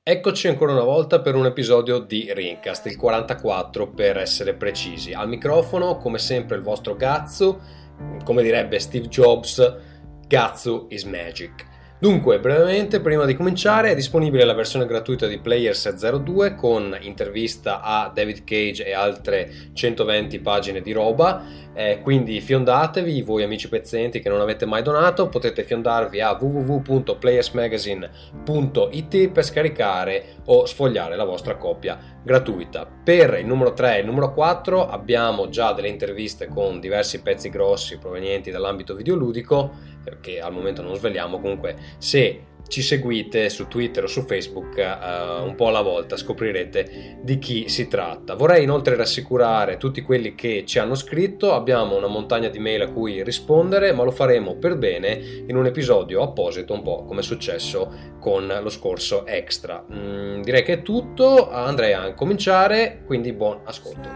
Eccoci ancora una volta per un episodio di Rincast, il 44 per essere precisi. Al microfono, come sempre, il vostro Gazzu, come direbbe Steve Jobs, Gazzu is magic. Dunque, brevemente, prima di cominciare, è disponibile la versione gratuita di Players 02 con intervista a David Cage e altre 120 pagine di roba. Quindi fiondatevi, voi amici pezzenti che non avete mai donato, potete fiondarvi a www.playersmagazine.it per scaricare o sfogliare la vostra copia gratuita. Per il numero 3 e il numero 4 abbiamo già delle interviste con diversi pezzi grossi provenienti dall'ambito videoludico, che al momento non sveliamo. Comunque, se ci seguite su Twitter o su Facebook, un po' alla volta scoprirete di chi si tratta. Vorrei inoltre rassicurare tutti quelli che ci hanno scritto: abbiamo una montagna di mail a cui rispondere, ma lo faremo per bene in un episodio apposito, un po' come è successo con lo scorso Extra. Direi che è tutto, andrei a cominciare, quindi buon ascolto.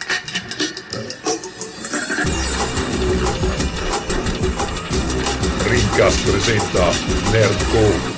Rincast presenta Nerdcore.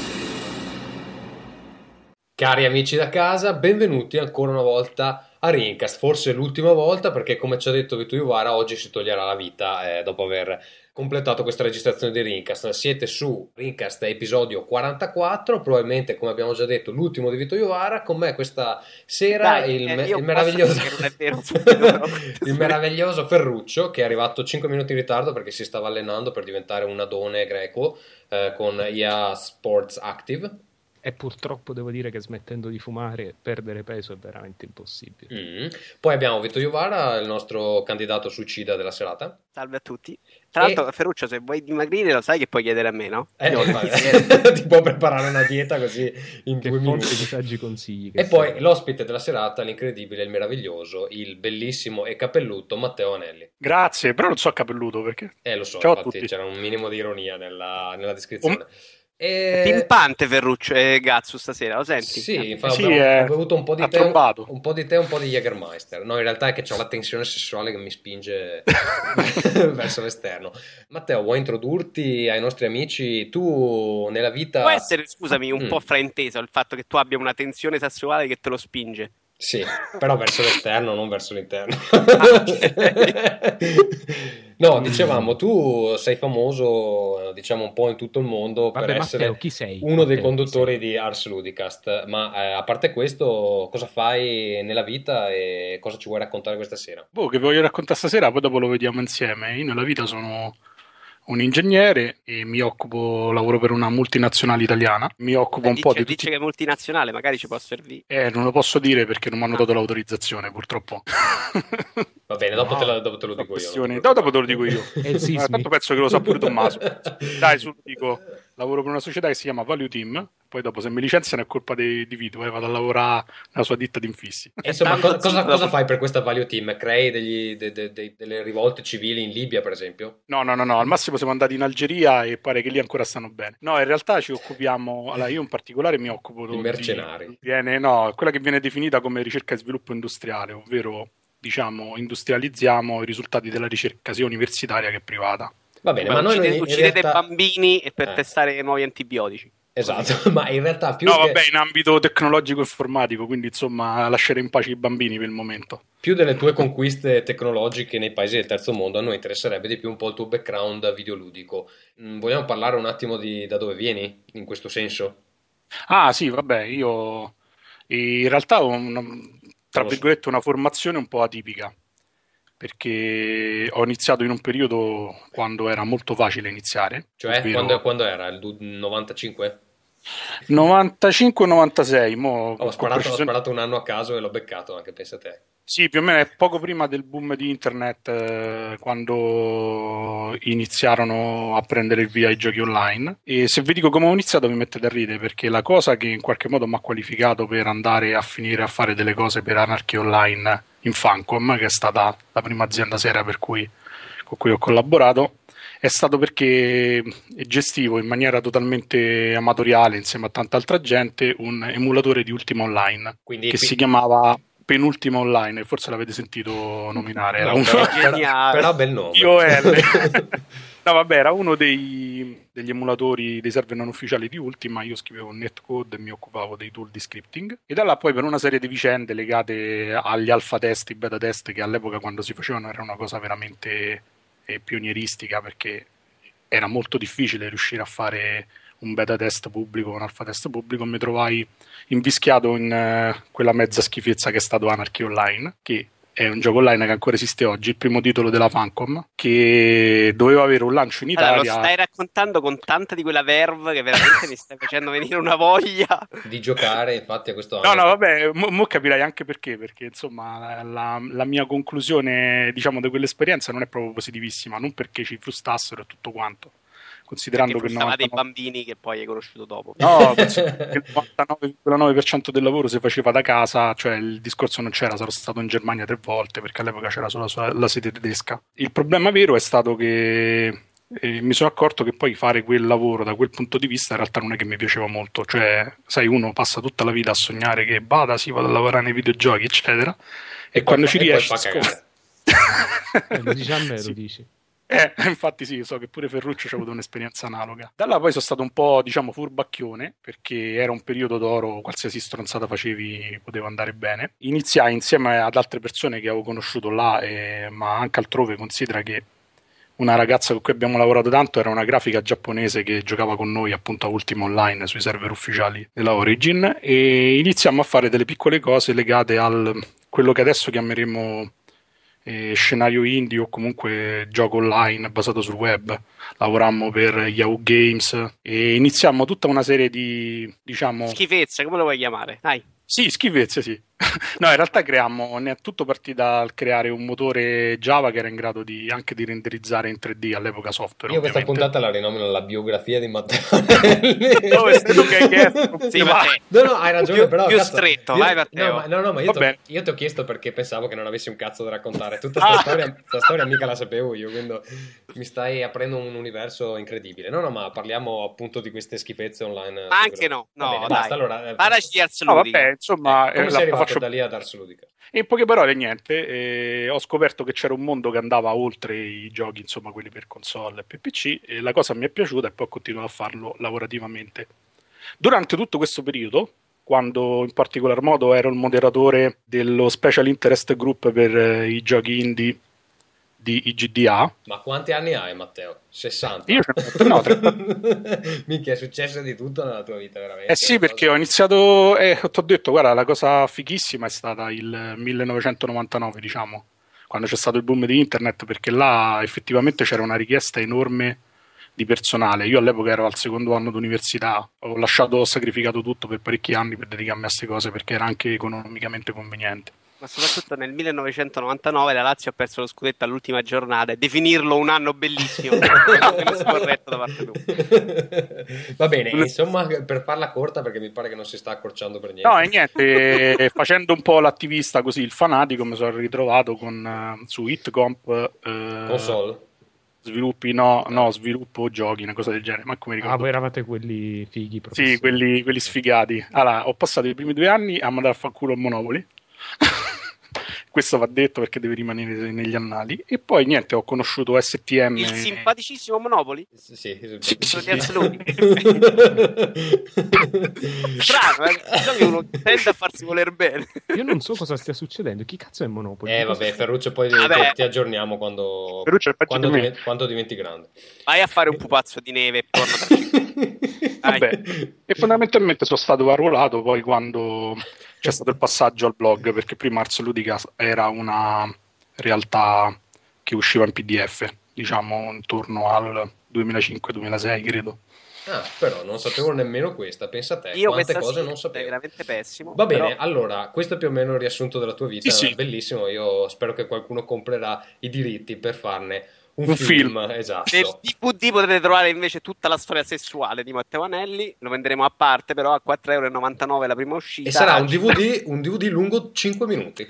Cari amici da casa, benvenuti ancora una volta a Rincast, forse l'ultima volta, perché come ci ha detto Vito Iuvara oggi si toglierà la vita dopo aver completato questa registrazione di Rincast. Siete su Rincast episodio 44, probabilmente, come abbiamo già detto, l'ultimo di Vito Iuvara. Con me questa sera il meraviglioso il meraviglioso Ferruccio, che è arrivato 5 minuti in ritardo perché si stava allenando per diventare un adone greco con EA Sports Active. E purtroppo devo dire che smettendo di fumare perdere peso è veramente impossibile. Poi abbiamo Vito Iuvara, il nostro candidato suicida della serata. Salve a tutti. Tra l'altro, Ferruccio, se vuoi dimagrire lo sai che puoi chiedere a me, no? Ti può preparare una dieta così in 2 minuti. Di saggi consigli. E poi l'ospite della serata, l'incredibile, il meraviglioso, il bellissimo e capelluto Matteo Anelli. Grazie, però non so capelluto perché. Lo so, ciao, infatti c'era un minimo di ironia nella descrizione. Pimpante Ferruccio e Gazzu stasera, lo senti? Sì, ho bevuto un po' di tè, un po' di Jägermeister. No, in realtà è che ho la tensione sessuale che mi spinge verso l'esterno. Matteo, vuoi introdurti ai nostri amici? Tu nella vita... Può essere, scusami, un po' frainteso il fatto che tu abbia una tensione sessuale che te lo spinge. Sì, però verso l'esterno, non verso l'interno. No, dicevamo, tu sei famoso, diciamo, un po' in tutto il mondo per essere Matteo, chi sei? uno dei conduttori di Ars Ludicast. Ma a parte questo, cosa fai nella vita e cosa ci vuoi raccontare questa sera? Che voglio raccontare stasera, poi dopo lo vediamo insieme. Io nella vita sono un ingegnere e lavoro per una multinazionale italiana. Mi occupo un po' di tutti... Dice che è multinazionale, magari ci può servire. Non lo posso dire perché non mi hanno dato l'autorizzazione, purtroppo. Va bene, dopo te lo dico io. Dopo te lo dico io. Tanto penso che lo sa pure Tommaso. Dai, dico, lavoro per una società che si chiama Value Team. Poi dopo, se mi licenziano è colpa di Vito, vado a lavorare nella sua ditta di infissi. Insomma, cosa fai per questa Value Team? Crei delle rivolte civili in Libia, per esempio? No, al massimo siamo andati in Algeria e pare che lì ancora stanno bene. No, in realtà ci occupiamo, allora io in particolare mi occupo di mercenari. Quella che viene definita come ricerca e sviluppo industriale, ovvero diciamo industrializziamo i risultati della ricerca sia universitaria che privata. Va bene, ma noi uccidete bambini e per testare nuovi antibiotici. Esatto, ma in realtà in ambito tecnologico informatico, quindi insomma lasciare in pace i bambini per il momento. Più delle tue conquiste tecnologiche nei paesi del terzo mondo, a noi interesserebbe di più un po' il tuo background videoludico. Vogliamo parlare un attimo di da dove vieni, in questo senso? Ah sì, vabbè, io in realtà ho tra virgolette una formazione un po' atipica, perché ho iniziato in un periodo quando era molto facile iniziare. Cioè, ovvero... quando era? Il 95? 95-96. Ho sparato un anno a caso e l'ho beccato, anche pensa te. Sì, più o meno è poco prima del boom di internet, quando iniziarono a prendere il via i giochi online. E se vi dico come ho iniziato mi mettete a ridere, perché la cosa che in qualche modo mi ha qualificato per andare a finire a fare delle cose per Anarchy Online in Funcom, che è stata la prima azienda seria con cui ho collaborato, è stato perché gestivo in maniera totalmente amatoriale, insieme a tanta altra gente, un emulatore di Ultima Online. Quindi si chiamava Penultima Online, forse l'avete sentito nominare. Era però bel nome. No, vabbè, era uno dei degli emulatori dei server non ufficiali di Ultima, io scrivevo netcode e mi occupavo dei tool di scripting, e da là poi per una serie di vicende legate agli alfa test, i beta test, che all'epoca quando si facevano era una cosa veramente pionieristica, perché era molto difficile riuscire a fare un beta test pubblico, un alfa test pubblico, mi trovai invischiato in quella mezza schifezza che è stato Anarchy Online, che è un gioco online che ancora esiste oggi, il primo titolo della Funcom, che doveva avere un lancio in Italia. Allora, lo stai raccontando con tanta di quella verve che veramente mi stai facendo venire una voglia di giocare, infatti, a questo No, vabbè, mo capirai anche perché insomma la mia conclusione, diciamo, di quell'esperienza non è proprio positivissima, non perché ci frustrassero e tutto quanto, considerando che dei bambini che poi hai conosciuto dopo. No, il 99,9% del lavoro si faceva da casa, cioè il discorso non c'era, sarò stato in Germania 3 volte perché all'epoca c'era solo la sede tedesca. Il problema vero è stato che mi sono accorto che poi fare quel lavoro da quel punto di vista in realtà non è che mi piaceva molto, cioè sai, uno passa tutta la vita a sognare che vado a lavorare nei videogiochi eccetera, e quando ci riesci lo dici a me, lo dici. Infatti sì, so che pure Ferruccio c'ha avuto un'esperienza analoga. Da là poi sono stato un po', diciamo, furbacchione, perché era un periodo d'oro, qualsiasi stronzata facevi poteva andare bene. Iniziai insieme ad altre persone che avevo conosciuto là, ma anche altrove. Considera che una ragazza con cui abbiamo lavorato tanto era una grafica giapponese che giocava con noi appunto a Ultima Online sui server ufficiali della Origin, e iniziamo a fare delle piccole cose legate al quello che adesso chiameremo scenario indie o comunque gioco online basato sul web. Lavorammo per Yahoo Games e iniziamo tutta una serie di, diciamo, schifezze, come lo vuoi chiamare? Dai. Sì, schifezze, sì. No, in realtà tutto partì dal creare un motore Java che era in grado anche di renderizzare in 3D all'epoca software. Io ovviamente. questa puntata la rinomino la biografia di Matteo. No, è stato che hai chiesto. Sì, Matteo. No, hai ragione, però più stretto, vai Matteo. No, ma io ti ho chiesto perché pensavo che non avessi un cazzo da raccontare. Tutta questa storia mica la sapevo io, quindi mi stai aprendo un universo incredibile. No, ma parliamo appunto di queste schifezze online. Anche no, bene, dai. Basta, allora. Parlaci di Ars Ludica. Vabbè, insomma, come sei arrivato da lì ad Ars Ludica? In poche parole, niente, ho scoperto che c'era un mondo che andava oltre i giochi, insomma, quelli per console e per PC, e la cosa mi è piaciuta e poi ho continuato a farlo lavorativamente. Durante tutto questo periodo, quando in particolar modo ero il moderatore dello Special Interest Group per i giochi indie di IGDA. Ma quanti anni hai, Matteo? 60? Io no, 30. Minchia, è successo di tutto nella tua vita, veramente. Sì, perché ho iniziato, ti ho detto, guarda, la cosa fighissima è stata il 1999, diciamo, quando c'è stato il boom di internet, perché là effettivamente c'era una richiesta enorme di personale. Io all'epoca ero al secondo anno d'università, ho sacrificato tutto per parecchi anni per dedicarmi a queste cose, perché era anche economicamente conveniente. Ma soprattutto nel 1999 la Lazio ha perso lo scudetto all'ultima giornata, e definirlo un anno bellissimo è scorretto da parte tua. Va bene, insomma, per farla corta, perché mi pare che non si sta accorciando per niente. No, e niente, facendo un po' l'attivista così, il fanatico, mi sono ritrovato su HitComp console. Sviluppo giochi, una cosa del genere, ma come ricordo. Voi eravate quelli fighi, sì, quelli sfigati. Allora, ho passato i primi 2 anni a mandare a fanculo a Monopoli. Questo va detto perché deve rimanere negli annali. E poi niente, ho conosciuto STM, il simpaticissimo Monopoli. Sì. Strano, uno tende a farsi voler bene. Io non so cosa stia succedendo. Chi cazzo è Monopoli? Vabbè, Ferruccio, poi ti aggiorniamo quando diventi grande. Vai a fare un pupazzo di neve e torna. Vabbè, e fondamentalmente sono stato arruolato poi quando c'è stato il passaggio al blog, perché prima Ars Ludica era una realtà che usciva in PDF, diciamo intorno al 2005-2006, credo. Però non sapevo nemmeno questa, pensa a te, io quante cose non sapevo. È veramente pessimo. Va bene, allora, questo è più o meno il riassunto della tua vita, sì. Bellissimo, io spero che qualcuno comprerà i diritti per farne un film. Esatto. Nel DVD potete trovare invece tutta la storia sessuale di Matteo Anelli, lo venderemo a parte, però a 4,99 € la prima uscita. E sarà un DVD lungo 5 minuti.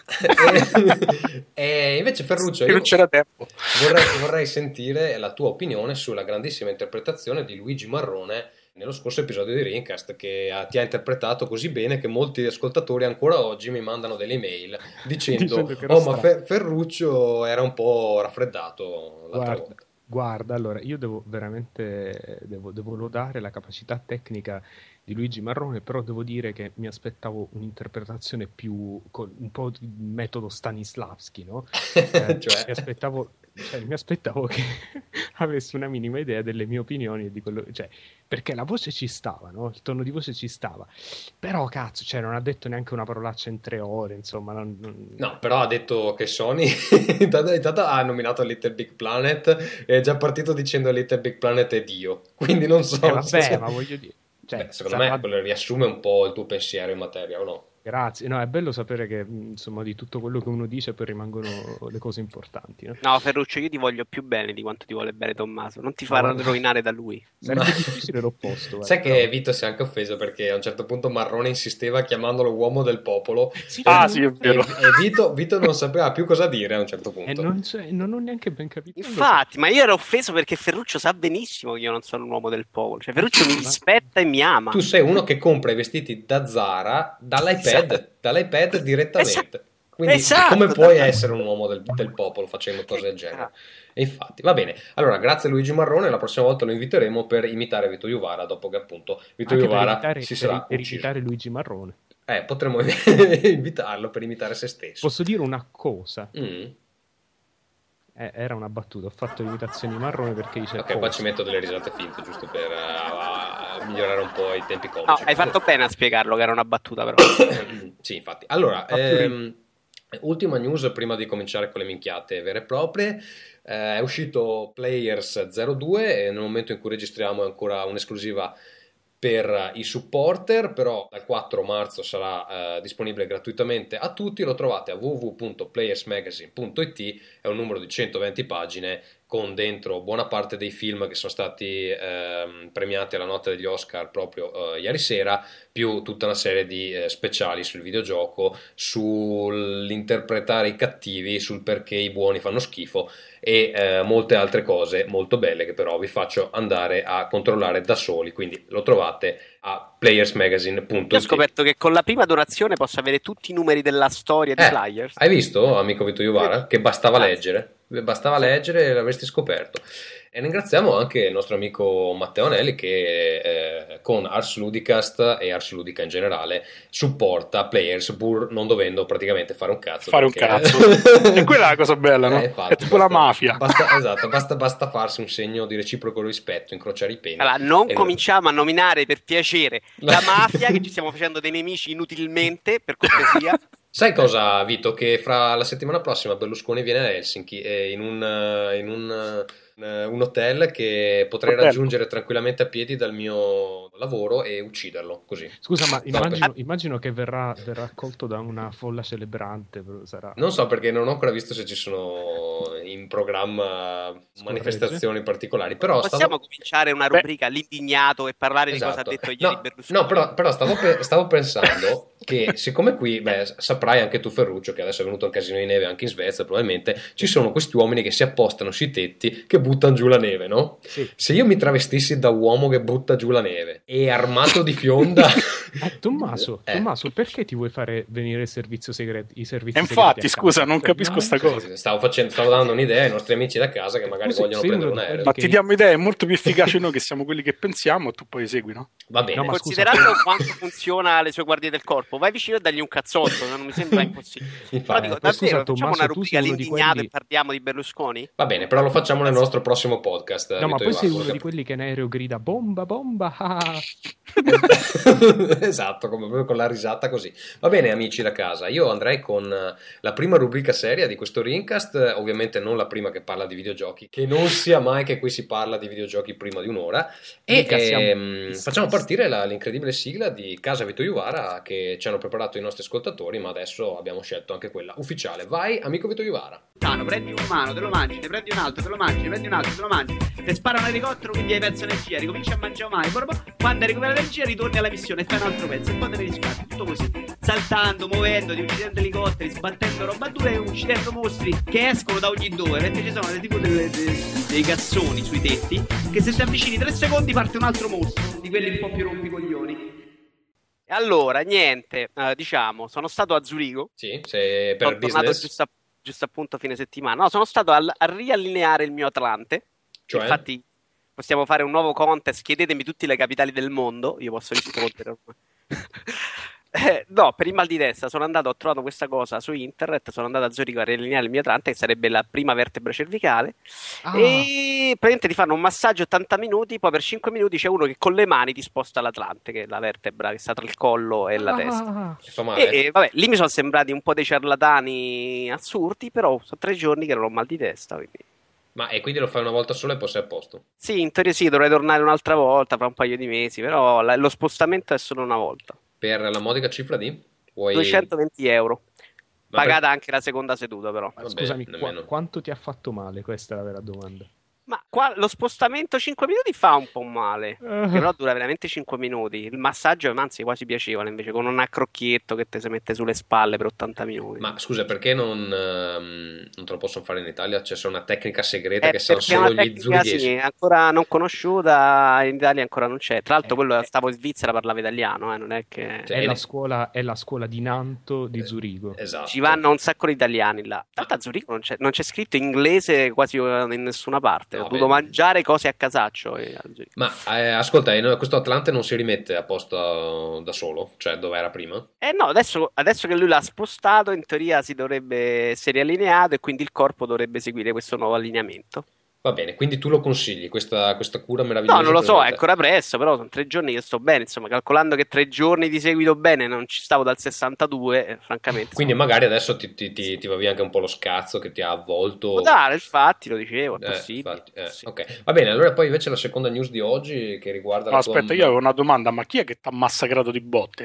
e invece Ferruccio, io non c'era tempo. vorrei sentire la tua opinione sulla grandissima interpretazione di Luigi Marrone nello scorso episodio di Rincast, che ti ha interpretato così bene che molti ascoltatori ancora oggi mi mandano delle email dicendo ma Ferruccio era un po' raffreddato l'altra volta. Guarda, allora, io devo veramente devo lodare la capacità tecnica di Luigi Marrone, però devo dire che mi aspettavo un'interpretazione più con un po' di metodo Stanislavski, no? Cioè? Mi aspettavo che avesse una minima idea delle mie opinioni e di quello, cioè, perché la voce ci stava, no? Il tono di voce ci stava. Però cazzo, cioè, non ha detto neanche una parolaccia in 3 ore, insomma, No, però ha detto che Sony intanto ha nominato Little Big Planet e è già partito dicendo Little Big Planet è Dio, quindi non so. Vabbè, ma voglio dire, cioè, Beh, secondo me quello riassume un po' il tuo pensiero in materia, o no? Grazie, no, è bello sapere che insomma di tutto quello che uno dice poi rimangono le cose importanti, no? No, Ferruccio, io ti voglio più bene di quanto ti vuole bene Tommaso. Non ti farò rovinare da lui. Sarebbe difficile l'opposto. Sai che Vito si è anche offeso perché a un certo punto Marrone insisteva chiamandolo uomo del popolo. Sì, sì, è vero. E Vito non sapeva più cosa dire a un certo punto. E non ho neanche ben capito. Infatti, ma io ero offeso perché Ferruccio sa benissimo che io non sono un uomo del popolo. Cioè, Ferruccio mi rispetta e mi ama. Tu sei uno che compra i vestiti da Zara dall'iPad direttamente. Quindi come puoi essere un uomo del popolo facendo cose del genere? E infatti, va bene. Allora, grazie a Luigi Marrone, la prossima volta lo inviteremo per imitare Vito Juvara, dopo che appunto Vito Juvara si sarà per imitare Luigi Marrone. Potremmo invitarlo per imitare se stesso. Posso dire una cosa? Era una battuta, ho fatto l'imitazione di Marrone perché dice ok, poi ci metto delle risate finte giusto per migliorare un po' i tempi comici. No, hai fatto bene a spiegarlo che era una battuta però. Sì, infatti. Allora, ultima news prima di cominciare con le minchiate vere e proprie. È uscito Players 02 e nel momento in cui registriamo è ancora un'esclusiva per i supporter, però dal 4 marzo sarà disponibile gratuitamente a tutti. Lo trovate a www.playersmagazine.it, è un numero di 120 pagine con dentro buona parte dei film che sono stati premiati alla notte degli Oscar proprio ieri sera, più tutta una serie di speciali sul videogioco, sull'interpretare i cattivi, sul perché i buoni fanno schifo e molte altre cose molto belle che però vi faccio andare a controllare da soli, quindi lo trovate a playersmagazine.it. Io ho scoperto che con la prima donazione posso avere tutti i numeri della storia di Players. Hai visto, amico Vito Juvara, che bastava leggere e l'avresti scoperto. E ringraziamo anche il nostro amico Matteo Anelli che con Ars Ludicast e Ars Ludica in generale supporta Players pur non dovendo praticamente fare un cazzo. E quella è la cosa bella, no? Infatti, è tipo la mafia. Basta farsi un segno di reciproco rispetto, incrociare i peni. Allora, non cominciamo a nominare per piacere la mafia, che ci stiamo facendo dei nemici inutilmente, per cortesia. Sai cosa, Vito? Che fra la settimana prossima Berlusconi viene a Helsinki in un hotel che potrei raggiungere tranquillamente a piedi dal mio lavoro e ucciderlo così. Scusa, ma immagino che verrà accolto da una folla celebrante. Sarà... Non so, perché non ho ancora visto se ci sono in programma manifestazioni particolari. Però possiamo cominciare una rubrica l'indignato e parlare di cosa ha detto ieri Berlusconi. No, però stavo pensando che siccome qui, saprai anche tu Ferruccio, che adesso è venuto un casino di neve anche in Svezia, probabilmente ci sono questi uomini che si appostano sui tetti che buttano giù la neve, no? Sì. Se io mi travestissi da uomo che butta giù la neve e armato di fionda Tommaso, perché ti vuoi fare venire il servizio segreto? Infatti, scusa, non capisco sta cosa. Stavo dando un'idea ai nostri amici da casa che magari vogliono prendere un aereo. Ma ti diamo idee molto più efficaci noi che siamo quelli che pensiamo, tu poi esegui, no? Va bene. No, considerando quanto funziona le sue guardie del corpo, vai vicino e dagli un cazzotto, non mi sembra impossibile. Però dico, davvero, facciamo una rubrica l'indignato e parliamo di Berlusconi? Va bene, però lo facciamo nel nostro prossimo podcast. No, ma poi sei uno di quelli che in aereo grida bomba, bomba, Esatto, come con la risata così. Va bene, amici da casa, io andrei con la prima rubrica seria di questo Rincast, ovviamente non la prima che parla di videogiochi, che non sia mai che qui si parla di videogiochi prima di un'ora, e facciamo partire l'incredibile sigla di Casa Vito Juvara che ci hanno preparato i nostri ascoltatori, ma adesso abbiamo scelto anche quella ufficiale. Vai, amico Vito Juvara. Prendi un umano, te lo mangi, ne prendi un altro, te lo mangi, ne prendi un altro, te lo mangi, ti spara un elicottero, quindi hai perso energia, ricominci a mangiare umani, quando recuperi energia ritorni alla missione e fai un altro pezzo e poi te ne riscatti, tutto così, saltando, muovendoti, uccidendo elicotteri, sbattendo roba dura e uccidendo mostri che escono da ogni dove, perché ci sono tipo dei cassoni sui tetti che se ti avvicini 3 secondi parte un altro mostro, di quelli un po' più rompicoglioni. E allora, niente, diciamo, sono stato a Zurigo. Sì, se per business. Giusto appunto fine settimana. No, sono stato a riallineare il mio Atlante. Cioè? Infatti possiamo fare un nuovo contest, chiedetemi tutte le capitali del mondo, io posso rispondere ormai. No, per il mal di testa ho trovato questa cosa su internet, sono andato a Zurigo a riallineare il mio Atlante, che sarebbe la prima vertebra cervicale, e praticamente ti fanno un massaggio 80 minuti, poi per 5 minuti c'è uno che con le mani ti sposta l'Atlante, che è la vertebra che sta tra il collo e la testa. Fa male? E vabbè, lì mi sono sembrati un po' dei ciarlatani assurdi, però sono 3 giorni che non ho mal di testa, quindi... Ma e quindi lo fai una volta sola e poi sei a posto? Sì, in teoria sì, dovrei tornare un'altra volta fra un paio di mesi, però lo spostamento è solo una volta. Per la modica cifra di? 220 euro. Ma Pagata anche la seconda seduta, però. Vabbè, Scusami, nemmeno. quanto ti ha fatto male? Questa è la vera domanda. Ma qua lo spostamento 5 minuti fa un po' male, però dura veramente 5 minuti. Il massaggio, anzi, quasi piacevole, invece, con un accrocchietto che ti si mette sulle spalle per 80 minuti. Ma scusa, perché non te lo possono fare in Italia? C'è una tecnica segreta che Perché sanno è una solo gli tecnica, zurighesi. sì, ancora non conosciuta, in Italia ancora non c'è. Tra l'altro, quello stavo in Svizzera, parlava italiano, non è che... Cioè, È la scuola di Nanto di Zurigo. Esatto. Ci vanno un sacco di italiani là. Tanto a Zurigo non c'è scritto inglese quasi in nessuna parte. No, Ho dovuto mangiare cose a casaccio. Ma ascolta, questo Atlante non si rimette a posto da solo? Cioè, dove era prima? No, adesso che lui l'ha spostato, in teoria si dovrebbe essere allineato e quindi il corpo dovrebbe seguire questo nuovo allineamento. Va bene, quindi tu lo consigli, questa cura meravigliosa? No, non lo so, per è te? ancora presto, però sono 3 giorni che sto bene, insomma, calcolando che 3 giorni di seguito bene, non ci stavo dal 62, francamente. Quindi magari adesso ti va via anche un po' lo scazzo che ti ha avvolto. Può dare, infatti, lo dicevo, è possibile. Infatti, Sì. ok. Va bene, allora poi invece la seconda news di oggi che riguarda No, la tua... aspetta, io avevo una domanda, ma chi è che ti ha massacrato di botte?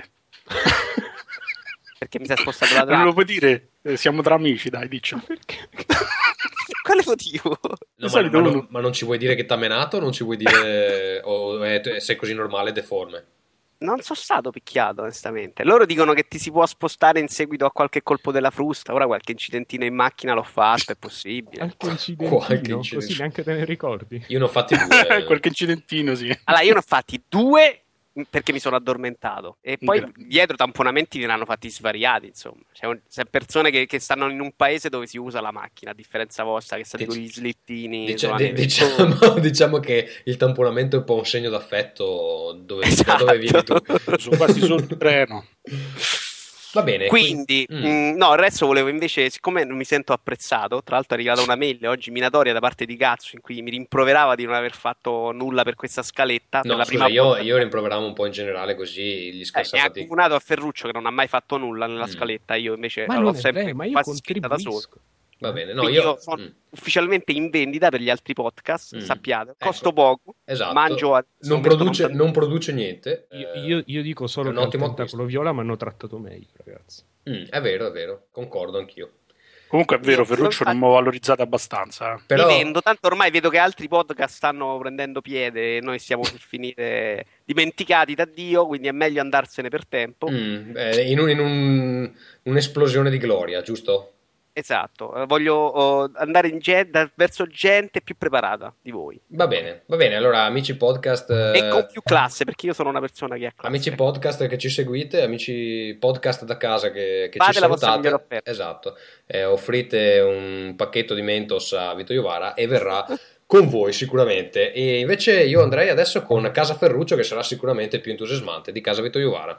Perché mi si è spostato la Non lo trama. puoi dire? Siamo tra amici, dai, dicelo. Perché? Quale motivo? No, Di solito uno- ma non ci vuoi dire che t'ha menato? Non ci vuoi dire... o sei così normale e deforme? Non sono stato picchiato, onestamente. Loro dicono che ti si può spostare in seguito a qualche colpo della frusta. Ora qualche incidentino in macchina l'ho fatto, è possibile. Qualche incidentino, Qualche così incidente. neanche te ne ricordi. Io ne ho fatti due. Qualche incidentino, sì. Allora, io ne ho fatti 2 perché mi sono addormentato. E poi Grande. dietro tamponamenti ne hanno fatti svariati, insomma. C'è persone che stanno in un paese dove si usa la macchina, a differenza vostra, che state con gli slittini. Diciamo che il tamponamento è un po' un segno d'affetto da dove Esatto. vivi tu. Sono quasi sul treno. Va bene. Quindi, no, il resto volevo invece, siccome non mi sento apprezzato, tra l'altro è arrivata una mail oggi minatoria da parte di Cazzo in cui mi rimproverava di non aver fatto nulla per questa scaletta. Per No, la scusa, prima volta. io rimproveravo un po' in generale così gli È scassati. accomunato a Ferruccio che non ha mai fatto nulla nella scaletta, io invece Ma l'ho non è sempre vero, ma io quasi scritta da solo. contribuisco. Va bene, no, Quindi io sono ufficialmente in vendita per gli altri podcast, sappiate, costo poco, Esatto. mangio non produce niente. Io dico solo è un che al ottimo Tentacolo Viola mi hanno trattato meglio, ragazzi. È vero, concordo anchio. Comunque è vero, Io Ferruccio non infatti- mi ho valorizzato abbastanza. Però Mi vendo, tanto ormai vedo che altri podcast stanno prendendo piede e noi stiamo per finire dimenticati da Dio, quindi è meglio andarsene per tempo. in un'esplosione di gloria, giusto? Esatto, voglio andare verso gente più preparata di voi Va bene, allora amici podcast... e con più classe, perché io sono una persona che ha classe. Amici podcast che ci seguite, amici podcast da casa che ci Fate la vostra salutate, migliore offerta. esatto, offrite un pacchetto di Mentos a Vito Iovara e verrà con voi sicuramente. E invece io andrei adesso con Casa Ferruccio, che sarà sicuramente più entusiasmante di Casa Vito Iovara.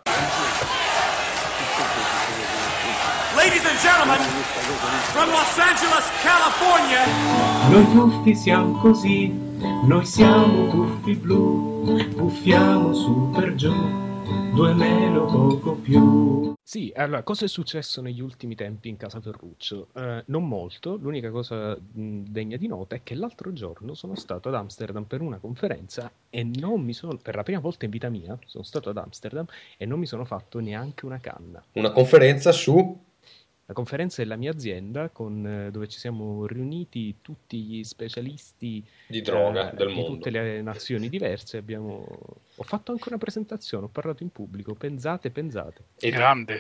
Ladies and gentlemen, from Los Angeles, California. Noi tuffi siamo così, noi siamo tuffi blu, puffiamo su per giù, 2 meno poco più. Sì, allora, cosa è successo negli ultimi tempi in Casa Ferruccio? Non molto, l'unica cosa degna di nota è che l'altro giorno sono stato ad Amsterdam per una conferenza e per la prima volta in vita mia, sono stato ad Amsterdam e non mi sono fatto neanche una canna. Una conferenza su... La conferenza è la mia azienda dove ci siamo riuniti tutti gli specialisti Di droga del di mondo. tutte le nazioni diverse. Ho fatto anche una presentazione, ho parlato in pubblico. Pensate. E Sì.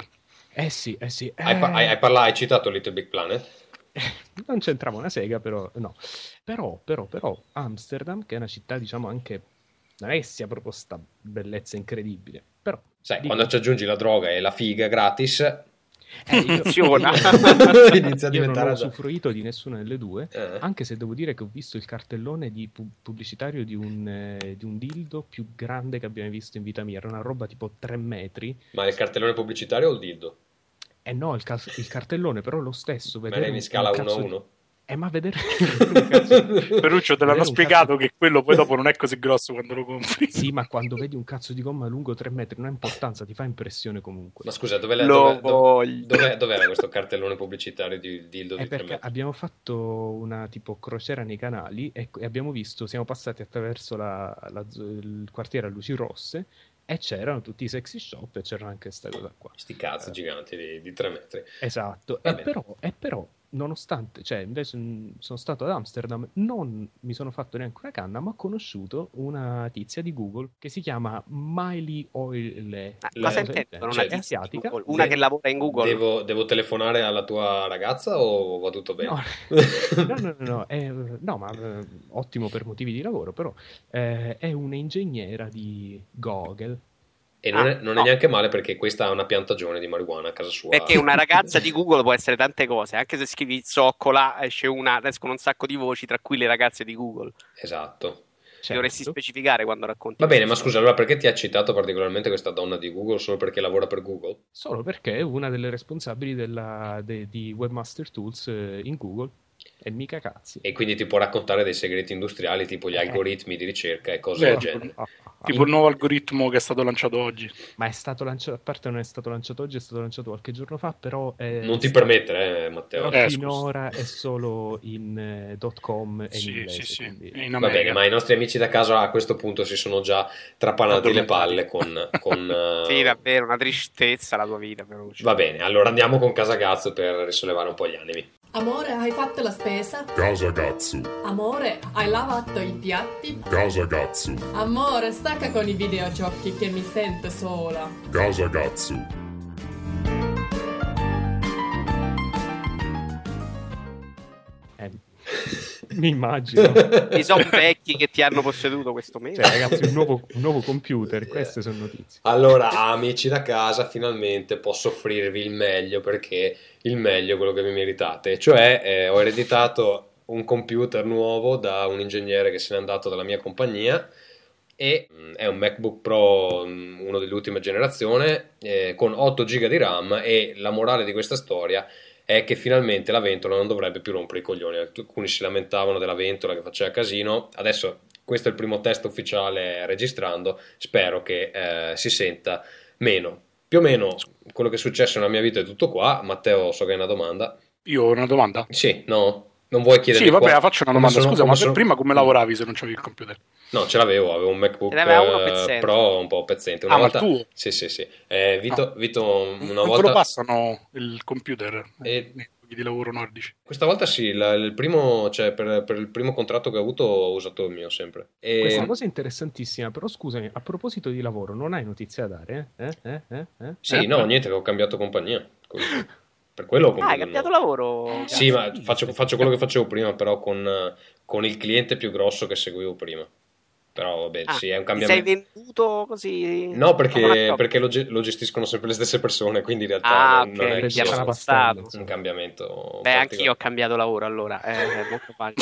hai citato Little Big Planet? Non c'entrava una sega, però no. Però Amsterdam, che è una città, diciamo, anche non è che sia proprio sta bellezza incredibile, però Sai, quando ci aggiungi la droga e la figa gratis... Funziona. Inizia a Io non diventare ho già... usufruito di nessuna delle due, anche se devo dire che ho visto il cartellone pubblicitario di un dildo più grande che abbiamo visto in vita mia. Era una roba tipo 3 metri. Ma il cartellone pubblicitario o il dildo? No, il cartellone, però lo stesso. Ma Vedere in scala 1 a 1? Ma vedere... Ferruccio, te l'hanno spiegato che quello poi dopo non è così grosso quando lo compri. Sì, ma quando vedi un cazzo di gomma lungo 3 metri non ha importanza, ti fa impressione comunque. Ma scusa, Dov'era questo cartellone pubblicitario di dildo di 3 perché metri? abbiamo fatto una tipo crociera nei canali e abbiamo visto, siamo passati attraverso il quartiere a luci rosse e c'erano tutti i sexy shop e c'era anche questa cosa qua. Sti cazzi giganti di 3 metri. Esatto, Va e bene. però nonostante, cioè invece sono stato ad Amsterdam, non mi sono fatto neanche una canna, ma ho conosciuto una tizia di Google che si chiama Miley Oile. Cosa intendono? cioè, Una è asiatica. Una che lavora in Google? Devo telefonare alla tua ragazza o va tutto bene? No, ma ottimo per motivi di lavoro, però è un'ingegnera di Google. E non è neanche male perché questa ha una piantagione di marijuana a casa sua. Perché una ragazza di Google può essere tante cose, anche se scrivi zoccola escono un sacco di voci, tra cui le ragazze di Google. Esatto. Ci dovresti specificare quando racconti. Va bene, ma scusa, allora perché ti ha citato particolarmente questa donna di Google? Solo perché lavora per Google? Solo perché è una delle responsabili di Webmaster Tools in Google. E mica cazzi. E quindi ti può raccontare dei segreti industriali, tipo gli algoritmi di ricerca e cose del genere. Tipo il nuovo algoritmo che è stato lanciato oggi. Ma è stato lanciato, a parte non è stato lanciato oggi, è stato lanciato qualche giorno fa, però non ti permettere, Matteo. Però finora è solo in .com e in inglese. Sì. Quindi... Va bene, ma i nostri amici da casa a questo punto si sono già trapanati le palle con Sì, davvero, una tristezza la tua vita. Va bene, allora andiamo con Casagazzo per risollevare un po' gli animi. Amore, hai fatto la spesa? Casagazzo. Amore, hai lavato i piatti? Casagazzo. Amore, stacca con i videogiochi che mi sento sola. Casagazzo. Mi immagino. I sono vecchi che ti hanno posseduto questo mese. Cioè, ragazzi, un nuovo computer, queste sono notizie. Allora, amici da casa, finalmente posso offrirvi il meglio, perché il meglio è quello che vi meritate. Cioè, ho ereditato un computer nuovo da un ingegnere che se n'è andato dalla mia compagnia e è un MacBook Pro, uno dell'ultima generazione, con 8 GB di RAM, e la morale di questa storia è che finalmente la ventola non dovrebbe più rompere i coglioni. Alcuni si lamentavano della ventola che faceva casino, adesso questo è il primo test ufficiale registrando, spero che si senta meno. Più o meno quello che è successo nella mia vita è tutto qua. Matteo, so che hai una domanda. Io ho una domanda? Sì, no? Non vuoi chiedere? Sì, vabbè, faccio una domanda. Scusa, ma prima come lavoravi se non c'avevi il computer? No, ce l'avevo un MacBook Pro un po' pezzente. Una volta... ma il tuo? Sì. Vito, una non volta... te lo passano il computer nei luoghi di lavoro nordici? Questa volta sì, il primo, cioè per il primo contratto che ho avuto ho usato il mio sempre. Questa cosa è interessantissima, però scusami, a proposito di lavoro, non hai notizie da dare? Sì, no, niente, che ho cambiato compagnia. Per quello hai cambiato lavoro? Sì, ma faccio quello che facevo prima, però con il cliente più grosso che seguivo prima. Però vabbè, sì, è un cambiamento. Sei venduto così? No, perché lo gestiscono sempre le stesse persone, quindi in realtà non è un cambiamento. Beh, anche io ho cambiato lavoro, allora è molto facile.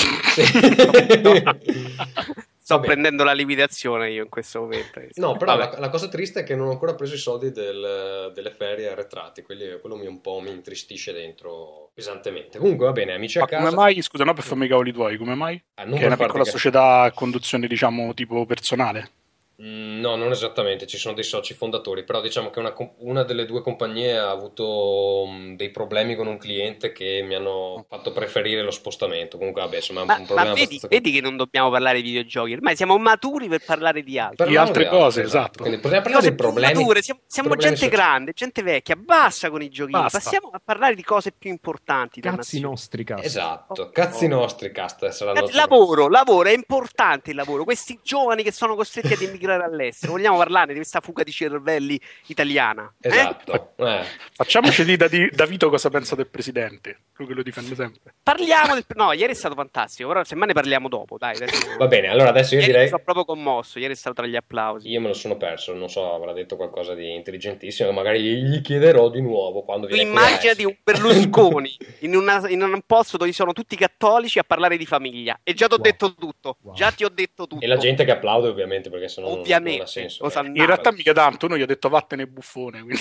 Sto prendendo la liquidazione io in questo momento. No, però la cosa triste è che non ho ancora preso i soldi delle ferie arretrati, quello mi intristisce dentro pesantemente. Comunque va bene, amici a casa. Come mai, scusa, no, per farmi i cavoli tuoi, come mai? Che è una piccola società a conduzione, diciamo, tipo personale? No, non esattamente, ci sono dei soci fondatori, però diciamo che una delle due compagnie ha avuto dei problemi con un cliente che mi hanno fatto preferire lo spostamento. Comunque vabbè, insomma è un problema. Ma vedi che non dobbiamo parlare di videogiochi, ormai siamo maturi per parlare di altro. Di altre cose, esatto. Quindi possiamo parlare dei problemi. Mature, siamo gente grande, gente vecchia, basta con i giochini, passiamo a parlare di cose più importanti. Cazzi nostri cast. Esatto, cazzi nostri cast. Lavoro, è importante il lavoro. Questi giovani che sono costretti ad emigrare emigrare all'estero, vogliamo parlarne di questa fuga di cervelli italiana. Esatto. Facciamoci di da Vito cosa pensa del presidente, lui che lo difende sempre. Parliamo no, ieri è stato fantastico, però semmai ne parliamo dopo, dai. Va bene, allora adesso io ieri direi... sono proprio commosso, ieri è stato tra gli applausi. Io me lo sono perso, non so, avrà detto qualcosa di intelligentissimo, magari gli chiederò di nuovo quando viene qui. Immaginati un Berlusconi in un posto dove sono tutti cattolici a parlare di famiglia, e già ti ho detto tutto, già ti ho detto tutto. E la gente che applaude ovviamente, perché sennò non ha senso. In realtà mica tanto, uno gli ha detto vattene buffone, quindi...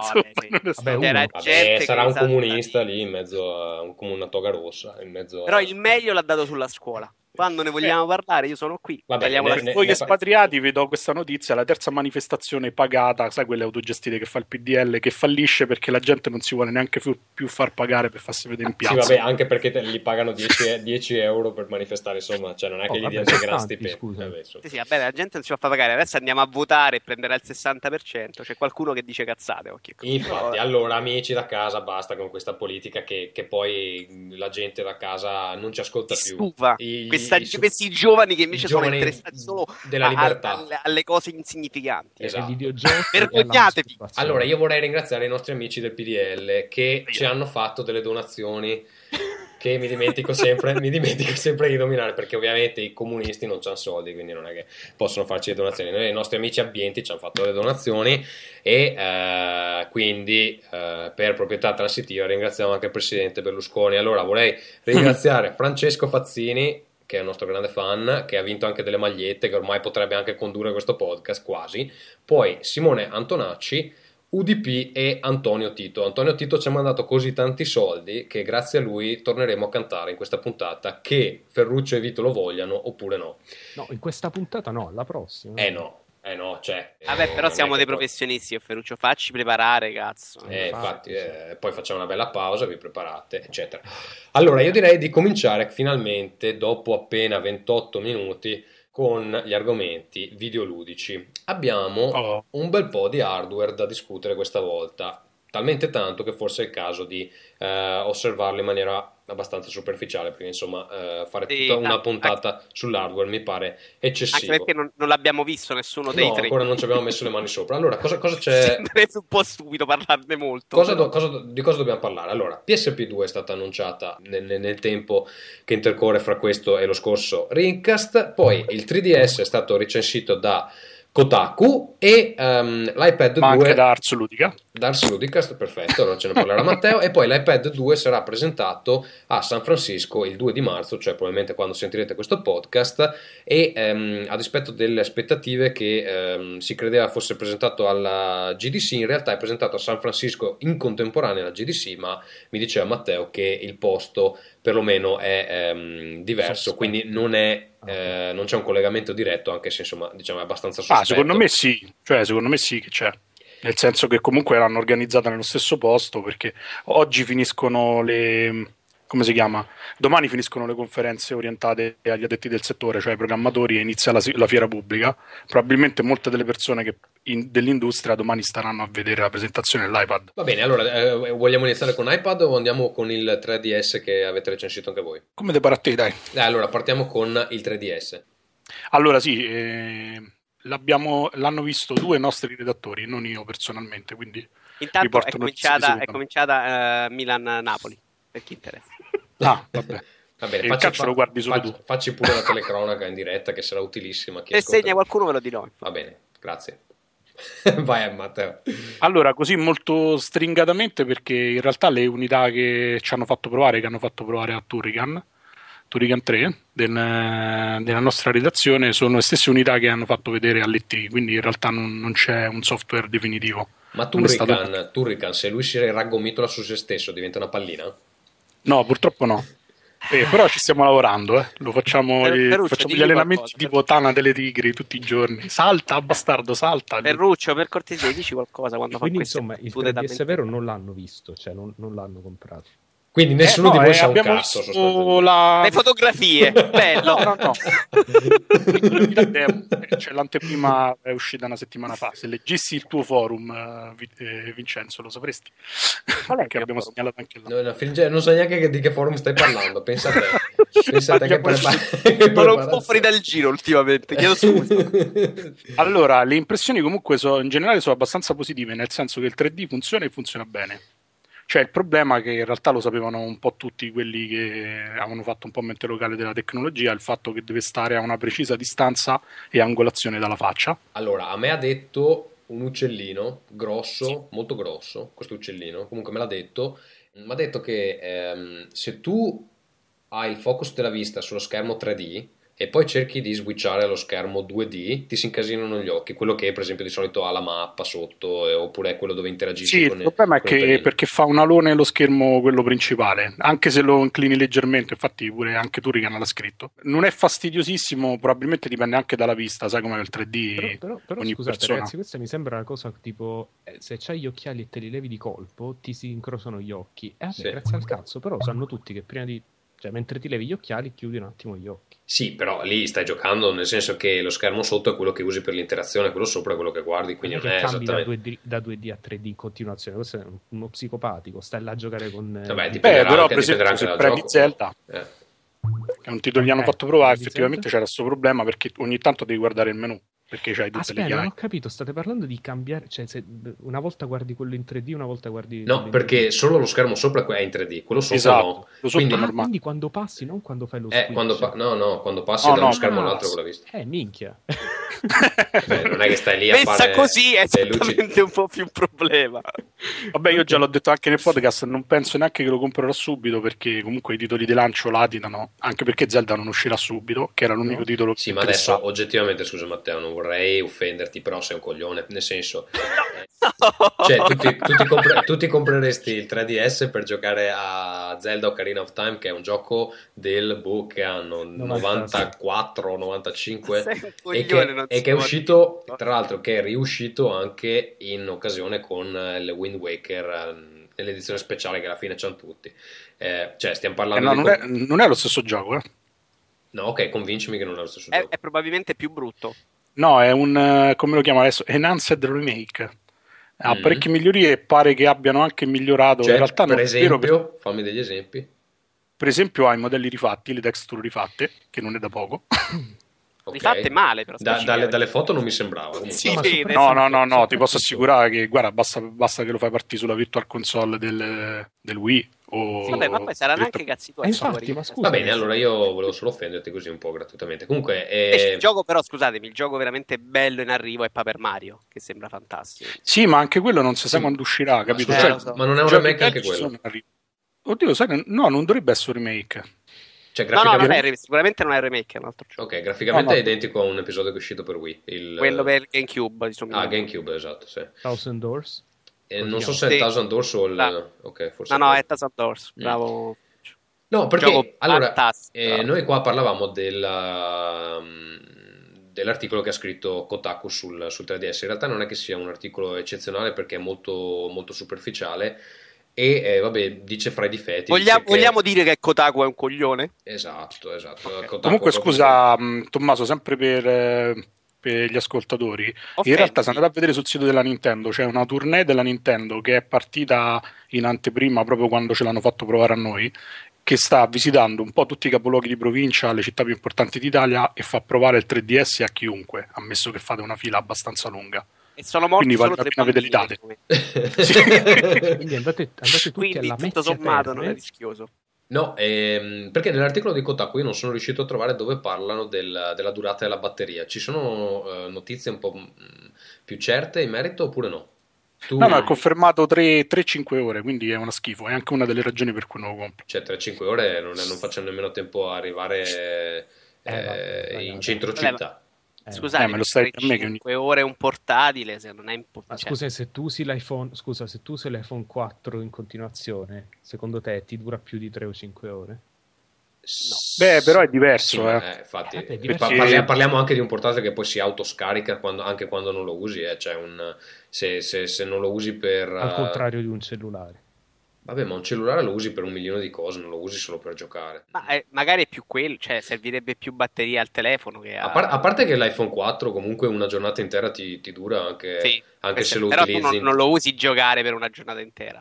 sarà un comunista lì in mezzo a una toga rossa, in mezzo però il meglio l'ha dato sulla scuola. Quando ne vogliamo parlare, io sono qui. Voi espatriati, vedo questa notizia: la terza manifestazione pagata, sai, quelle autogestite che fa il PDL, che fallisce perché la gente non si vuole neanche più far pagare per farsi vedere in piazza. Sì, vabbè, anche perché gli pagano 10 euro per manifestare, insomma, cioè non è che gli diano dei gran stipendi. Sì, vabbè, la gente non si fa pagare. Adesso andiamo a votare e prenderà il 60%. C'è qualcuno che dice cazzate. Infatti, allora, amici da casa, basta con questa politica che poi la gente da casa non ci ascolta più. Stufa. Questi giovani che invece sono interessati solo della libertà, alle cose insignificanti. Esatto. Vergognatevi. Allora, io vorrei ringraziare i nostri amici del PDL che ci hanno fatto delle donazioni che mi dimentico sempre di nominare, perché ovviamente i comunisti non c'hanno soldi, quindi non è che possono farci le donazioni. Noi, i nostri amici abbienti, ci hanno fatto le donazioni e quindi per Proprietà Transitiva ringraziamo anche il presidente Berlusconi. Allora vorrei ringraziare Francesco Fazzini, che è un nostro grande fan, che ha vinto anche delle magliette, che ormai potrebbe anche condurre questo podcast quasi. Poi Simone Antonacci, UDP e Antonio Tito. Antonio Tito ci ha mandato così tanti soldi che grazie a lui torneremo a cantare in questa puntata, che Ferruccio e Vito lo vogliano oppure no. No, in questa puntata no, la prossima. No, cioè. Vabbè, però siamo dei professionisti, Ferruccio, facci preparare, cazzo. Infatti, poi facciamo una bella pausa, vi preparate, eccetera. Allora, io direi di cominciare finalmente, dopo appena 28 minuti, con gli argomenti videoludici. Abbiamo un bel po' di hardware da discutere questa volta, talmente tanto che forse è il caso di osservarlo in maniera abbastanza superficiale, perché insomma fare tutta una puntata sull'hardware mi pare eccessivo. Anche perché non l'abbiamo visto nessuno dei tre. Ancora non ci abbiamo messo le mani sopra. Allora, cosa c'è? È un po' stupido parlarne molto. Di cosa dobbiamo parlare? Allora, PSP2 è stata annunciata nel tempo che intercorre fra questo e lo scorso Rincast, poi il 3DS è stato recensito da Kotaku e l'iPad 2, ma anche da Ars Ludica, perfetto, allora ce ne parlerà Matteo. E poi l'iPad 2 sarà presentato a San Francisco il 2 di marzo, cioè probabilmente quando sentirete questo podcast, e a dispetto delle aspettative che si credeva fosse presentato alla GDC, in realtà è presentato a San Francisco in contemporanea alla GDC, ma mi diceva Matteo che il posto perlomeno è diverso, quindi non c'è un collegamento diretto, anche se insomma diciamo è abbastanza sospetto. Secondo me sì che c'è, nel senso che comunque l'hanno organizzata nello stesso posto, perché oggi finiscono domani finiscono le conferenze orientate agli addetti del settore, cioè ai programmatori, e inizia la fiera pubblica. Probabilmente molte delle persone dell'industria domani staranno a vedere la presentazione dell'iPad. Va bene, allora vogliamo iniziare con iPad o andiamo con il 3DS che avete recensito anche voi? Come te pare a te, dai. Allora partiamo con il 3DS. Allora sì, l'hanno visto due nostri redattori, non io personalmente, quindi intanto è cominciata Milan-Napoli, per chi interessa. Ah, vabbè. Va bene, il calcio lo guardi solo tu. Facci pure la telecronaca in diretta, che sarà utilissima. Se segna qualcuno ve lo dirò. Va bene, grazie. Vai Matteo. Allora, così molto stringatamente, perché in realtà le unità che ci hanno fatto provare, a Turrican 3 della nostra redazione, sono le stesse unità che hanno fatto vedere all'E3, quindi in realtà non c'è un software definitivo. Ma Turrican, se lui si raggomitola su se stesso, diventa una pallina? No, purtroppo no. Però ci stiamo lavorando, lo facciamo gli allenamenti tipo Tana delle Tigri tutti i giorni. Salta, bastardo, salta. Ferruccio, per cortesia, dici qualcosa quando quindi, fa questo. Insomma, il 3DS vero non l'hanno visto, cioè non l'hanno comprato. Quindi nessuno di voi sa un cazzo. Le fotografie, bello. No. Cioè, l'anteprima è uscita una settimana fa. Se leggessi il tuo forum, Vincenzo, lo sapresti. Qual è che abbiamo segnalato anche là. Non so neanche di che forum stai parlando, pensa a te. Pensa a te che Sono un po' fuori dal giro ultimamente, chiedo scusa. Allora, le impressioni comunque in generale sono abbastanza positive, nel senso che il 3D funziona e funziona bene. Cioè il problema è che in realtà lo sapevano un po' tutti quelli che avevano fatto un po' mente locale della tecnologia, il fatto che deve stare a una precisa distanza e angolazione dalla faccia. Allora, a me ha detto un uccellino grosso, molto grosso, questo uccellino, comunque me l'ha detto, mi ha detto che se tu hai il focus della vista sullo schermo 3D e poi cerchi di switchare allo schermo 2D, ti si incasinano gli occhi, quello che per esempio di solito ha la mappa sotto, oppure è quello dove interagisci Sì, con il problema è che perché fa un alone lo schermo quello principale, anche se lo inclini leggermente, infatti pure anche Turrican l'ha scritto. Non è fastidiosissimo, probabilmente dipende anche dalla vista, sai come il 3D però ogni scusate persona. ragazzi, questa mi sembra una cosa tipo se c'hai gli occhiali e te li levi di colpo ti si incrociano gli occhi Sì. grazie al cazzo, però sanno tutti che prima di, cioè mentre ti levi gli occhiali chiudi un attimo gli occhi. Sì, però lì stai giocando nel senso che lo schermo sotto è quello che usi per l'interazione, quello sopra è quello che guardi, quindi non che è cambi esattamente... da 2D a 3D in continuazione, questo è uno psicopatico, stai là a giocare con Vabbè, dipenderà però anche, per esempio dipenderà se anche dal prendi gioco. Zelda, è un titolo che gli hanno fatto provare, di effettivamente Zelda? c'era questo problema perché ogni tanto devi guardare il menu, perché c'hai tutte le Aspetta, non chiavi. ho capito, state parlando di cambiare, cioè se una volta guardi quello in 3D, una volta guardi No, quello in perché 2D. solo lo schermo sopra è in 3D, quello sopra Esatto, no. lo sotto Quindi, è normale. Quindi quando passi, non quando fai lo switch. quando passi No, da uno no. schermo all'altro con la vista. Minchia. Beh, non è che stai lì a Messa fare così è le luci. esattamente un po' più un problema. Vabbè, io già l'ho detto anche nel podcast, non penso neanche che lo comprerò subito perché comunque i titoli di lancio latitano, anche perché Zelda non uscirà subito, che era l'unico titolo che Sì, mi ma adesso interessava. oggettivamente, scusa Matteo, non vorrei offenderti, però sei un coglione, nel senso, cioè tu ti compreresti il 3DS per giocare a Zelda Ocarina of Time, che è un gioco del che hanno 94 95 Sei un e coglione, che, non e si che è può uscito, dire. tra l'altro che è riuscito anche in occasione con il Wind Waker nell'edizione speciale che alla fine c'hanno tutti. Cioè stiamo parlando No, non è lo stesso gioco, No, ok, convincimi che non è lo stesso gioco. È probabilmente più brutto. No, è un, come lo chiamo adesso, Enhanced Remake. Ha parecchie migliorie e pare che abbiano anche migliorato. Cioè, in realtà per non è vero, esempio, fammi degli esempi. per esempio ha i modelli rifatti, le texture rifatte, che non è da poco. Ok. Rifatte male, però. Dalle foto non mi sembrava. Comunque. Sì, ma vede. No, ti posso assicurare che guarda, basta che lo fai partire sulla Virtual Console del Wii o... Vabbè, ma poi saranno anche cazzi tuoi. Infatti, ma scusa. Va bene, allora io volevo solo offenderti così un po' gratuitamente. Comunque, Invece il gioco, però, scusatemi, il gioco veramente bello in arrivo è Paper Mario, che sembra fantastico. Sì, ma anche quello non si sa quando uscirà, capito? scusa, lo so. ma non è un giochi remake anche belli quello? sono in arrivo. Oddio, sai, no, non dovrebbe essere un remake. Cioè, No, non graficamente... è, sicuramente non è il remake, è un altro gioco. Ok, graficamente No. è identico a un episodio che è uscito per Wii. Quello per GameCube, insomma. Ah, GameCube, esatto, sì. Thousand Doors. Non so se è il Sì. Thousand Doors o il... Bravo. Ok, forse No, quello. è Thousand Doors. Bravo. No, perché Gioco allora fantastico. noi qua parlavamo dell'articolo che ha scritto Kotaku sul 3DS. In realtà non è che sia un articolo eccezionale perché è molto, molto superficiale e vabbè, dice fra i difetti. Vogliamo dire che Kotaku è un coglione? Esatto. Kotaku Comunque, proprio- scusa, Tommaso, sempre per gli ascoltatori, in realtà se andate a vedere sul sito della Nintendo c'è una tournée della Nintendo che è partita in anteprima proprio quando ce l'hanno fatto provare a noi, che sta visitando un po' tutti i capoluoghi di provincia, le città più importanti d'Italia e fa provare il 3DS a chiunque, ammesso che fate una fila abbastanza lunga. E sono morti Quindi solo vale 3 la pena bambini. vedere Quindi andate tutti Quindi alla tutto Mezzia sommato non è Terme. rischioso. No, perché nell'articolo di Kotaku io non sono riuscito a trovare dove parlano della durata della batteria. Ci sono notizie un po' più certe in merito oppure no? Tu, No, è confermato 3-5 ore, quindi è una schifo, è anche una delle ragioni per cui non lo compro. cioè 3-5 ore non faccio nemmeno tempo a arrivare in centro città. Scusate, me lo stai a me che 5 ore un portatile, se non è Ma importante. scusa, se tu usi l'iPhone 4 in continuazione, secondo te ti dura più di 3 o 5 ore? Beh, però è diverso, Sì, infatti, è diverso. parliamo anche di un portatile che poi si autoscarica anche quando non lo usi, cioè se non lo usi per... Al contrario di un cellulare. Vabbè, ma un cellulare lo usi per un milione di cose, non lo usi solo per giocare. Ma magari è più quello, cioè servirebbe più batteria al telefono che A parte che l'iPhone 4 comunque una giornata intera ti dura anche, Sì, anche se lo però utilizzi. tu non lo usi giocare per una giornata intera.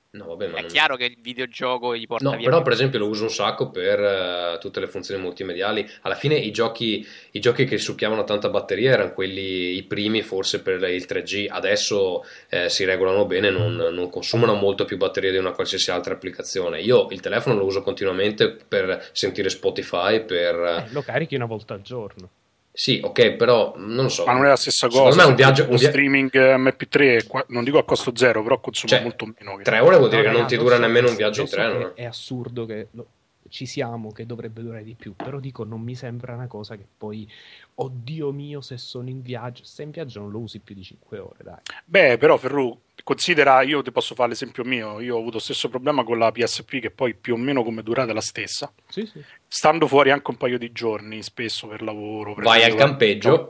No, vabbè, ma È non... chiaro che il videogioco gli porta No, via. però per esempio lo uso un sacco per tutte le funzioni multimediali. Alla fine i giochi che succhiavano tanta batteria erano quelli i primi, forse per il 3G. Adesso si regolano bene, non consumano molto più batteria di una qualsiasi altra applicazione. Io il telefono lo uso continuamente per sentire Spotify, Lo carichi una volta al giorno. Sì, ok, però non lo so. Ma non è la stessa Secondo cosa. me è un viaggio... Lo streaming MP3, non dico a costo zero, però consuma Cioè, molto meno. 3 ore vuol dire No, che non raga, ti lo dura so, nemmeno un viaggio lo in so treno, che no? è assurdo che ci siamo, che dovrebbe durare di più, però dico, non mi sembra una cosa che poi, oddio mio, se sono in viaggio, se in viaggio non lo usi più di 5 ore, dai. Beh, però Ferru, considera, io ti posso fare l'esempio mio, io ho avuto lo stesso problema con la PSP, che poi più o meno come durata è la stessa. Sì. Stando fuori anche un paio di giorni, spesso per lavoro. Vai al campeggio.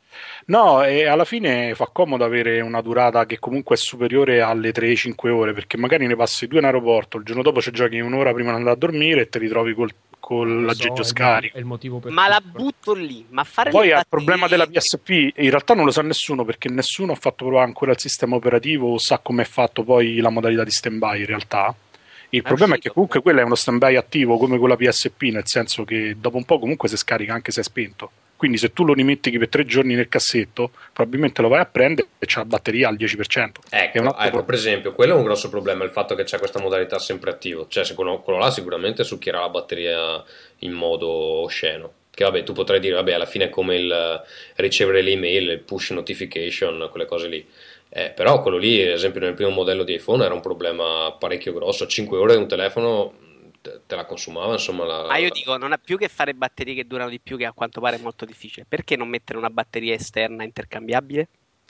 No, e alla fine fa comodo avere una durata che comunque è superiore alle 3-5 ore, perché magari ne passi 2 in aeroporto, il giorno dopo ci giochi un'ora prima di andare a dormire e ti ritrovi con l'aggeggio scarico. È il motivo per Ma cui- la butto lì, ma fare Poi le il problema della batterie... PSP in realtà non lo sa nessuno, perché nessuno ha fatto provare ancora il sistema operativo o sa come è fatto poi la modalità di stand-by in realtà. Il problema è che comunque quello è uno stand-by attivo come con la PSP, nel senso che dopo un po' comunque si scarica anche se è spento. Quindi se tu lo dimentichi per 3 giorni nel cassetto, probabilmente lo vai a prendere e c'è la batteria al 10%. Ecco, per esempio, quello è un grosso problema, il fatto che c'è questa modalità sempre attivo. Cioè, se quello là sicuramente succhierà la batteria in modo osceno. Che vabbè, tu potrai dire, vabbè, alla fine è come il ricevere le email, il push notification, quelle cose lì. Però quello lì, ad esempio, nel primo modello di iPhone era un problema parecchio grosso. 5 ore di un telefono te la consumava, insomma. Ma io dico, non ha più che fare batterie che durano di più, che a quanto pare è molto difficile. Perché non mettere una batteria esterna intercambiabile?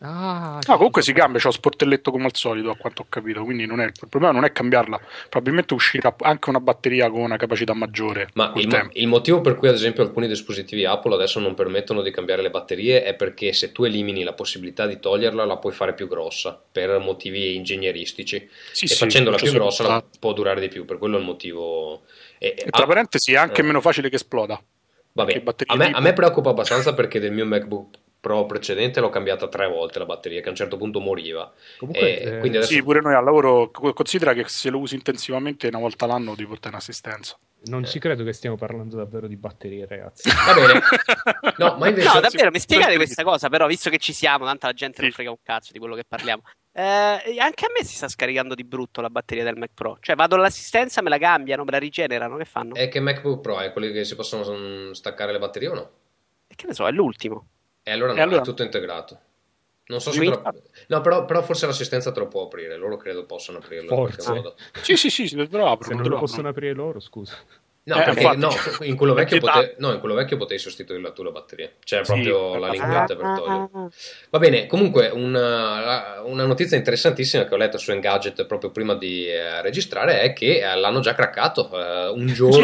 Ah, No, comunque si cambia, c'è lo sportelletto come al solito, a quanto ho capito, quindi il problema non è cambiarla, probabilmente uscirà anche una batteria con una capacità maggiore. Ma il motivo per cui ad esempio alcuni dispositivi Apple adesso non permettono di cambiare le batterie è perché se tu elimini la possibilità di toglierla la puoi fare più grossa per motivi ingegneristici, sì, facendola più grossa stato. può durare di più, per quello è il motivo. Tra parentesi è anche meno facile che esploda. Vabbè, a me preoccupa abbastanza perché del mio MacBook Pro precedente l'ho cambiata 3 volte la batteria, che a un certo punto moriva. Comunque, quindi adesso... Sì, pure noi al lavoro, considera che se lo usi intensivamente una volta l'anno ti porta in assistenza. Non ci credo che stiamo parlando davvero di batterie, ragazzi. Va bene. No, ma invece... No, davvero, mi spiegate questa cosa, però, visto che ci siamo, tanto la gente non frega un cazzo di quello che parliamo. Anche a me si sta scaricando di brutto la batteria del Mac Pro. Cioè, vado all'assistenza, me la cambiano, me la rigenerano, che fanno? È che MacBook Pro è quelli che si possono staccare le batterie o no? E che ne so, è l'ultimo. E allora no, è tutto integrato. Non so se no, però forse l'assistenza te lo può aprire. Loro credo possano aprirlo in qualche modo. Sì, te lo apro. Se non lo possono aprire loro, scusa. No, perché in quello vecchio potevi sostituirla tu la batteria. C'era proprio la linguetta per togliere. Va bene, comunque una notizia interessantissima che ho letto su Engadget proprio prima di registrare è che l'hanno già craccato un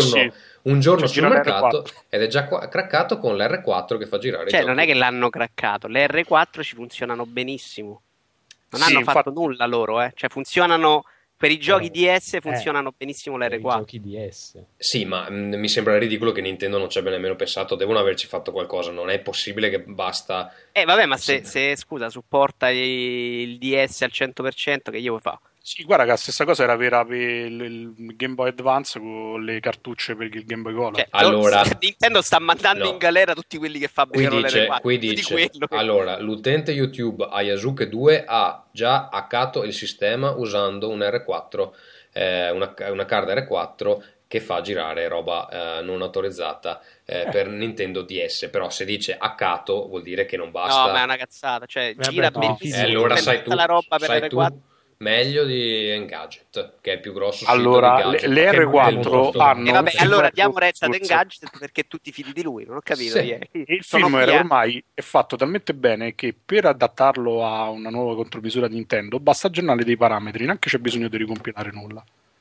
giorno sul mercato ed è già craccato con l'R4 che fa girare. Cioè, non è che l'hanno craccato, le R4 ci funzionano benissimo. Non hanno fatto nulla loro, Cioè, funzionano. Per i giochi DS funzionano benissimo le R4. Per i giochi DS. Sì, ma mi sembra ridicolo che Nintendo non ci abbia nemmeno pensato. Devono averci fatto qualcosa. Non è possibile che basta. Vabbè, ma se scusa, supporta il DS al 100%, che io vuoi fa? Sì, guarda che la stessa cosa era vera per il Game Boy Advance con le cartucce per il Game Boy Color. Cioè, allora, Nintendo sta mandando in galera tutti quelli che fabbricano le R4. Qui dice, allora, l'utente YouTube Ayasuke2 ha già hackato il sistema usando un R4, una card R4 che fa girare roba non autorizzata per Nintendo DS. Però se dice hackato vuol dire che non basta. No, ma è una cazzata, cioè gira benissimo. Allora sai tu, la roba per R4. Meglio di Engadget, che è più grosso. Allora, le R4 hanno. Vabbè, allora diamo retta ad Engadget perché tu ti fidi di lui, non ho capito. Sì. Il firmware ormai è fatto talmente bene che per adattarlo a una nuova contromisura di Nintendo basta aggiornare dei parametri, neanche c'è bisogno di ricompilare nulla.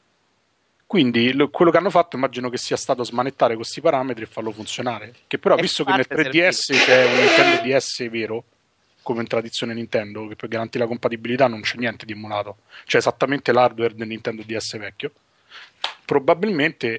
Quindi quello che hanno fatto immagino che sia stato smanettare questi parametri e farlo funzionare. Che però, visto che nel 3DS c'è un Nintendo DS vero, come in tradizione Nintendo, che per garantire la compatibilità non c'è niente di emulato, c'è esattamente l'hardware del Nintendo DS vecchio, probabilmente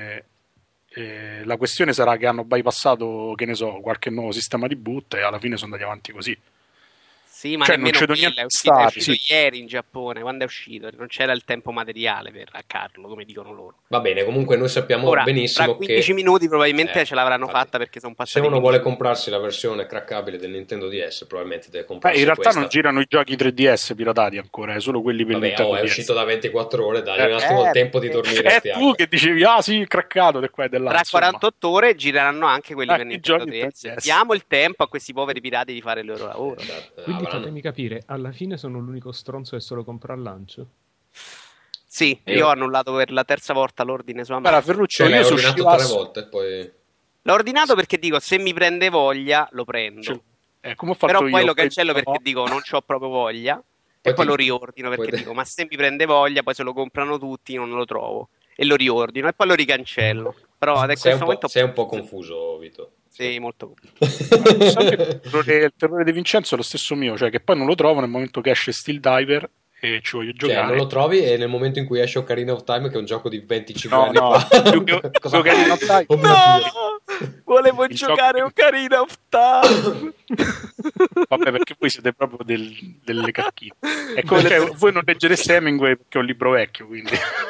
la questione sarà che hanno bypassato, che ne so, qualche nuovo sistema di boot e alla fine sono andati avanti così. Sì, ma Cioè, non nemmeno c'è quella, niente è stati, uscito sì. ieri in Giappone, quando è uscito, non c'era il tempo materiale per hackarlo, come dicono loro. Va bene, comunque noi sappiamo Ora, tra benissimo 15 che minuti probabilmente ce l'avranno infatti, fatta perché sono se passati uno 15 vuole minuti. comprarsi la versione craccabile del Nintendo DS, probabilmente deve In comprarsi realtà questa. non girano i giochi 3DS piratati ancora, solo quelli per Vabbè, Nintendo è DS. uscito da 24 ore, dai, un attimo il tempo di dormire. E tu che dicevi, ah sì, craccato del qua e dell'altro. Tra 48 ore gireranno anche quelli per i Nintendo giochi per DS. DS. Diamo il tempo a questi poveri pirati di fare il loro lavoro. Quindi fatemi capire, alla fine sono l'unico stronzo che se lo compra al lancio? Sì, io ho annullato per la terza volta l'ordine su Amazon. Guarda, Ferruccio, Cioè, l'hai io su ordinato Shivas 3 volte, poi... L'ho ordinato perché dico, se mi prende voglia, lo prendo. come ho fatto Però poi io, lo cancello no. perché dico, non c'ho proprio voglia. Poi E poi ti- lo riordino perché poi- dico, ma se mi prende voglia, poi se lo comprano tutti, non lo trovo. E lo riordino e poi lo ricancello. Però adesso sei, in questo momento... sei un po' confuso, Vito. Sì, molto. Sempre il terrore di Vincenzo è lo stesso mio, cioè che poi non lo trovo nel momento che esce Steel Diver e ci voglio Cioè, giocare. non lo trovi e nel momento in cui esce Ocarina of Time, che è un gioco di 25 No, anni no, fa, più che cosa Ocarina fai? of Time. Oh mio Dio. Volevo Il giocare gioco- Ocarina of Time! Vabbè, perché voi siete proprio delle cacchine. È come cioè, voi non leggereste Hemingway perché è un libro vecchio, quindi...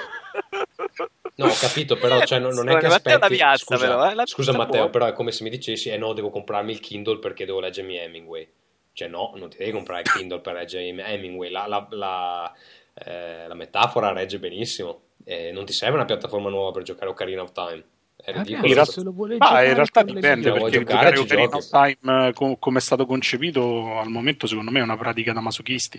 No, ho capito, però cioè, non è che Ma te è una aspetti... piazza, Scusa, però, la scusa pizza Matteo, buona. però è come se mi dicessi, no, devo comprarmi il Kindle perché devo leggermi Hemingway. Cioè no, non ti devi comprare il Kindle per leggere Hemingway, la metafora regge benissimo. Non ti serve una piattaforma nuova per giocare Ocarina of Time. È ridicolo. In realtà- se lo vuole Ma giocare in realtà con le dipende, Vuoi perché giocare, giocare ci Ocarina of giochi. Time come è stato concepito al momento secondo me è una pratica da masochisti.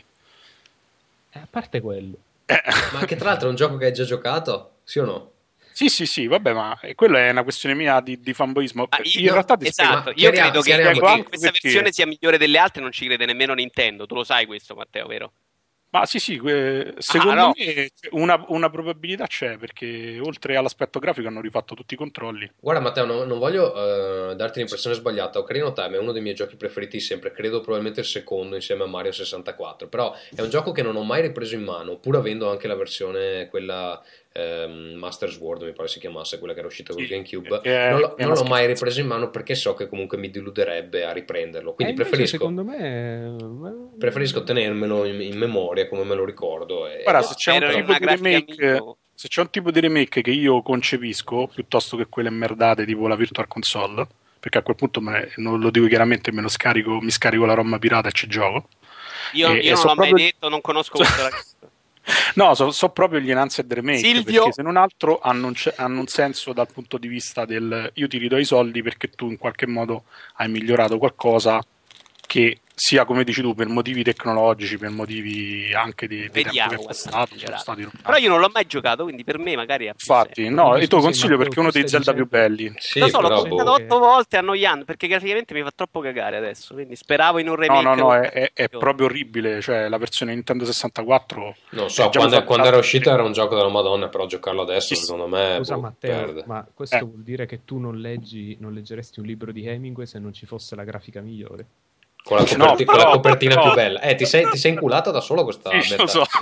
A parte quello. Ma che tra l'altro è un gioco che hai già giocato? Sì o no? Sì, vabbè, ma quella è una questione mia di fanboismo. Ma In realtà ti spiego- esatto, ma io chiariamo- credo che chiariamo che anche questa perché- versione sia migliore delle altre, non ci crede nemmeno Nintendo. Tu lo sai questo, Matteo, vero? Ma sì, secondo no. me una probabilità c'è, perché oltre all'aspetto grafico hanno rifatto tutti i controlli. Guarda Matteo, non voglio darti l'impressione sbagliata. Ocarina of Time è uno dei miei giochi preferiti sempre, credo probabilmente il secondo insieme a Mario 64, però è un gioco che non ho mai ripreso in mano, pur avendo anche la versione, quella Master Sword, mi pare si chiamasse, quella che era uscita con il Sì, GameCube. è Non l'ho una mai schifezza. ripreso in mano perché so che comunque mi deluderebbe a riprenderlo, quindi Invece, preferisco, secondo me... preferisco tenermelo in memoria come me lo ricordo. Guarda, No, se c'è un spero in tipo una di grafica remake, migliore. se c'è un tipo di remake che io concepisco, piuttosto che quelle merdate tipo la Virtual Console, perché a quel punto non lo dico chiaramente, mi scarico la ROM pirata e ci gioco. Io E non so l'ho mai proprio- detto, non conosco questo ragazzo. No, so proprio gli enhanced remake, Silvio! perché se non altro hanno un senso dal punto di vista del io ti ridò i soldi perché tu in qualche modo hai migliorato qualcosa che sia, come dici tu, per motivi tecnologici, per motivi anche di tempo Vediamo che è quanto passato, è sono migliorato. stati rovinati. Però io non l'ho mai giocato, quindi per me magari è più Infatti, serio. no, e te lo Scusi, consiglio Matteo, perché è uno tu dei stai Zelda più belli. Sì, Lo so, l'ho però, commentato boh. 8 volte annoiando perché graficamente mi fa troppo cagare adesso. Quindi speravo in un remake. No, è proprio orribile. Cioè, la versione Nintendo 64. Non so, è già quando usata- era uscito era un gioco della Madonna, però giocarlo adesso Sì, secondo me Scusa boh, Matteo, perde. ma questo Eh. vuol dire che tu non leggeresti un libro di Hemingway se non ci fosse la grafica migliore? Con la, No, con la però- copertina però- più bella. Ti sei inculato da solo questa Sì, beta? lo so.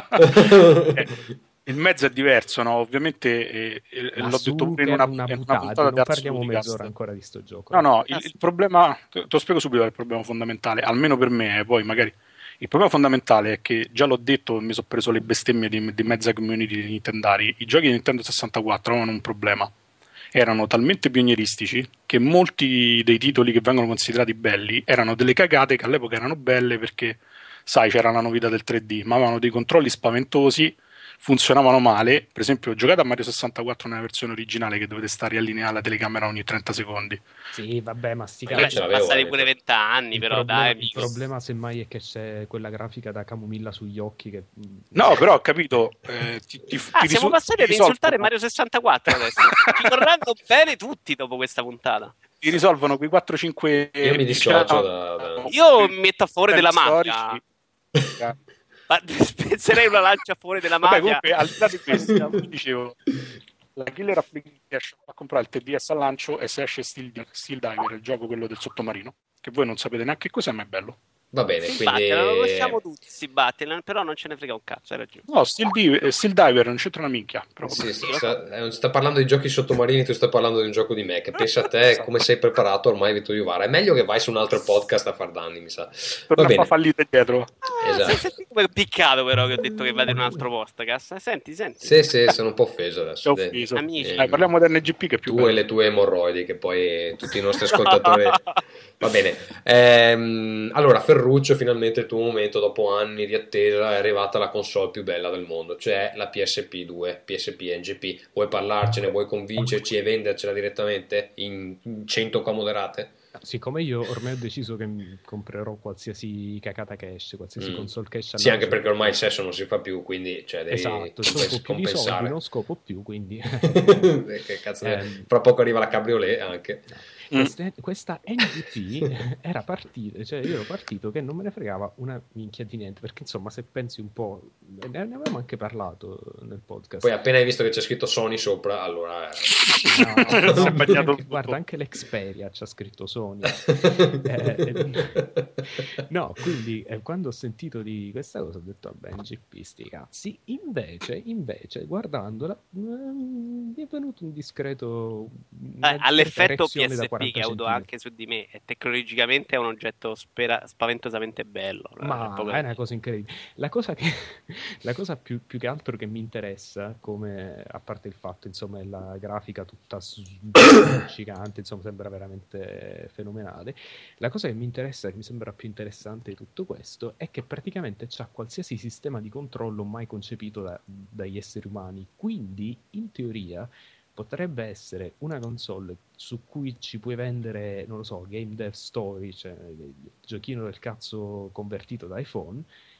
Il mezzo è diverso, no? Ovviamente Ma l'ho su, detto pure che in una puntata, puntata non di parliamo Azzulicast. mezz'ora ancora di sto gioco. No, il problema, te lo spiego subito, il problema fondamentale, almeno per me, poi magari il problema fondamentale è che, già l'ho detto, mi sono preso le bestemmie di mezza community di Nintendari, i giochi di Nintendo 64 avevano un problema, erano talmente pionieristici che molti dei titoli che vengono considerati belli erano delle cagate che all'epoca erano belle perché, sai, c'era la novità del 3D, ma avevano dei controlli spaventosi, funzionavano male. Per esempio, ho giocato a Mario 64 nella versione originale che dovete stare allineare la telecamera ogni 30 secondi. Sì, vabbè, ma sti Vabbè, Vabbè, cazzi. ce sono l'avevo, passati pure 20 anni, però dai, Il amico. problema semmai è che c'è quella grafica da camomilla sugli occhi che... No, però ho capito. Siamo passati ad insultare Mario 64 adesso. Ci vorranno bene tutti dopo questa puntata. Ti risolvono quei 4-5. Io mi dissocio da... Io mi metto a favore della mafia. storici. Ma spezzerei una lancia a favore della Vabbè, mafia. comunque, al di là di questo, dicevo, la killer application riesce a comprare il 3DS al lancio e se esce Steel Diver, il gioco quello del sottomarino, che voi non sapete neanche cos'è, ma è bello. Va bene, Si quindi battono, lo conosciamo tutti, si battono, però non ce ne frega un cazzo, hai ragione. No, Steel Diver non c'entra una minchia. Sì, sta parlando di giochi sottomarini, tu stai parlando di un gioco di me, che pensa a te come sei preparato ormai, Vittorio Iuvara. È meglio che vai su un altro podcast a far danni, mi sa. Per Va una bene. fallita dietro. Esatto. Senti come piccato però che ho detto che vado in un altro podcast. Senti. Sì, sono un po' offeso adesso. Sei offeso. Amici. Parliamo di NGP che è più Tu bello. e le tue emorroidi, che poi tutti i nostri ascoltatori... Va bene. Allora, Ferruccio, finalmente il tuo momento, dopo anni di attesa, è arrivata la console più bella del mondo, cioè la PSP 2, PSP NGP. Vuoi parlarcene, vuoi convincerci e vendercela direttamente in 100 moderate? Siccome io ormai ho deciso che mi comprerò qualsiasi cacata che esce, qualsiasi console che esce. Sì, anche perché ormai il sesso non si fa più, quindi cioè, devi esatto, scopo più di soldi, compensare. non scopo più, quindi... Che cazzo fra poco arriva la cabriolet anche. Questa NGP era partita, cioè io ero partito che non me ne fregava una minchia di niente, perché insomma se pensi un po', ne avevamo anche parlato nel podcast. Poi appena hai visto che c'è scritto Sony sopra, allora... Guarda, anche l'Xperia c'ha scritto Sony. No, quindi quando ho sentito di questa cosa ho detto vabbè, NGP sti cazzi. Invece guardandola mi è venuto un discreto all'effetto erezione da PSP 40 che ha avuto centimetri. anche su di me, e tecnologicamente è un oggetto spaventosamente bello. Ma è una cosa incredibile. La cosa più che altro che mi interessa, come a parte il fatto, insomma, è la grafica tutta gigante, insomma, sembra veramente fenomenale. La cosa che mi interessa, che mi sembra più interessante di tutto questo, è che praticamente c'ha qualsiasi sistema di controllo mai concepito dagli esseri umani. Quindi, in teoria, potrebbe essere una console su cui ci puoi vendere, non lo so, Game Dev Story, cioè il giochino del cazzo convertito da iPhone,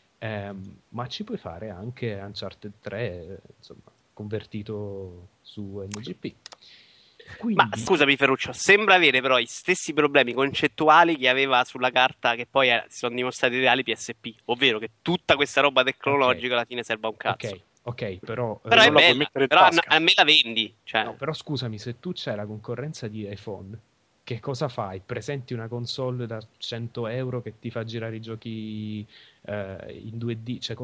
ma ci puoi fare anche Uncharted 3, insomma, convertito su NGP. Quindi... Ma scusami Ferruccio, sembra avere però i stessi problemi concettuali che aveva sulla carta, che poi si sono dimostrati reali, PSP, ovvero che tutta questa roba tecnologica alla fine serve a un cazzo. Ok, però è non la puoi bella, mettere in però tasca. a me la vendi, cioè. No, però scusami, se tu c'è la concorrenza di iPhone, che cosa fai? Presenti una console da 100 euro che ti fa girare i giochi in 2D, cioè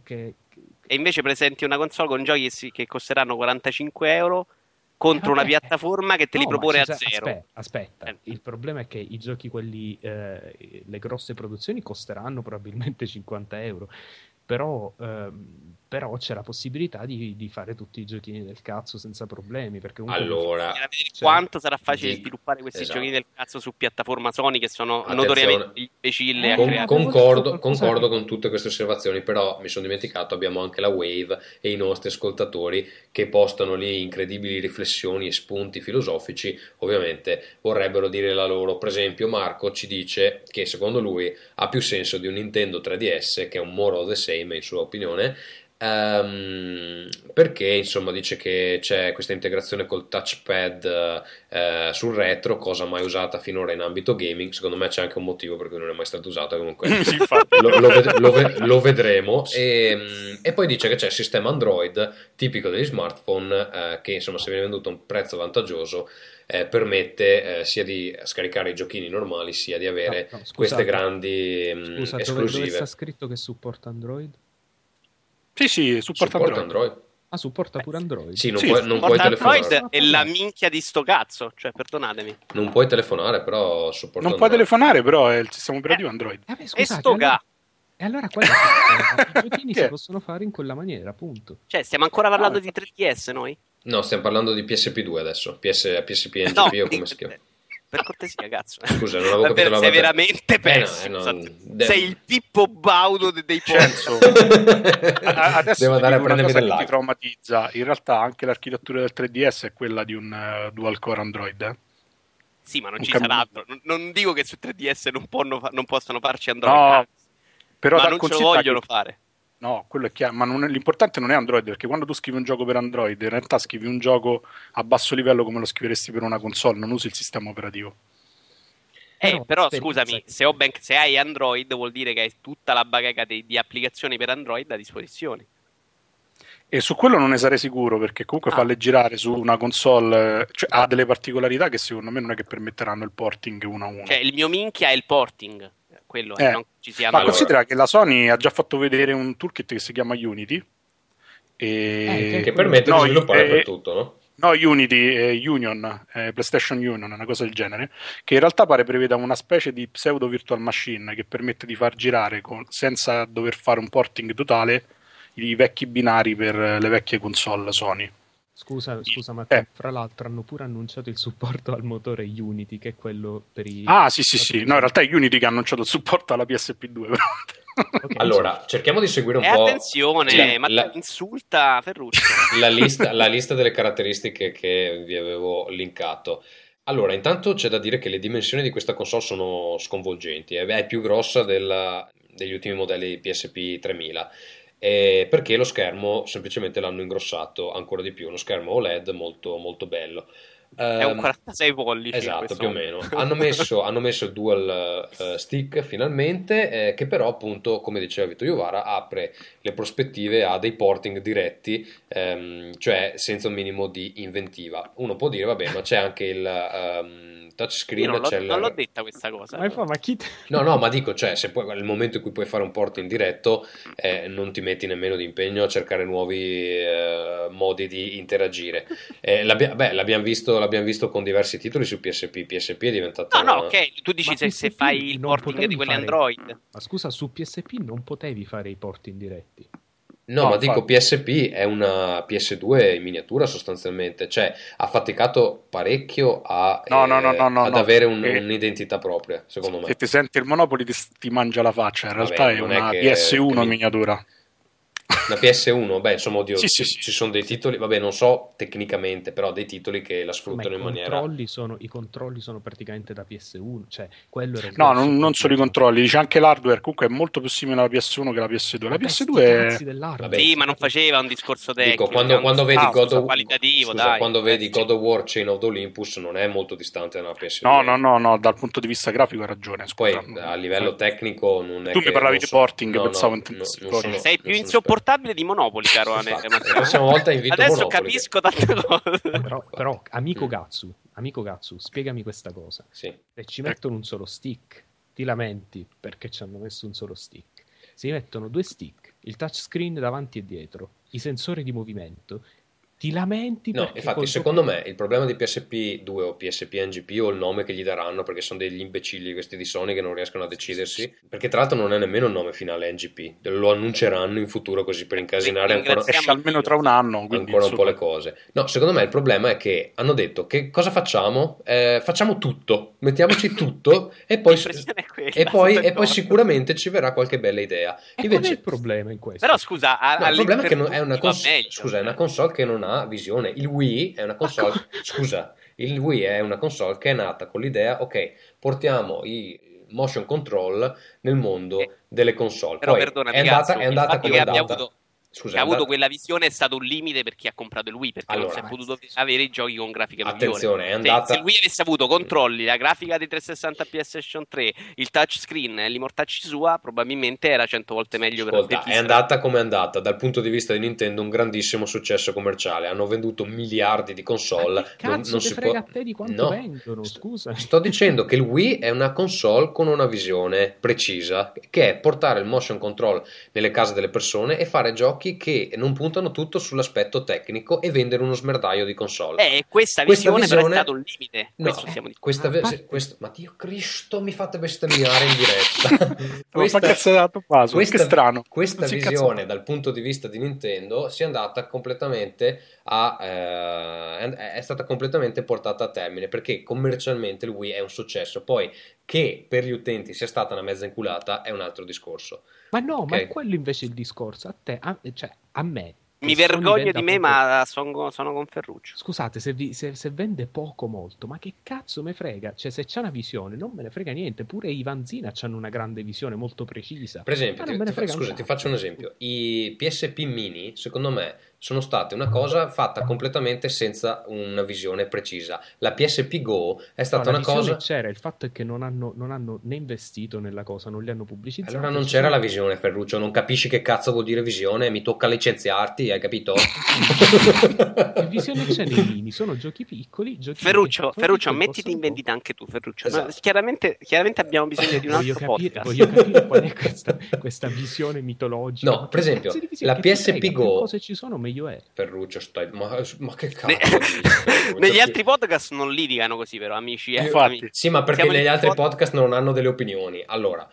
E invece presenti una console con giochi che costeranno 45 euro contro una piattaforma che te li propone a zero. Aspetta. Il problema è che i giochi, quelli, le grosse produzioni, costeranno probabilmente 50 euro. Però c'è la possibilità di fare tutti i giochini del cazzo senza problemi, perché allora quanto sarà facile sviluppare questi giochini del cazzo su piattaforma Sony, che sono notoriamente imbecille a creare. Concordo con tutte queste osservazioni, però mi sono dimenticato, abbiamo anche la Wave e i nostri ascoltatori che postano lì incredibili riflessioni e spunti filosofici, ovviamente vorrebbero dire la loro. Per esempio Marco ci dice che secondo lui ha più senso di un Nintendo 3DS, che è un more of the same in sua opinione, perché insomma dice che c'è questa integrazione col touchpad sul retro, cosa mai usata finora in ambito gaming. Secondo me c'è anche un motivo per cui non è mai stato usato, comunque lo vedremo. E poi dice che c'è il sistema Android tipico degli smartphone, che insomma, se viene venduto a un prezzo vantaggioso, permette sia di scaricare i giochini normali sia di avere queste grandi esclusive. Dove sta scritto che supporta Android? Sì, supporta Android. Ah, supporta pure Android? Sì, non puoi telefonare. Android è la minchia di sto cazzo, cioè perdonatemi. Non puoi telefonare, però supporta Non puoi telefonare, però è il sistema operativo Android. E sto cazzo. E allora i giochini si possono fare in quella maniera, appunto. Cioè, stiamo ancora parlando di 3DS noi? No, stiamo parlando di PSP2 adesso. PSP NGP o come si chiama? Per cortesia, cazzo. Scusa, non avevo capito la Sei veramente pessimo. Sei il Pippo Baudo dei Censo. Adesso devo andare a prendermi che dell'acqua. ti traumatizza. In realtà anche l'architettura del 3DS è quella di un dual core Android. Sì, ma non ci sarà altro. Non dico che su 3DS non possono farci Android. No, però ma non ce lo vogliono fare. No, quello è chiaro, ma l'importante non è Android, perché quando tu scrivi un gioco per Android, in realtà scrivi un gioco a basso livello come lo scriveresti per una console, non usi il sistema operativo. Però scusami, se hai Android vuol dire che hai tutta la bacheca di applicazioni per Android a disposizione. E su quello non ne sarei sicuro, perché comunque farle girare su una console, cioè, ha delle particolarità che secondo me non è che permetteranno il porting uno a uno. Cioè il mio minchia è il porting. quello non ci sia. Ma considera che la Sony ha già fatto vedere un toolkit che si chiama Unity che permette di sviluppare per tutto, no? No, Unity, Union, PlayStation Union, una cosa del genere, che in realtà pare preveda una specie di pseudo virtual machine che permette di far girare senza dover fare un porting totale i vecchi binari per le vecchie console Sony. Scusa Matteo, fra l'altro hanno pure annunciato il supporto al motore Unity, che è quello per i... Ah, sì. No, in realtà è Unity che ha annunciato il supporto alla PSP2. Okay, allora, cerchiamo di seguire un po'. Attenzione, ma insulta Ferruccio. La lista delle caratteristiche che vi avevo linkato. Allora, intanto c'è da dire che le dimensioni di questa console sono sconvolgenti. È più grossa degli ultimi modelli PSP 3000. Perché lo schermo semplicemente l'hanno ingrossato ancora di più. Uno schermo OLED molto, molto bello. È un 46 pollici. Esatto, più o meno. Hanno messo il dual stick finalmente, che però appunto, come diceva Vito Iovara, apre le prospettive a dei porting diretti, cioè senza un minimo di inventiva. Uno può dire, vabbè, ma c'è anche il touchscreen. Io non l'ho detta questa cosa. No, ma dico, cioè, se poi nel momento in cui puoi fare un porting diretto, non ti metti nemmeno di impegno a cercare nuovi modi di interagire. L'abbiamo visto con diversi titoli su PSP. PSP è diventato ok, tu dici se fai il porting di quelli Android. Ma scusa, su PSP non potevi fare i porting diretti. No, ma dico, PSP è una PS2 in miniatura sostanzialmente, cioè ha faticato parecchio ad avere un'identità propria, secondo me. Se ti senti il Monopoly ti mangia la faccia, in realtà è una PS1 in miniatura. Una PS1, beh, insomma, oddio, sì. ci sono dei titoli, vabbè, non so tecnicamente, però dei titoli che la sfruttano in maniera... I controlli sono praticamente da PS1, cioè quello era... No, non solo i controlli, dice anche l'hardware, comunque è molto più simile alla PS1 che alla PS2. La PS2 è... Vabbè, sì, ma non faceva un discorso tecnico. Dico, quando vedi quando vedi God of War Chain of the Olympus non è molto distante dalla PS2. No, dal punto di vista grafico hai ragione. Poi a livello tecnico non è tu mi parlavi di porting, pensavo sei più insopportabile di Monopoli, caro la prossima volta invito adesso Monopoli, capisco tante cose. Però amico Gatsu, spiegami questa cosa. Sì. Se ci mettono un solo stick, ti lamenti perché ci hanno messo un solo stick. Se mettono due stick, il touchscreen davanti e dietro, i sensori di movimento, ti lamenti? No, infatti secondo me il problema di PSP2 o PSP NGP o il nome che gli daranno, perché sono degli imbecilli questi di Sony che non riescono a decidersi, perché tra l'altro non è nemmeno il nome finale NGP, lo annunceranno in futuro così per incasinare ancora, esce almeno tra un anno, ancora un po' le cose. No, secondo me il problema è che hanno detto che cosa facciamo? Facciamo tutto, mettiamoci tutto e poi sicuramente ci verrà qualche bella idea. Invece, qual è il problema in questo? Però scusa, il problema è che è una console che non ha visione. Il Wii è una console il Wii è una console che è nata con l'idea, ok, portiamo i motion control nel mondo delle console. Però poi perdona, è andata come è andata. Scusa, ha avuto quella visione è stato un limite per chi ha comprato il Wii, perché non si è potuto avere i giochi con grafiche migliori. Attenzione, è andata... se il Wii avesse avuto controlli, la grafica di 360 PlayStation 3, il touchscreen e l'immortacci sua, probabilmente era 100 volte meglio. Ascolta, è andata come è andata. Dal punto di vista di Nintendo un grandissimo successo commerciale, hanno venduto miliardi di console. Non si frega a te di quanto vendono, scusa. Sto dicendo che il Wii è una console con una visione precisa, che è portare il motion control nelle case delle persone e fare giochi che non puntano tutto sull'aspetto tecnico e vendere uno smerdaio di console. Questa visione però è stato un limite. Ma Dio Cristo, mi fate bestemmiare in diretta. Questa visione dal punto di vista di Nintendo è stata completamente portata a termine, perché commercialmente il Wii è un successo. Poi che per gli utenti sia stata una mezza inculata è un altro discorso. Ma no, okay? Ma è quello invece il discorso. A me. Mi vergogno di me, ma sono con Ferruccio. Scusate, se vende poco molto, ma che cazzo me frega? Cioè, se c'è una visione, non me ne frega niente. Pure i Vanzina hanno una grande visione molto precisa. Per esempio, ti faccio un esempio. I PSP mini, secondo me, sono state una cosa fatta completamente senza una visione precisa. La PSP Go è stata la una visione cosa... c'era, il fatto è che non hanno né investito nella cosa, non li hanno pubblicizzati. Allora non c'era la visione, Ferruccio, non capisci che cazzo vuol dire visione, mi tocca licenziarti, hai capito? Che visione c'è nei mini? Sono giochi piccoli, Ferruccio, mettiti in vendita anche tu, Ferruccio. Esatto. No, chiaramente abbiamo bisogno di un altro podcast. Voglio capire qual è questa visione mitologica. No, per esempio, la PSP Go... Più cose ci sono, meglio è. Ferruccio, ma che cazzo dici, Ferruccio? Negli altri podcast non litigano così, però, amici. Infatti. Sì, ma perché Siamo negli in altri pod- podcast non hanno delle opinioni. Allora,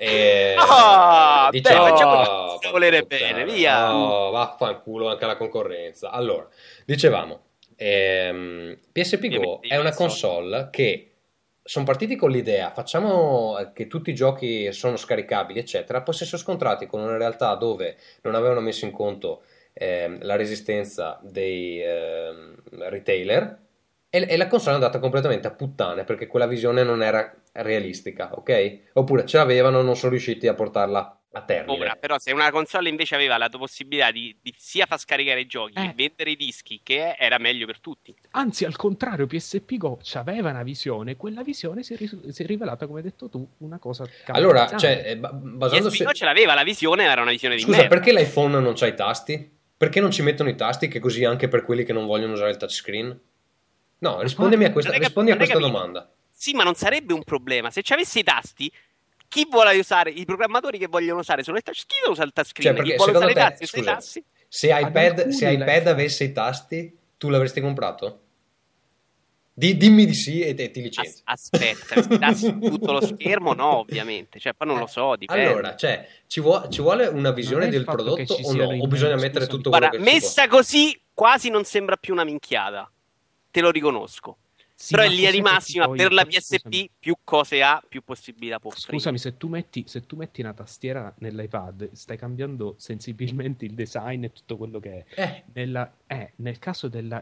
facciamo volere bene, via. Oh, vaffanculo anche la concorrenza. Allora, dicevamo, PSP Go è una console che sono partiti con l'idea, facciamo che tutti i giochi sono scaricabili, eccetera, poi si sono scontrati con una realtà dove non avevano messo in conto la resistenza dei retailer e la console è andata completamente a puttane perché quella visione non era realistica, ok? Oppure ce l'avevano, non sono riusciti a portarla a termine. Ora, però, se una console invece aveva la tua possibilità di sia far scaricare i giochi che vendere i dischi, che era meglio per tutti. Anzi, al contrario, PSP Go aveva una visione, quella visione si è rivelata, come hai detto tu, una cosa allora, basandosi... PSP Go ce l'aveva, la visione era una visione di Scusa, merda. perché l'iPhone non c'ha i tasti? Perché non ci mettono i tasti, che così anche per quelli che non vogliono usare il touchscreen? No, rispondi a questa domanda. Sì, ma non sarebbe un problema. Se ci avessi i tasti, chi vuole usare, i programmatori che vogliono usare solo il touchscreen usa il touchscreen. Cioè, chi vuole usare i tasti, scusa, i tasti. Se iPad avesse i tasti, tu l'avresti comprato? Dimmi di sì e ti licenzi. Aspetta, se tassi su tutto lo schermo, no, ovviamente. Cioè, poi non lo so, dipende. Allora, cioè, ci vuole una visione del prodotto o no? O bisogna mettere tutto quello che messa così, quasi non sembra più una minchiata. Te lo riconosco. Sì, però in linea di massima per la PSP scusami. più cose ha, più possibilità può offrire. Scusami, se tu metti una tastiera nell'iPad stai cambiando sensibilmente il design e tutto quello che è. Nel caso della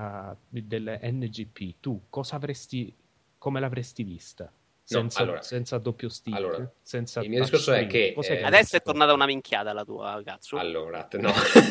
NGP tu come l'avresti vista? Senza doppio stick? Allora, senza il mio discorso è che adesso è tornata una minchiata la tua, cazzo. Allora, no.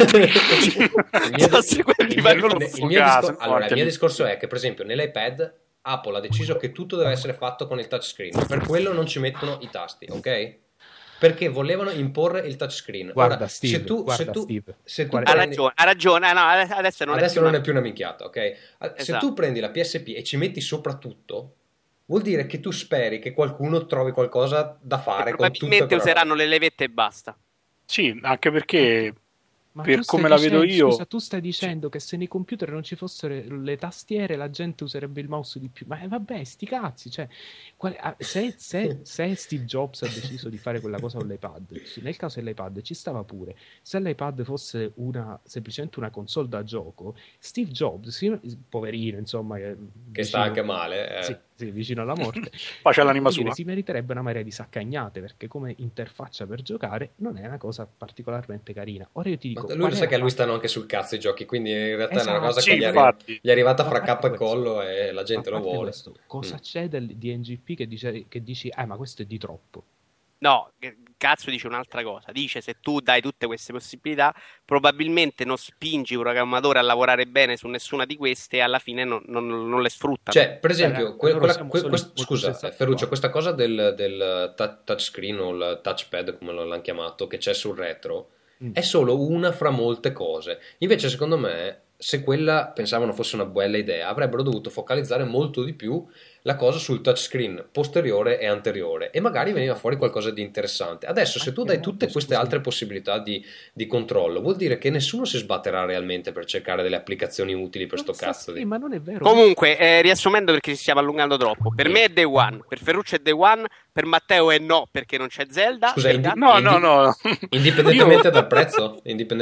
Il mio discorso è che, per esempio, nell'iPad Apple ha deciso che tutto deve essere fatto con il touchscreen. Per quello non ci mettono i tasti, ok? Perché volevano imporre il touchscreen. Guarda, ora, Steve, se tu ha ragione. No, adesso non è più una minchiata, ok? Esatto. Se tu prendi la PSP e ci metti sopra tutto, vuol dire che tu speri che qualcuno trovi qualcosa da fare con tutto. Probabilmente useranno le levette e basta. Sì, anche perché per come la vedo io... Scusa, tu stai dicendo che se nei computer non ci fossero le tastiere la gente userebbe il mouse di più. Ma vabbè, sti cazzi, cioè, se Steve Jobs ha deciso di fare quella cosa con l'iPad, nel caso dell'iPad ci stava pure. Se l'iPad fosse semplicemente una console da gioco, Steve Jobs, poverino, insomma, che sta anche male, sì, vicino alla morte, poi c'è l'anima sua, si meriterebbe una marea di saccagnate, perché come interfaccia per giocare non è una cosa particolarmente carina. Ora io ti dico, lui sa che a lui stanno anche sul cazzo i giochi, quindi in realtà è una cosa sì, che gli è arrivata fra cappa e collo e la gente lo vuole. Cosa c'è di NGP che dici ma questo è di troppo? No, cazzo, dice un'altra cosa. Dice, se tu dai tutte queste possibilità, probabilmente non spingi un programmatore a lavorare bene su nessuna di queste e alla fine non le sfruttano. Cioè, per esempio, scusa, Ferruccio, questa cosa del touchscreen o il touchpad, come l'hanno chiamato, che c'è sul retro, è solo una fra molte cose. Invece, secondo me, se quella pensavano fosse una bella idea, avrebbero dovuto focalizzare molto di più la cosa sul touchscreen posteriore e anteriore e magari veniva fuori qualcosa di interessante. Adesso se tu dai tutte queste altre possibilità di controllo, vuol dire che nessuno si sbatterà realmente per cercare delle applicazioni utili per sto cazzo di... ma non è vero. Comunque, riassumendo, perché ci stiamo allungando troppo, per me è Day One, per Ferruccio è Day One, per Matteo è no perché non c'è Zelda. Scusa, no. Indipendentemente dal prezzo,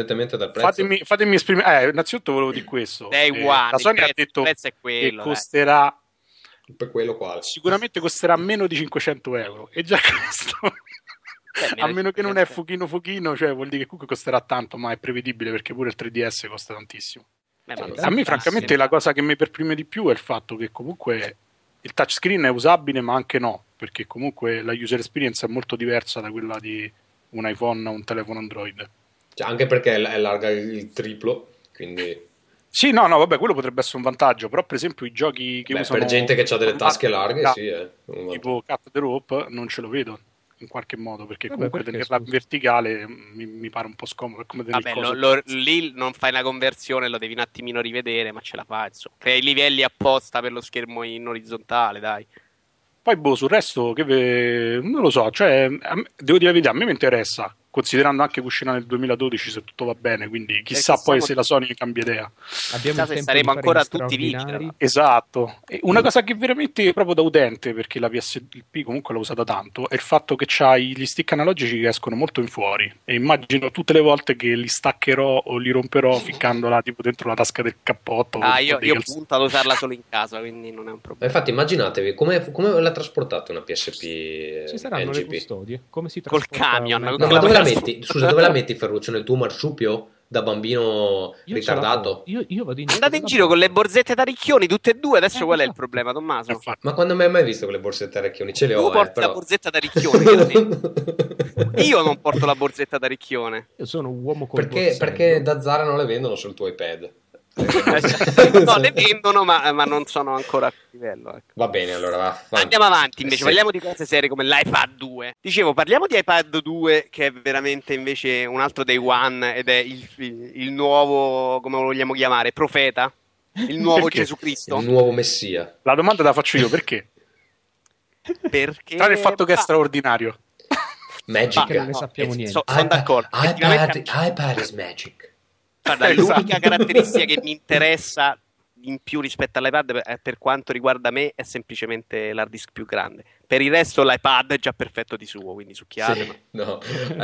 fatemi esprimere. Innanzitutto volevo dire questo. Day One, la Sony ha detto che costerà per quello quale sicuramente costerà meno di 500 euro e già questo a meno che non è fuchino, cioè vuol dire che comunque costerà tanto, ma è prevedibile perché pure il 3DS costa tantissimo. A me francamente la cosa che mi perprime di più è il fatto che comunque il touchscreen è usabile ma anche no, perché comunque la user experience è molto diversa da quella di un iPhone o un telefono Android, cioè, anche perché è larga il triplo. quindi... Sì, no, vabbè, quello potrebbe essere un vantaggio, però per esempio i giochi che usano... Per gente che ha delle tasche larghe, sì, tipo Cut the Rope, non ce lo vedo in qualche modo, perché comunque perché, tenerla verticale mi pare un po' scomodo. È come Vabbè, lì non fai una conversione, lo devi un attimino rivedere, ma ce la fai, insomma. Crei livelli apposta per lo schermo in orizzontale, dai. Poi, sul resto, non lo so, cioè, devo dire la verità, a me mi interessa, considerando anche che uscirà nel 2012 se tutto va bene, quindi chissà poi se la Sony cambia idea. Abbiamo se saremo ancora tutti vivi. Esatto. E una cosa che veramente proprio da utente, perché la PSP comunque l'ho usata tanto, è il fatto che c'hai gli stick analogici che escono molto in fuori, e immagino tutte le volte che li staccherò o li romperò ficcandola tipo dentro la tasca del cappotto. Io punto ad usarla solo in casa, quindi non è un problema. Infatti immaginatevi come l'ha trasportata una PSP. Ci saranno LGP. le custodie, come si col camion. No, ma dove la metti? Scusa, dove la metti, Ferruccio? Nel tuo marsupio da bambino ritardato? Io vado andate in giro con le borsette da ricchioni tutte e due. Adesso qual è il problema, Tommaso? Ma quando mi hai mai visto con le borsette da ricchioni? Ce le ho. Tu porti però... la borsetta da ricchione. Io non porto la borsetta da ricchione. Io sono un uomo con perché da Zara non le vendono sul tuo iPad. No, le vendono, ma non sono ancora a livello. Ecco. Va bene, allora andiamo avanti invece. Parliamo di cose serie come l'iPad 2. Dicevo, parliamo di iPad 2, che è veramente invece un altro day one ed è il nuovo, come lo vogliamo chiamare, profeta, il nuovo Gesù Cristo, il nuovo Messia. La domanda la faccio io, perché? Perché Tra il fatto che è straordinario. Magic. Non ne sappiamo niente. Sono d'accordo. iPad is magic. Guarda, l'unica caratteristica che mi interessa in più rispetto all'iPad per quanto riguarda me è semplicemente l'hard disk più grande. Per il resto l'iPad è già perfetto di suo, quindi succhiate. Sì, no.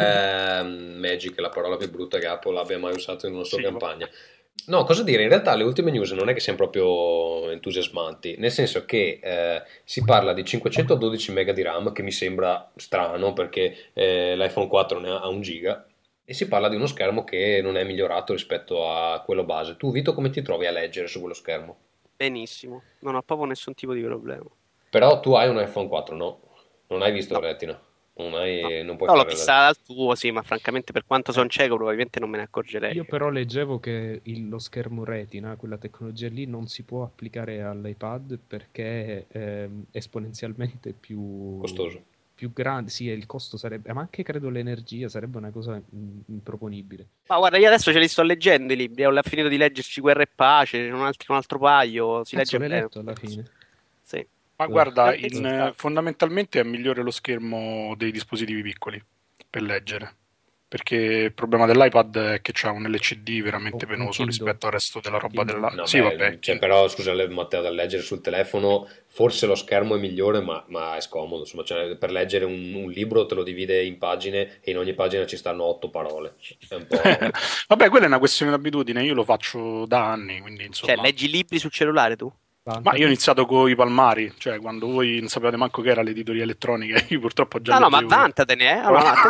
Magic è la parola più brutta che Apple abbia mai usato in una sua campagna. No, cosa dire, in realtà le ultime news non è che siano proprio entusiasmanti, nel senso che si parla di 512 MB di RAM, che mi sembra strano perché l'iPhone 4 ne ha 1 giga. E si parla di uno schermo che non è migliorato rispetto a quello base. Tu, Vito, come ti trovi a leggere su quello schermo? Benissimo, non ho proprio nessun tipo di problema. Però tu hai un iPhone 4, no? Non hai visto il Retina? Non puoi l'ho vista dal tuo, sì, ma francamente per quanto sono cieco probabilmente non me ne accorgerei. Io però leggevo che lo schermo Retina, quella tecnologia lì, non si può applicare all'iPad perché è esponenzialmente più costoso. Più grande, sì, il costo sarebbe, ma anche credo l'energia sarebbe una cosa improponibile. Ma guarda, io adesso ce li sto leggendo i libri, ho finito di leggerci Guerra e Pace, un altro paio, si legge bene. Letto alla fine. Sì. Ma guarda, fondamentalmente è migliore lo schermo dei dispositivi piccoli per leggere, perché il problema dell'iPad è che c'ha un LCD veramente penoso rispetto al resto della roba della... No, sì, vabbè. Cioè, però scusa Matteo, da leggere sul telefono forse lo schermo è migliore, ma è scomodo, insomma, cioè, per leggere un libro te lo divide in pagine e in ogni pagina ci stanno 8 parole. È un po'... Vabbè, quella è una questione d'abitudine, io lo faccio da anni, quindi insomma... Cioè, leggi libri sul cellulare tu? Ma io ho iniziato con i palmari, cioè quando voi non sapevate manco che era l'editoria elettronica, io purtroppo già... No, ma vantatene,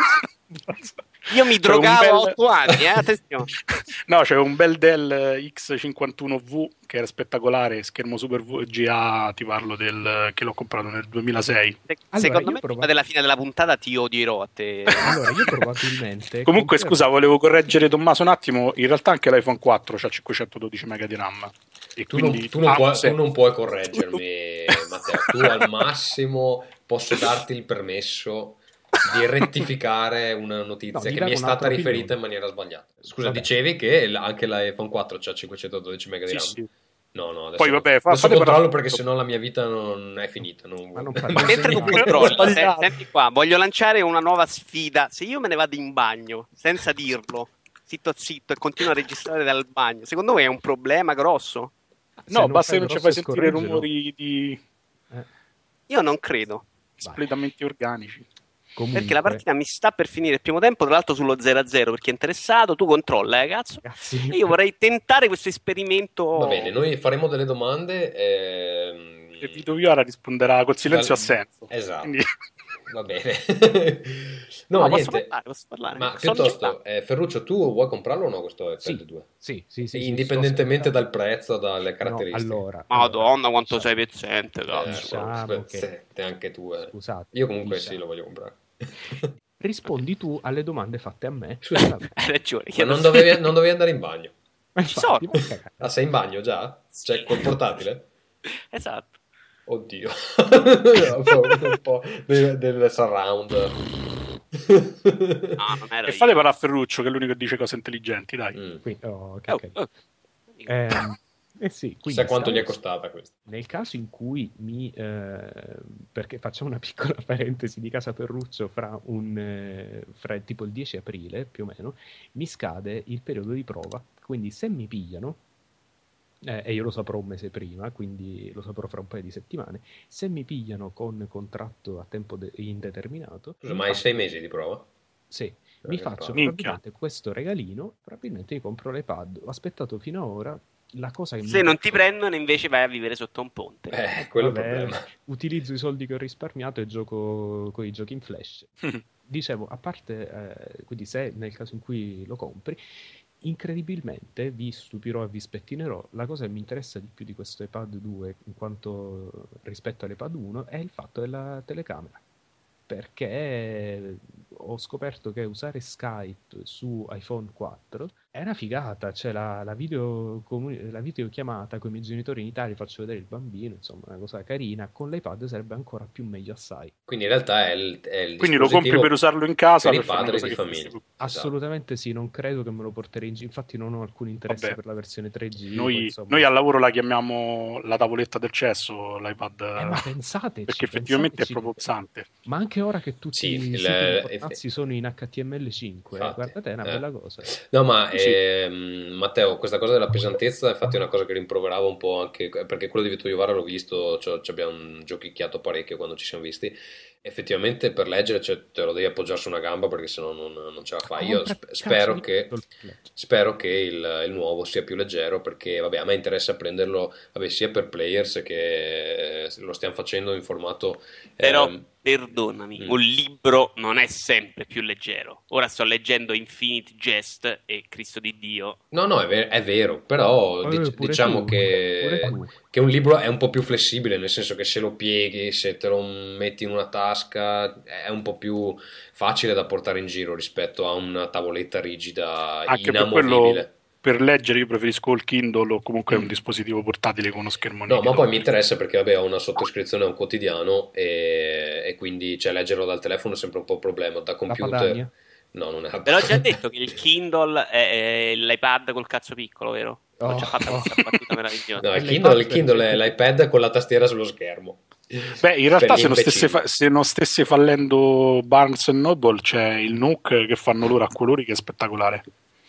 Io mi drogavo a 8 anni, attenzione. No, c'è un bel Dell X51V che era spettacolare, schermo Super VGA, ti parlo che l'ho comprato nel 2006. Secondo me prima della fine della puntata ti odierò a te. Allora, io probabilmente... Comunque, scusa, volevo correggere Tommaso un attimo, in realtà anche l'iPhone 4 c'ha 512 MB di RAM. E tu non puoi correggermi, Matteo, tu al massimo posso darti il permesso di rettificare una notizia che mi è stata riferita in maniera sbagliata. Scusa, dicevi che anche l'iPhone 4 c'ha 512 MB di RAM? Sì. No, adesso, poi vabbè, adesso controllo perché sennò la mia vita non è finita. Mentre tu controlli, senti qua, voglio lanciare una nuova sfida. Se io me ne vado in bagno senza dirlo, zitto e continuo a registrare dal bagno, secondo voi è un problema grosso? No, basta che non ci fai sentire rumori di... Io non credo. Espletamenti organici. Comunque. Perché la partita mi sta per finire il primo tempo, tra l'altro sullo 0-0, per chi è interessato, tu controlla, cazzo. E io vorrei tentare questo esperimento. Va bene, noi faremo delle domande e Vito Viola risponderà col silenzio assenso. Esatto. Quindi... Va bene. No, niente. Posso parlare. Ma piuttosto, Ferruccio, tu vuoi comprarlo o no questo iPad 2? Sì. Indipendentemente dal prezzo, dalle caratteristiche. No, allora, Madonna, quanto sei pezzente, pezzente anche tu. Scusate. Io comunque sì, lo voglio comprare. Rispondi tu alle domande fatte a me. Hai ragione. Ma non dovevi andare in bagno. Ma Ci infatti, sono. ma cagare. Ah, sei in bagno già? Cioè, col portatile? Esatto. Oddio. Un po' del surround. No, non ero E fate io. parlare a Ferruccio, che è l'unico che dice cose intelligenti, dai. Quindi, che Oh, carino. oh. Sì, quindi Chissà quanto gli è stavo- costata questa. Nel caso in cui perché facciamo una piccola parentesi di casa Ferruccio, fra tipo il 10 aprile più o meno mi scade il periodo di prova, quindi se mi pigliano, e io lo saprò un mese prima, quindi lo saprò fra un paio di settimane, se mi pigliano con contratto a tempo indeterminato, Scusa, mi ma hai fa- 6 mesi di prova? sì, mi che faccio palle. probabilmente questo regalino, probabilmente mi compro l'iPad. Ho aspettato fino ad ora, la cosa che Se mi non ti prendono, invece vai a vivere sotto un ponte. Quello è il Vabbè, problema. utilizzo i soldi che ho risparmiato e gioco con i giochi in flash. Dicevo, a parte, quindi se nel caso in cui lo compri, incredibilmente vi stupirò e vi spettinerò. La cosa che mi interessa di più di questo iPad 2, in quanto rispetto all'iPad 1, è il fatto della telecamera. Perché ho scoperto che usare Skype su iPhone 4 è una figata, cioè la videochiamata con i miei genitori in Italia, faccio vedere il bambino, insomma, una cosa carina, con l'iPad sarebbe ancora più meglio assai. Quindi in realtà è il Quindi lo compri dispositivo per usarlo in casa, per i per fare una padri cosa di che famiglia. Facebook. Assolutamente sì, non credo che me lo porterei in giro, infatti non ho alcun interesse Vabbè. per la versione 3G. Noi, insomma. noi al lavoro la chiamiamo la tavoletta del cesso, l'iPad, Ma pensateci, perché effettivamente è pensateci. proprio pesante. Ma anche ora che tutti Sì, i il- siti portazzi sono in HTML5, Infatti, guardate, è una bella cosa. No, ma Sì. Matteo, questa cosa della pesantezza, infatti, è una cosa che rimproveravo un po' anche perché quello di Vito Iovara l'ho visto, ci abbiamo giochicchiato parecchio quando ci siamo visti. Effettivamente, per leggere, cioè, te lo devi appoggiare su una gamba perché sennò non ce la fai. Io spero che il nuovo sia più leggero perché, vabbè, a me interessa prenderlo, vabbè, sia per players che lo stiamo facendo in formato. Però, perdonami, Mm. un libro non è sempre più leggero. Ora sto leggendo Infinite Jest e Cristo di Dio. No, è vero, però Pure diciamo tu, pure che tu. un libro è un po' più flessibile, nel senso che se lo pieghi, se te lo metti in una tasca, è un po' più facile da portare in giro rispetto a una tavoletta rigida, Anche per quello, inamovibile. per leggere io preferisco il Kindle o comunque un dispositivo portatile con uno schermo No, nitido. ma poi mi interessa perché vabbè, ho una sottoscrizione a un quotidiano e quindi cioè, leggerlo dal telefono è sempre un po' un problema, da computer. Padania? No, non è la Ve l'ho già detto che il Kindle è l'iPad col cazzo piccolo, vero? Ho già fatto questa battuta meravigliosa. No, il Kindle è l'iPad con la tastiera sullo schermo. Beh, in realtà Per gli imbecilli. se non stesse fallendo Barnes Noble, c'è il Nook che fanno loro a colori che è spettacolare.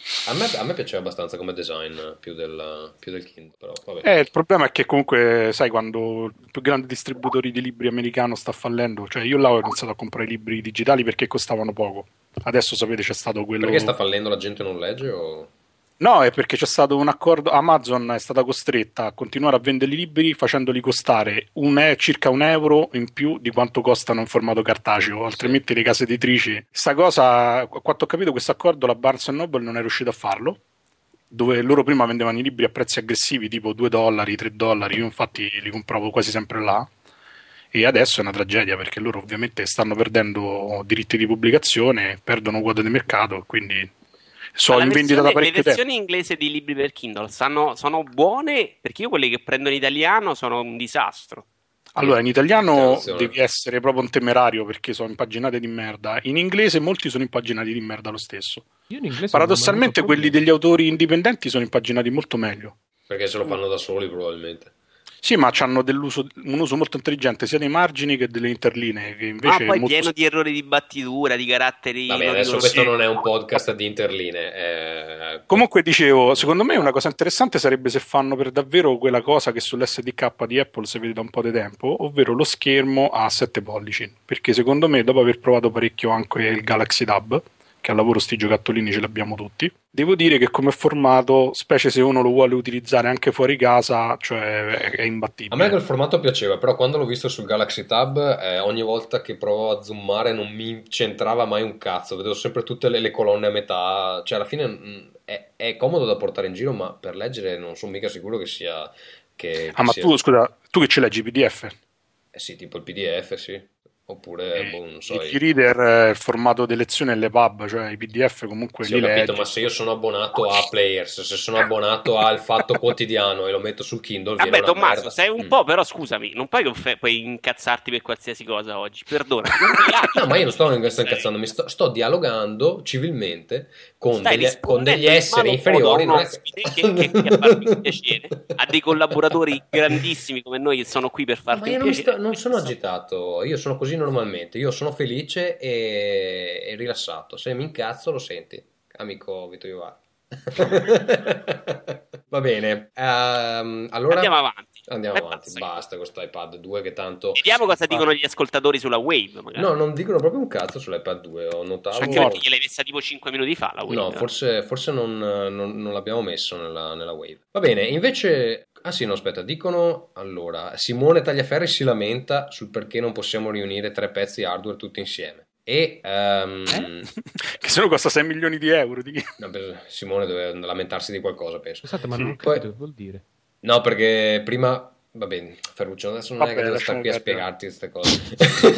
A me piaceva abbastanza come design più del Kindle, però vabbè. Il problema è che comunque, sai, quando il più grande distributore di libri americano sta fallendo, cioè io là ho iniziato a comprare libri digitali perché costavano poco. Adesso sapete c'è stato quello... Perché sta fallendo, la gente non legge o... No, è perché c'è stato un accordo. Amazon è stata costretta a continuare a vendere i libri facendoli costare circa €1 in più di quanto costano in formato cartaceo, altrimenti le case editrici. Sta cosa, a quanto ho capito, questo accordo la Barnes Noble non è riuscita a farlo, dove loro prima vendevano i libri a prezzi aggressivi, tipo $2, $3. Io infatti li compravo quasi sempre là. E adesso è una tragedia perché loro ovviamente stanno perdendo diritti di pubblicazione, perdono quote di mercato, quindi sono in vendita da parecchio le tempo. versioni inglesi di libri per Kindle sono buone, perché io quelli che prendo in italiano sono un disastro. Allora, in italiano Traduzione. devi essere proprio un temerario perché sono impaginate di merda. In inglese molti sono impaginati di merda lo stesso. Io in inglese Paradossalmente non ho mai avuto quelli degli autori indipendenti sono impaginati molto meglio. Perché se lo fanno da soli probabilmente. Sì, ma hanno un uso molto intelligente sia dei margini che delle interlinee, che invece Poi molto... pieno di errori di battitura, di caratteri. Vabbè, non adesso riconoscibili. questo non è un podcast di interlinee. Comunque dicevo, secondo me una cosa interessante sarebbe se fanno per davvero quella cosa che sull'SDK di Apple si vede da un po' di tempo, ovvero lo schermo a 7 pollici, perché secondo me dopo aver provato parecchio anche il Galaxy Tab, che al lavoro sti giocattolini ce li abbiamo tutti, devo dire che come formato, specie se uno lo vuole utilizzare anche fuori casa, cioè è imbattibile. A me quel formato piaceva, però quando l'ho visto sul Galaxy Tab, ogni volta che provavo a zoomare non mi centrava mai un cazzo, vedevo sempre tutte le colonne a metà, cioè alla fine è comodo da portare in giro, ma per leggere non sono mica sicuro che sia... ma tu, scusa, tu che ci leggi PDF? Sì, tipo il PDF, sì. Oppure, non so. Il reader, il formato di lezione e le pub, cioè i PDF comunque Sì, li ho capito, leggi. ma se io sono abbonato a Players, se sono abbonato al Fatto Quotidiano e lo metto sul Kindle, viene Vabbè, una Tommaso, merda. sei un po', però scusami, non puoi incazzarti per qualsiasi cosa oggi, perdona. No, ma io non sto incazzando, sto dialogando civilmente con Stai con degli rispondendo esseri in inferiori. modo Non è ospite che a farmi un piacere, a dei collaboratori grandissimi come noi che sono qui per Ma farti io un non, piacere. non sono agitato, io sono così normalmente, io sono felice e rilassato. Se mi incazzo lo senti, amico Vito Iovara. Va bene, allora Andiamo avanti. andiamo avanti, basta con questo iPad 2 che tanto... Vediamo cosa dicono gli ascoltatori sulla Wave, magari. No, non dicono proprio un cazzo sull'iPad 2, ho notato... Anche perché gliel'hai messa tipo 5 minuti fa la Wave. No, forse non l'abbiamo messo nella Wave. Va bene, invece... Ah sì, no, aspetta, dicono... Allora, Simone Tagliaferri si lamenta sul perché non possiamo riunire 3 pezzi hardware tutti insieme. E... Che se no costa 6 milioni di euro. No, Simone deve lamentarsi di qualcosa, penso. Scusate, ma non ho capito che vuol dire. No, perché prima... Va bene, Ferruccio, adesso non è che devo stare qui a spiegarti queste cose.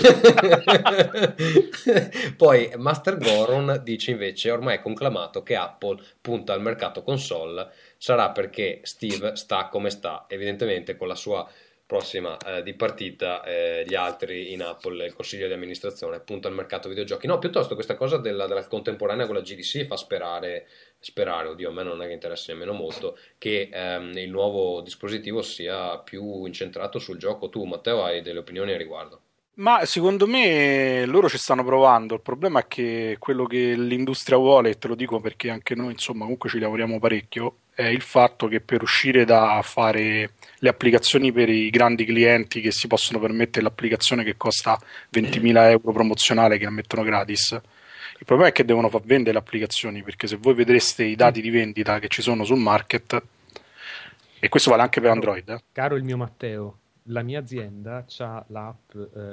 Poi Master Goron dice invece ormai è conclamato che Apple punta al mercato console, sarà perché Steve sta come sta, evidentemente con la sua prossima dipartita, gli altri in Apple, il consiglio di amministrazione punta al mercato videogiochi. No, piuttosto questa cosa della contemporanea con la GDC fa sperare, oddio, a me non è che interessi nemmeno molto, che il nuovo dispositivo sia più incentrato sul gioco. Tu, Matteo, hai delle opinioni a riguardo? Ma secondo me loro ci stanno provando. Il problema è che quello che l'industria vuole, e te lo dico perché anche noi insomma comunque ci lavoriamo parecchio, è il fatto che per uscire da fare le applicazioni per i grandi clienti che si possono permettere l'applicazione che costa 20.000 euro promozionale che la mettono gratis, il problema è che devono far vendere le applicazioni, perché se voi vedreste i dati di vendita che ci sono sul market, e questo vale anche per Android. Caro il mio Matteo, la mia azienda ha l'app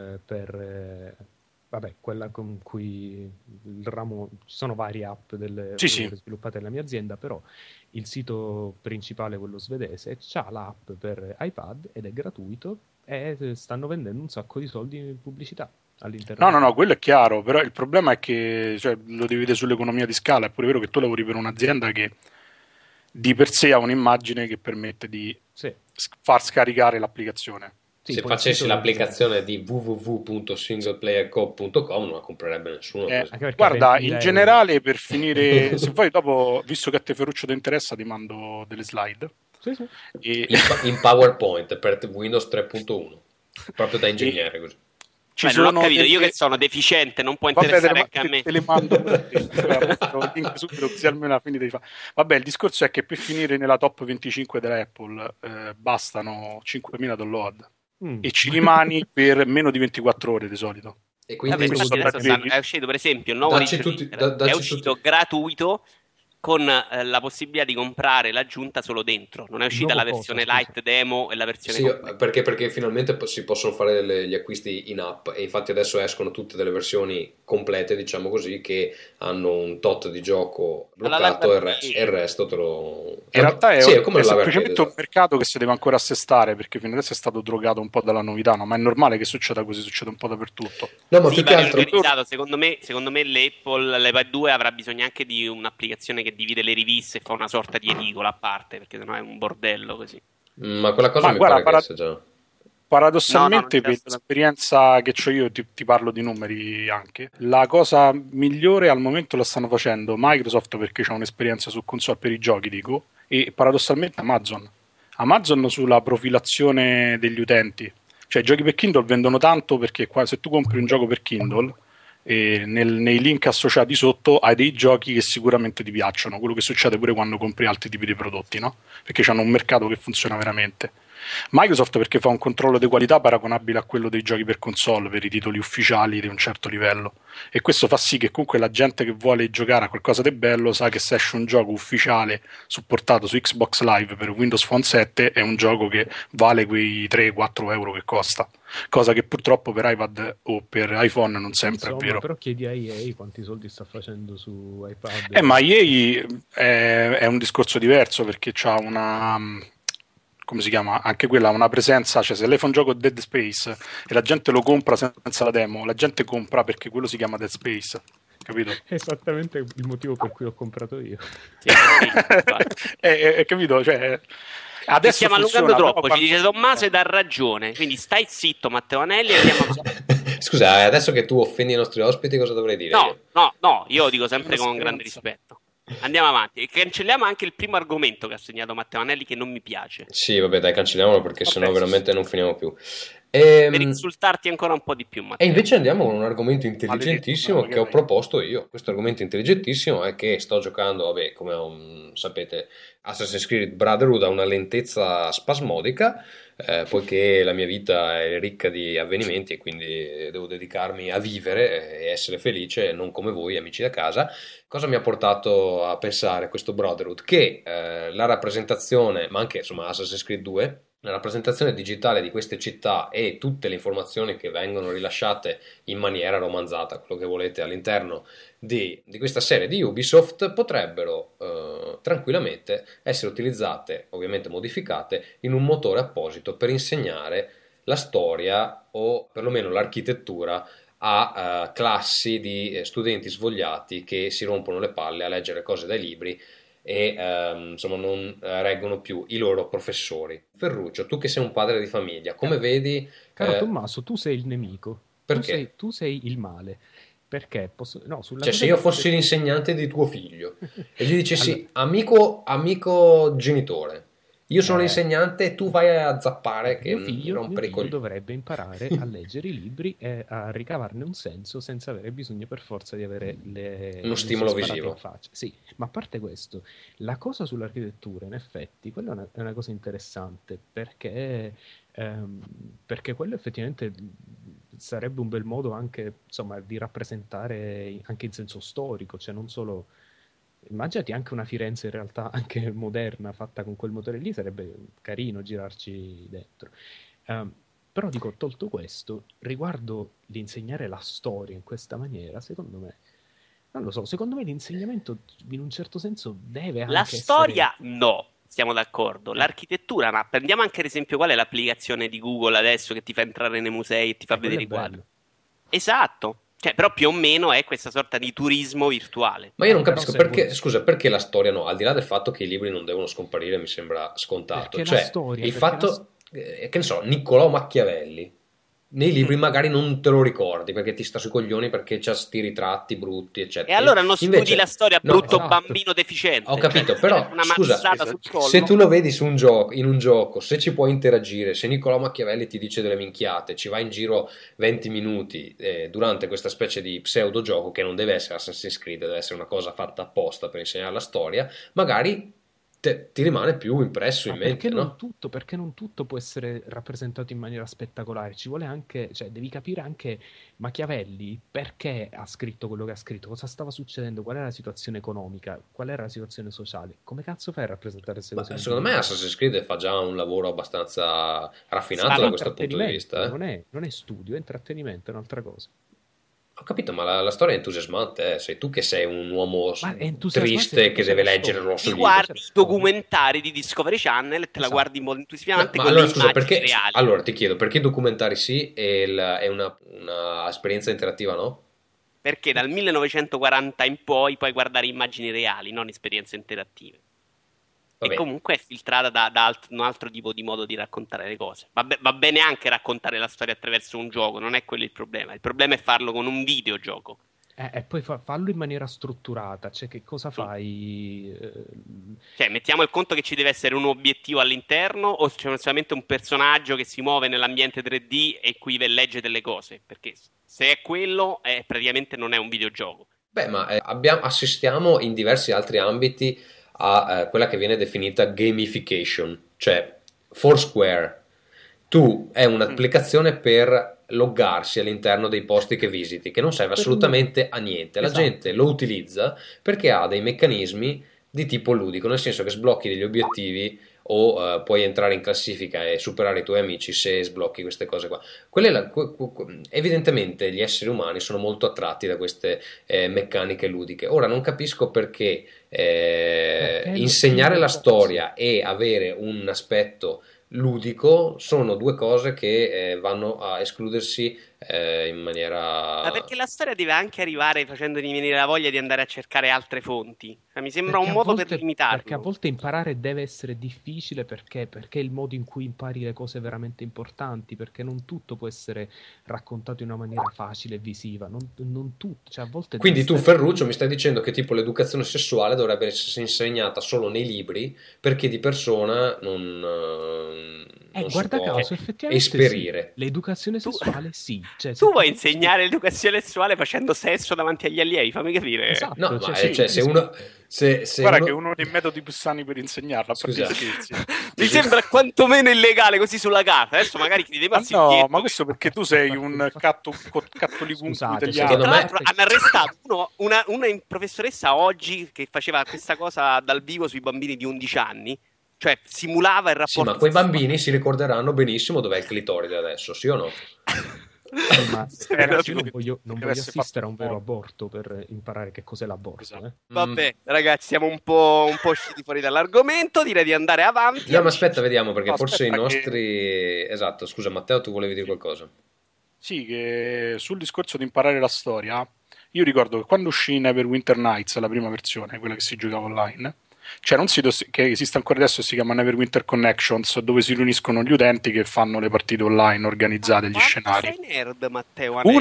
per vabbè, quella con cui il ramo, ci sono varie app sviluppate nella mia azienda, però il sito principale, quello svedese, c'ha l'app per iPad ed è gratuito e stanno vendendo un sacco di soldi in pubblicità all'interno. No, quello è chiaro, però il problema è che lo devi vedere sull'economia di scala. È pure vero che tu lavori per un'azienda che di per sé ha un'immagine che permette di far scaricare l'applicazione. Sì, se facessi l'applicazione di www.singleplayerco.com non la comprerebbe nessuno. Guarda, in generale, per finire, se poi dopo, visto che a te Ferruccio ti interessa, ti mando delle slide. Sì. In PowerPoint per Windows 3.1, proprio da ingegnere così. Non ho capito, io che sono deficiente, non può interessare anche a me. Te le mando subito, così almeno la finita di fare. Vabbè, il discorso è che per finire nella top 25 della Apple bastano 5.000 download e ci rimani per meno di 24 ore di solito. E quindi è uscito per esempio il nuovo è uscito gratuito con la possibilità di comprare l'aggiunta solo dentro. Non è uscita la versione light demo e la versione perché finalmente si possono fare gli acquisti in app, e infatti adesso escono tutte delle versioni complete, diciamo così, che hanno un tot di gioco bloccato e il resto te lo... In realtà è semplicemente un mercato che si deve ancora assestare, perché fino adesso è stato drogato un po' dalla novità, no? Ma è normale che succeda così, succede un po' dappertutto. No, ma più che altro... secondo me l'iPad 2 avrà bisogno anche di un'applicazione che divide le riviste e fa una sorta di edicola a parte, perché sennò è un bordello così. Ma quella cosa pare che sia già... Paradossalmente, per l'esperienza che ho io, ti parlo di numeri anche, la cosa migliore al momento la stanno facendo Microsoft, perché c'ha un'esperienza su console per i giochi, dico, e paradossalmente Amazon sulla profilazione degli utenti. Cioè i giochi per Kindle vendono tanto perché se tu compri un gioco per Kindle e nei link associati sotto hai dei giochi che sicuramente ti piacciono, quello che succede pure quando compri altri tipi di prodotti, no? Perché hanno un mercato che funziona veramente. Microsoft perché fa un controllo di qualità paragonabile a quello dei giochi per console, per i titoli ufficiali di un certo livello, e questo fa sì che comunque la gente che vuole giocare a qualcosa di bello sa che se esce un gioco ufficiale supportato su Xbox Live per Windows Phone 7 è un gioco che vale quei 3-4 euro che costa, cosa che purtroppo per iPad o per iPhone non sempre è vero. Però chiedi a EA quanti soldi sta facendo su iPad. Ma EA è un discorso diverso, perché c'ha come si chiama? Anche quella ha una presenza, cioè se lei fa un gioco Dead Space e la gente lo compra senza la demo, la gente compra perché quello si chiama Dead Space, capito? Esattamente il motivo per cui l'ho comprato io. Capito? Cioè, adesso stiamo allungando troppo, ci dice Tommaso ed ha ragione, quindi stai zitto Matteo Anelli e andiamo Scusa, adesso che tu offendi i nostri ospiti cosa dovrei dire? No, io lo dico sempre con grande rispetto. Andiamo avanti e cancelliamo anche il primo argomento che ha segnato Matteo Anelli, che non mi piace. Sì, vabbè, dai, cancelliamolo perché sennò veramente non finiamo più. Per insultarti ancora un po' di più, Matteo. E invece andiamo con un argomento intelligentissimo che ho proposto io. Questo argomento intelligentissimo è che sto giocando, vabbè, come sapete, Assassin's Creed Brotherhood ha una lentezza spasmodica, poiché la mia vita è ricca di avvenimenti e quindi devo dedicarmi a vivere e essere felice, non come voi amici da casa. Cosa mi ha portato a pensare questo Brotherhood? Che la rappresentazione, ma anche insomma Assassin's Creed 2, la rappresentazione digitale di queste città e tutte le informazioni che vengono rilasciate in maniera romanzata, quello che volete, all'interno di questa serie di Ubisoft potrebbero tranquillamente essere utilizzate, ovviamente modificate, in un motore apposito per insegnare la storia o perlomeno l'architettura a classi di studenti svogliati che si rompono le palle a leggere cose dai libri e insomma non reggono più i loro professori. Ferruccio, tu che sei un padre di famiglia, come vedi? Caro Tommaso, tu sei il nemico. Perché? Tu sei il male. Perché cioè se io fossi l'insegnante di tuo figlio e gli dicessi amico genitore, io sono l'insegnante e tu vai a zappare che mio figlio dovrebbe imparare a leggere i libri e a ricavarne un senso senza avere bisogno per forza di avere uno stimolo visivo in faccia. Sì, ma a parte questo, la cosa sull'architettura in effetti quella è una cosa interessante perché quello effettivamente sarebbe un bel modo anche insomma di rappresentare anche in senso storico, cioè non solo. Immaginati anche una Firenze in realtà anche moderna fatta con quel motore lì, sarebbe carino girarci dentro. Però dico, tolto questo, riguardo l'insegnare la storia in questa maniera, secondo me non lo so, secondo me l'insegnamento in un certo senso deve anche la storia no, siamo d'accordo, l'architettura, ma prendiamo anche ad esempio qual è l'applicazione di Google adesso che ti fa entrare nei musei e ti fa vedere i quadri. Esatto. Cioè, però più o meno è questa sorta di turismo virtuale. Ma io non capisco perché, scusa, perché la storia no? Al di là del fatto che i libri non devono scomparire, mi sembra scontato. Perché cioè, la storia, il fatto, che ne so, Niccolò Machiavelli, nei libri magari non te lo ricordi perché ti sta sui coglioni perché c'ha sti ritratti brutti, eccetera. E allora non studi la storia brutto esatto. Bambino deficiente. Ho capito, cioè, però una scusa, sul collo. se tu lo vedi su in un gioco, se ci puoi interagire, se Niccolò Machiavelli ti dice delle minchiate, ci vai in giro 20 minuti durante questa specie di pseudo gioco che non deve essere Assassin's Creed, deve essere una cosa fatta apposta per insegnare la storia, magari ti rimane più impresso in mente, no? Perché non tutto può essere rappresentato in maniera spettacolare, ci vuole anche, cioè devi capire anche Machiavelli perché ha scritto quello che ha scritto, cosa stava succedendo, qual era la situazione economica, qual era la situazione sociale, come cazzo fai a rappresentare queste cose? Secondo me Assassin's Creed fa già un lavoro abbastanza raffinato da questo punto di vista. Non è studio, è intrattenimento, è un'altra cosa. Ho capito, ma la storia è entusiasmante, sei tu che sei un uomo triste che deve leggere il rosso libro. Guardi i documentari di Discovery Channel e te la guardi in modo entusiasmante con allora, le scusa, immagini reali. Allora ti chiedo, perché i documentari sì e è una esperienza interattiva no? Perché dal 1940 in poi puoi guardare immagini reali, non esperienze interattive. Vabbè. E comunque è filtrata da un altro tipo di modo di raccontare le cose. Va bene anche raccontare la storia attraverso un gioco, non è quello il problema. Il problema è farlo con un videogioco. E poi fallo in maniera strutturata, cioè che cosa fai? Cioè, mettiamo il conto che ci deve essere un obiettivo all'interno o c'è solamente un personaggio che si muove nell'ambiente 3D e qui legge delle cose? Perché se è quello, praticamente non è un videogioco. Beh, ma assistiamo in diversi altri ambiti a quella che viene definita gamification, cioè Foursquare. Tu è un'applicazione per loggarsi all'interno dei posti che visiti, che non serve assolutamente a niente. La gente lo utilizza perché ha dei meccanismi di tipo ludico, nel senso che sblocchi degli obiettivi o puoi entrare in classifica e superare i tuoi amici se sblocchi queste cose qua. Evidentemente gli esseri umani sono molto attratti da queste meccaniche ludiche. Ora non capisco perché insegnare la storia e avere un aspetto ludico sono due cose che vanno a escludersi in maniera... Ma perché la storia deve anche arrivare facendogli venire la voglia di andare a cercare altre fonti. Mi sembra un modo per limitarlo. Perché a volte imparare deve essere difficile perché è il modo in cui impari le cose veramente importanti, perché non tutto può essere raccontato in una maniera facile e visiva, non tutto, cioè a volte... Quindi tu, Ferruccio, mi stai dicendo che tipo l'educazione sessuale dovrebbe essere insegnata solo nei libri, perché di persona non guarda si può caso, effettivamente esperire. sì. L'educazione sessuale sì. Cioè, Tu vuoi insegnare l'educazione sessuale facendo sesso davanti agli allievi? Fammi capire. Esatto, No, ma sì, se uno... Se Guarda che è uno dei metodi più sani per insegnarla, a parte Scusa. gli scherzi. Mi sembra quantomeno illegale così sulla carta. Adesso magari chiedeva Ma no, ma questo perché tu sei un cattolicunco Scusate, italiano. secondo Tra me- l'altro hanno arrestato una professoressa oggi che faceva questa cosa dal vivo sui bambini di 11 anni, cioè simulava il Sì, rapporto ma quei sessuale. bambini si ricorderanno benissimo dov'è il clitoride adesso, sì o no? Ma Ragazzi, io non voglio deve essere assistere a un fatto vero apposta. aborto per imparare che cos'è l'aborto. Esatto. Vabbè, ragazzi, siamo un po' usciti fuori dall'argomento, direi di andare avanti. No, ma aspetta, vediamo, perché No, forse i aspetta nostri... Esatto, scusa Matteo, tu volevi dire qualcosa? Sì, che sul discorso di imparare la storia, io ricordo che quando uscì Neverwinter Nights, la prima versione, quella che si giocava online, c'era un sito che esiste ancora adesso, si chiama Neverwinter Connections, dove si riuniscono gli utenti che fanno le partite online organizzate, gli Quanto scenari. sei nerd, Matteo Anelli?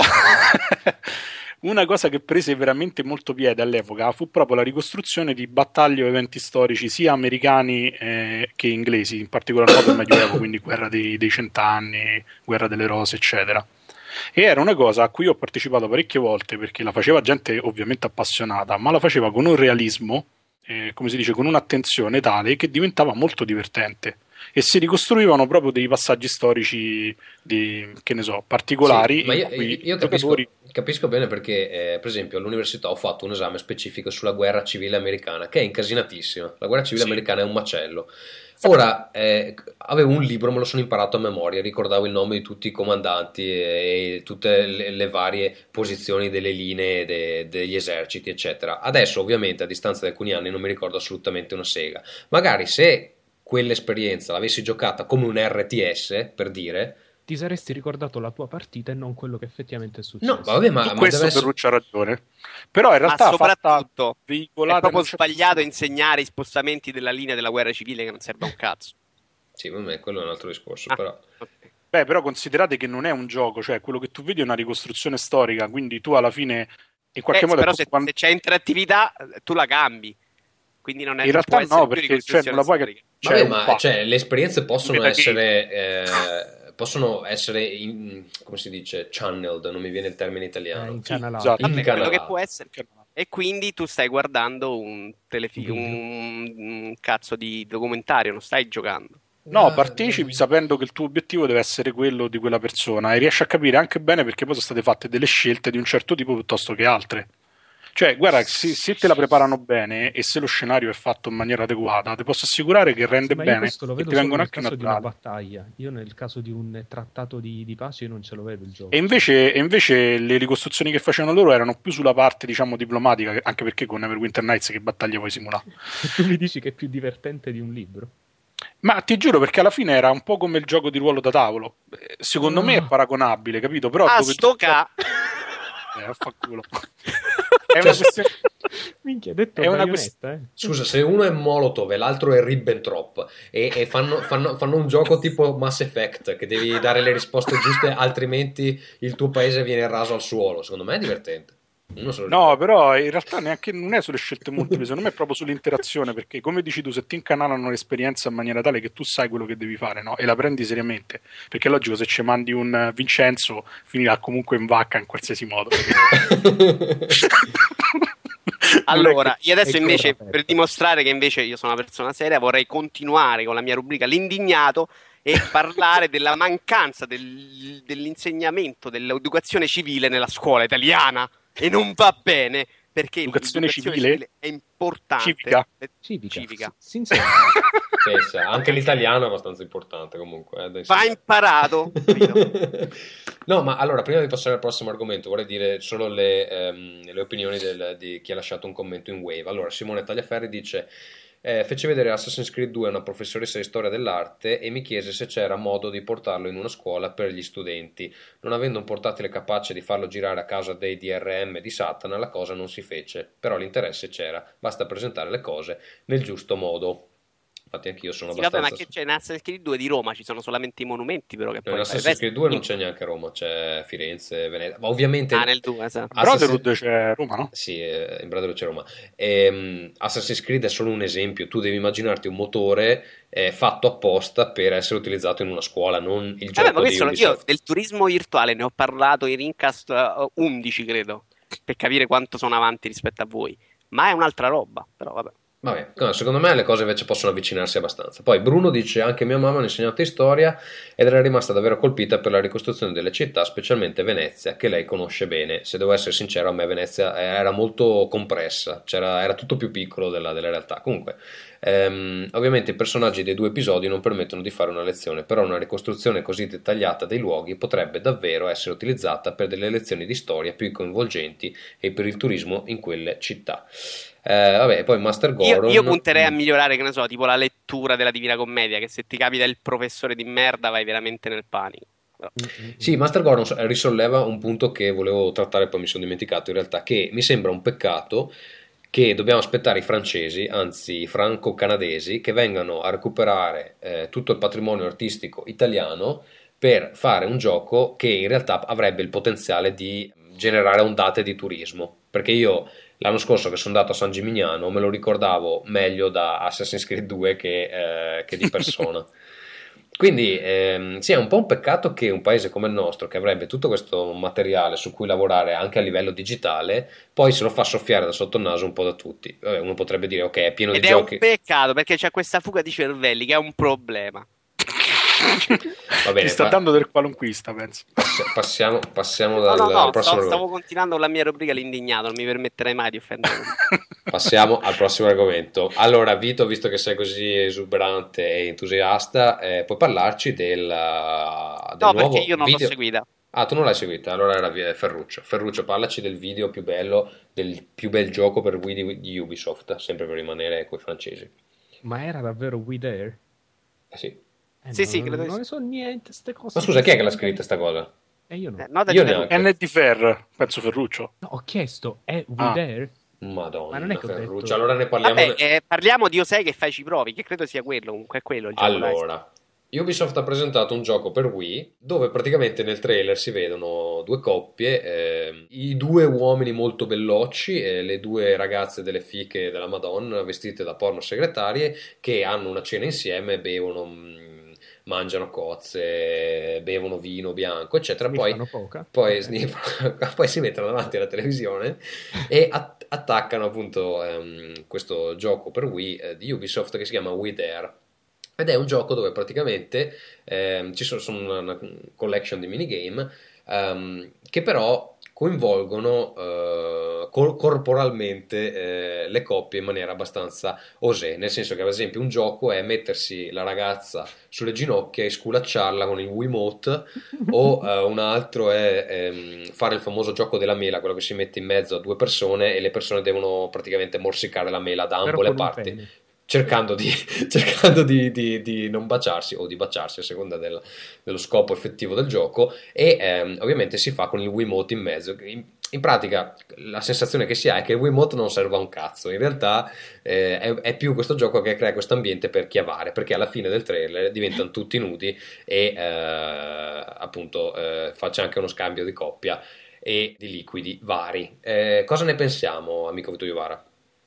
Una cosa che prese veramente molto piede all'epoca fu proprio la ricostruzione di battaglie o eventi storici sia americani che inglesi, in particolar modo il Medioevo, quindi guerra dei cent'anni, guerra delle rose, eccetera. E era una cosa a cui ho partecipato parecchie volte perché la faceva gente ovviamente appassionata, ma la faceva con un realismo, come si dice, con un'attenzione tale che diventava molto divertente. E si ricostruivano proprio dei passaggi storici che ne so, particolari. Sì, ma in cui io i giocatori... capisco bene perché, per esempio, all'università ho fatto un esame specifico sulla guerra civile americana, che è incasinatissima. La guerra civile Sì. americana è un macello. Ora, avevo un libro, me lo sono imparato a memoria, ricordavo il nome di tutti i comandanti e tutte le varie posizioni delle linee degli eserciti, eccetera. Adesso, ovviamente, a distanza di alcuni anni non mi ricordo assolutamente una sega. Magari se quell'esperienza l'avessi giocata come un RTS, per dire... Ti saresti ricordato la tua partita e non quello che effettivamente è successo. No, vabbè, ma Su questo deve essere... Ferruccio ha ragione. Però in realtà Ma soprattutto è veicolata proprio in un certo sbagliato modo. insegnare i spostamenti della linea della guerra civile che non serve a un cazzo. Sì, vabbè, quello è un altro discorso, Ah, però... ok. Beh, però considerate che non è un gioco, cioè quello che tu vedi è una ricostruzione storica, quindi tu alla fine in qualche modo... Però è se quando- c'è interattività tu la cambi. Quindi non è, in non può realtà essere no, più perché cioè, non la puoi... storica. c'è Vabbè, un ma fatto. cioè, le esperienze possono Metagame. essere come si dice, channeled, non mi viene il termine italiano. Incanalato. esatto. Vabbè, quello Incanalato. che può essere. E quindi tu stai guardando un telefilm, Video. un cazzo di documentario, non stai giocando. No, partecipi sapendo che il tuo obiettivo deve essere quello di quella persona e riesci a capire anche bene perché poi sono state fatte delle scelte di un certo tipo piuttosto che altre. Cioè, guarda, se te la preparano bene e se lo scenario è fatto in maniera adeguata, ti posso assicurare che rende Ma io bene questo lo e vedo ti solo vengono nel anche caso di una naturali. battaglia. Io nel caso di un trattato di pace io non ce lo vedo il gioco. E invece le ricostruzioni che facevano loro erano più sulla parte, diciamo, diplomatica, anche perché con Neverwinter Nights che battaglia puoi simulare. Tu mi dici che è più divertente di un libro? Ma ti giuro, perché alla fine era un po' come il gioco di ruolo da tavolo. Secondo me è paragonabile, capito? Però dove sto ca... affanculo. È una questione... Minchia, hai detto È una baionetta, Scusa, se uno è Molotov e l'altro è Ribbentrop e fanno un gioco tipo Mass Effect che devi dare le risposte giuste, altrimenti il tuo paese viene raso al suolo, secondo me è divertente. No, però in realtà neanche non è sulle scelte multiple, secondo me è proprio sull'interazione, perché come dici tu, se ti incanalano l'esperienza in maniera tale che tu sai quello che devi fare, no? E la prendi seriamente, perché è logico, se ci mandi un Vincenzo finirà comunque in vacca in qualsiasi modo. Allora, io adesso È invece, corretto. per dimostrare che invece io sono una persona seria, vorrei continuare con la mia rubrica L'indignato e parlare della mancanza dell'insegnamento dell'educazione civile nella scuola italiana. E non va bene, perché Educazione l'educazione civile è importante. Civica. Pensa, anche l'italiano è abbastanza importante comunque. Va imparato. No, ma allora, prima di passare al prossimo argomento, vorrei dire solo le opinioni di chi ha lasciato un commento in Wave. Allora, Simone Tagliaferri dice: fece vedere Assassin's Creed 2 a una professoressa di storia dell'arte e mi chiese se c'era modo di portarlo in una scuola per gli studenti. Non avendo un portatile capace di farlo girare a causa dei DRM di Satana, la cosa non si fece, però l'interesse c'era, basta presentare le cose nel giusto modo. Infatti anch'io sono abbastanza... Vabbè, ma che c'è in Assassin's Creed 2 di Roma? Ci sono solamente i monumenti, però che poi... In Assassin's Creed 2 non c'è neanche Roma, c'è Firenze, Venezia, ma ovviamente... nel 2, esatto. Brotherhood c'è Roma, no? Sì, in Brotherhood c'è Roma. Assassin's Creed è solo un esempio, tu devi immaginarti un motore fatto apposta per essere utilizzato in una scuola, non il gioco ma di io Ubisoft. del turismo virtuale ne ho parlato in Rincast 11, credo, per capire quanto sono avanti rispetto a voi, ma è un'altra roba, però vabbè. Vabbè, no, secondo me le cose invece possono avvicinarsi abbastanza. Poi Bruno dice: anche mia mamma è un'insegnante di storia ed era rimasta davvero colpita per la ricostruzione delle città, specialmente Venezia, che lei conosce bene. Se devo essere sincero, a me Venezia era molto compressa, era tutto più piccolo della realtà. Comunque, ovviamente i personaggi dei 2 episodi non permettono di fare una lezione, però una ricostruzione così dettagliata dei luoghi potrebbe davvero essere utilizzata per delle lezioni di storia più coinvolgenti e per il turismo in quelle città. Vabbè, poi Master Goron. Io punterei a migliorare, che ne so, tipo la lettura della Divina Commedia, che se ti capita il professore di merda vai veramente nel panico. Sì, Master Goron risolleva un punto che volevo trattare, poi mi sono dimenticato in realtà, che mi sembra un peccato che dobbiamo aspettare i francesi, anzi i franco-canadesi, che vengano a recuperare tutto il patrimonio artistico italiano per fare un gioco che in realtà avrebbe il potenziale di generare ondate di turismo, perché io l'anno scorso che sono andato a San Gimignano me lo ricordavo meglio da Assassin's Creed 2 che di persona. Quindi sì, è un po' un peccato che un paese come il nostro, che avrebbe tutto questo materiale su cui lavorare anche a livello digitale, poi se lo fa soffiare da sotto il naso un po' da tutti. Uno potrebbe dire ok, è pieno di giochi. Ed è un peccato perché c'è questa fuga di cervelli che è un problema. Va bene, ti sta dando del qualunquista, penso. Passiamo al prossimo stavo continuando con la mia rubrica l'indignato, non mi permetterei mai di offendere. Passiamo al prossimo argomento. Allora, Vito, visto che sei così esuberante e entusiasta, puoi parlarci del nuovo perché io non video... l'ho seguita. Ah, tu non l'hai seguita? Allora era Ferruccio. Ferruccio, parlaci del video più bello, del più bel gioco per Wii di Ubisoft, sempre per rimanere coi francesi. Ma era davvero Wii There? Sì. Sì, credo non ne so niente, ste cose. Ma scusa, chi è che l'ha scritta sta cosa? Io no. Io neanche. ND Fer, penso Ferruccio. No, ho chiesto, è Wii There? Madonna, ma non è che Ferruccio. detto... Allora ne parliamo. Vabbè, parliamo di Osei che fai ci provi, che credo sia quello, comunque è quello il gioco. Allora, Ubisoft ha presentato un gioco per Wii dove praticamente nel trailer si vedono 2 coppie, i 2 uomini molto bellocci e le 2 ragazze delle fiche della Madonna vestite da porno segretarie che hanno una cena insieme, bevono, mangiano cozze, bevono vino bianco, eccetera. Poi si mettono davanti alla televisione e attaccano appunto questo gioco per Wii di Ubisoft che si chiama Wii There. Ed è un gioco dove praticamente ci sono una collection di minigame che però coinvolgono corporalmente le coppie in maniera abbastanza osè, nel senso che ad esempio un gioco è mettersi la ragazza sulle ginocchia e sculacciarla con il Wiimote o un altro è fare il famoso gioco della mela, quello che si mette in mezzo a 2 persone e le persone devono praticamente morsicare la mela da ambo le parti. Cercando di non baciarsi o di baciarsi a seconda dello scopo effettivo del gioco e ovviamente si fa con il Wiimote in mezzo. In pratica la sensazione che si ha è che il Wiimote non serve a un cazzo, in realtà è più questo gioco che crea questo ambiente per chiavare, perché alla fine del trailer diventano tutti nudi e appunto c'è anche uno scambio di coppia e di liquidi vari. Cosa ne pensiamo, amico Vito Iovara?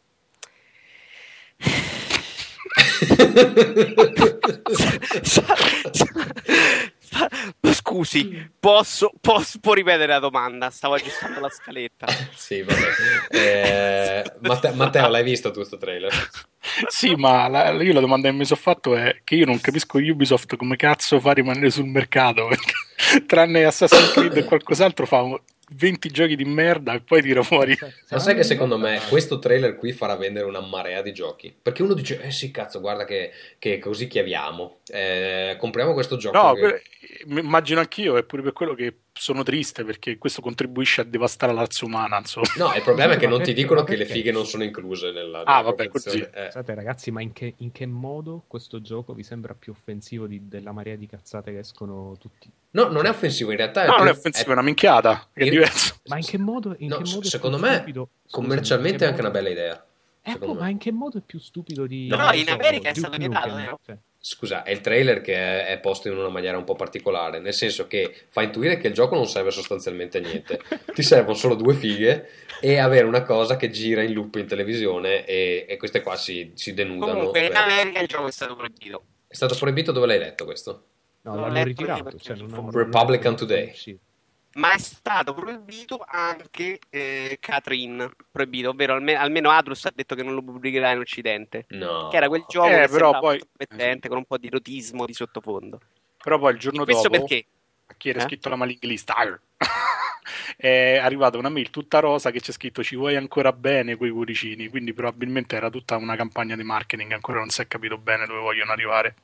Scusi, può ripetere la domanda? Stavo aggiustando la scaletta. Sì, vabbè. Matteo, l'hai visto tu sto trailer? Sì, ma io la domanda che mi sono fatto è che io non capisco Ubisoft come cazzo fa rimanere sul mercato, perché tranne Assassin's Creed e qualcos'altro fa 20 giochi di merda e poi tira fuori. Ma sai che secondo me questo trailer qui farà vendere una marea di giochi? Perché uno dice, sì cazzo, guarda che così chiaviamo, compriamo questo gioco. No, immagino anch'io, è pure per quello che sono triste, perché questo contribuisce a devastare la razza umana, insomma. No, il problema è che non ti dicono che le fighe non sono incluse nella vabbè, così. Scusate ragazzi, ma in che modo questo gioco vi sembra più offensivo della marea di cazzate che escono tutti? No, non è offensivo, in realtà non è offensivo, è una minchiata, è diverso. Ma in che modo? Secondo me stupido? Commercialmente è anche una bella idea. Ma in che modo è più stupido di... No, in America è stato vietato, Scusa, è il trailer che è posto in una maniera un po' particolare, nel senso che fa intuire che il gioco non serve sostanzialmente a niente, ti servono solo due fighe e avere una cosa che gira in loop in televisione e queste qua si denudano. Comunque in America il gioco è stato proibito. È stato proibito? Dove l'hai letto questo? No, l'hanno ritirato. Republican Today. Ma è stato proibito anche Catherine, proibito, ovvero almeno Atlus ha detto che non lo pubblicherà in Occidente. No. Che era quel gioco che però poi promettente, con un po' di erotismo di sottofondo. Però poi il giorno dopo, perché? A chi era scritto la mailing list è arrivata una mail tutta rosa che c'è scritto ci vuoi ancora bene quei cuoricini, quindi probabilmente era tutta una campagna di marketing, ancora non si è capito bene dove vogliono arrivare.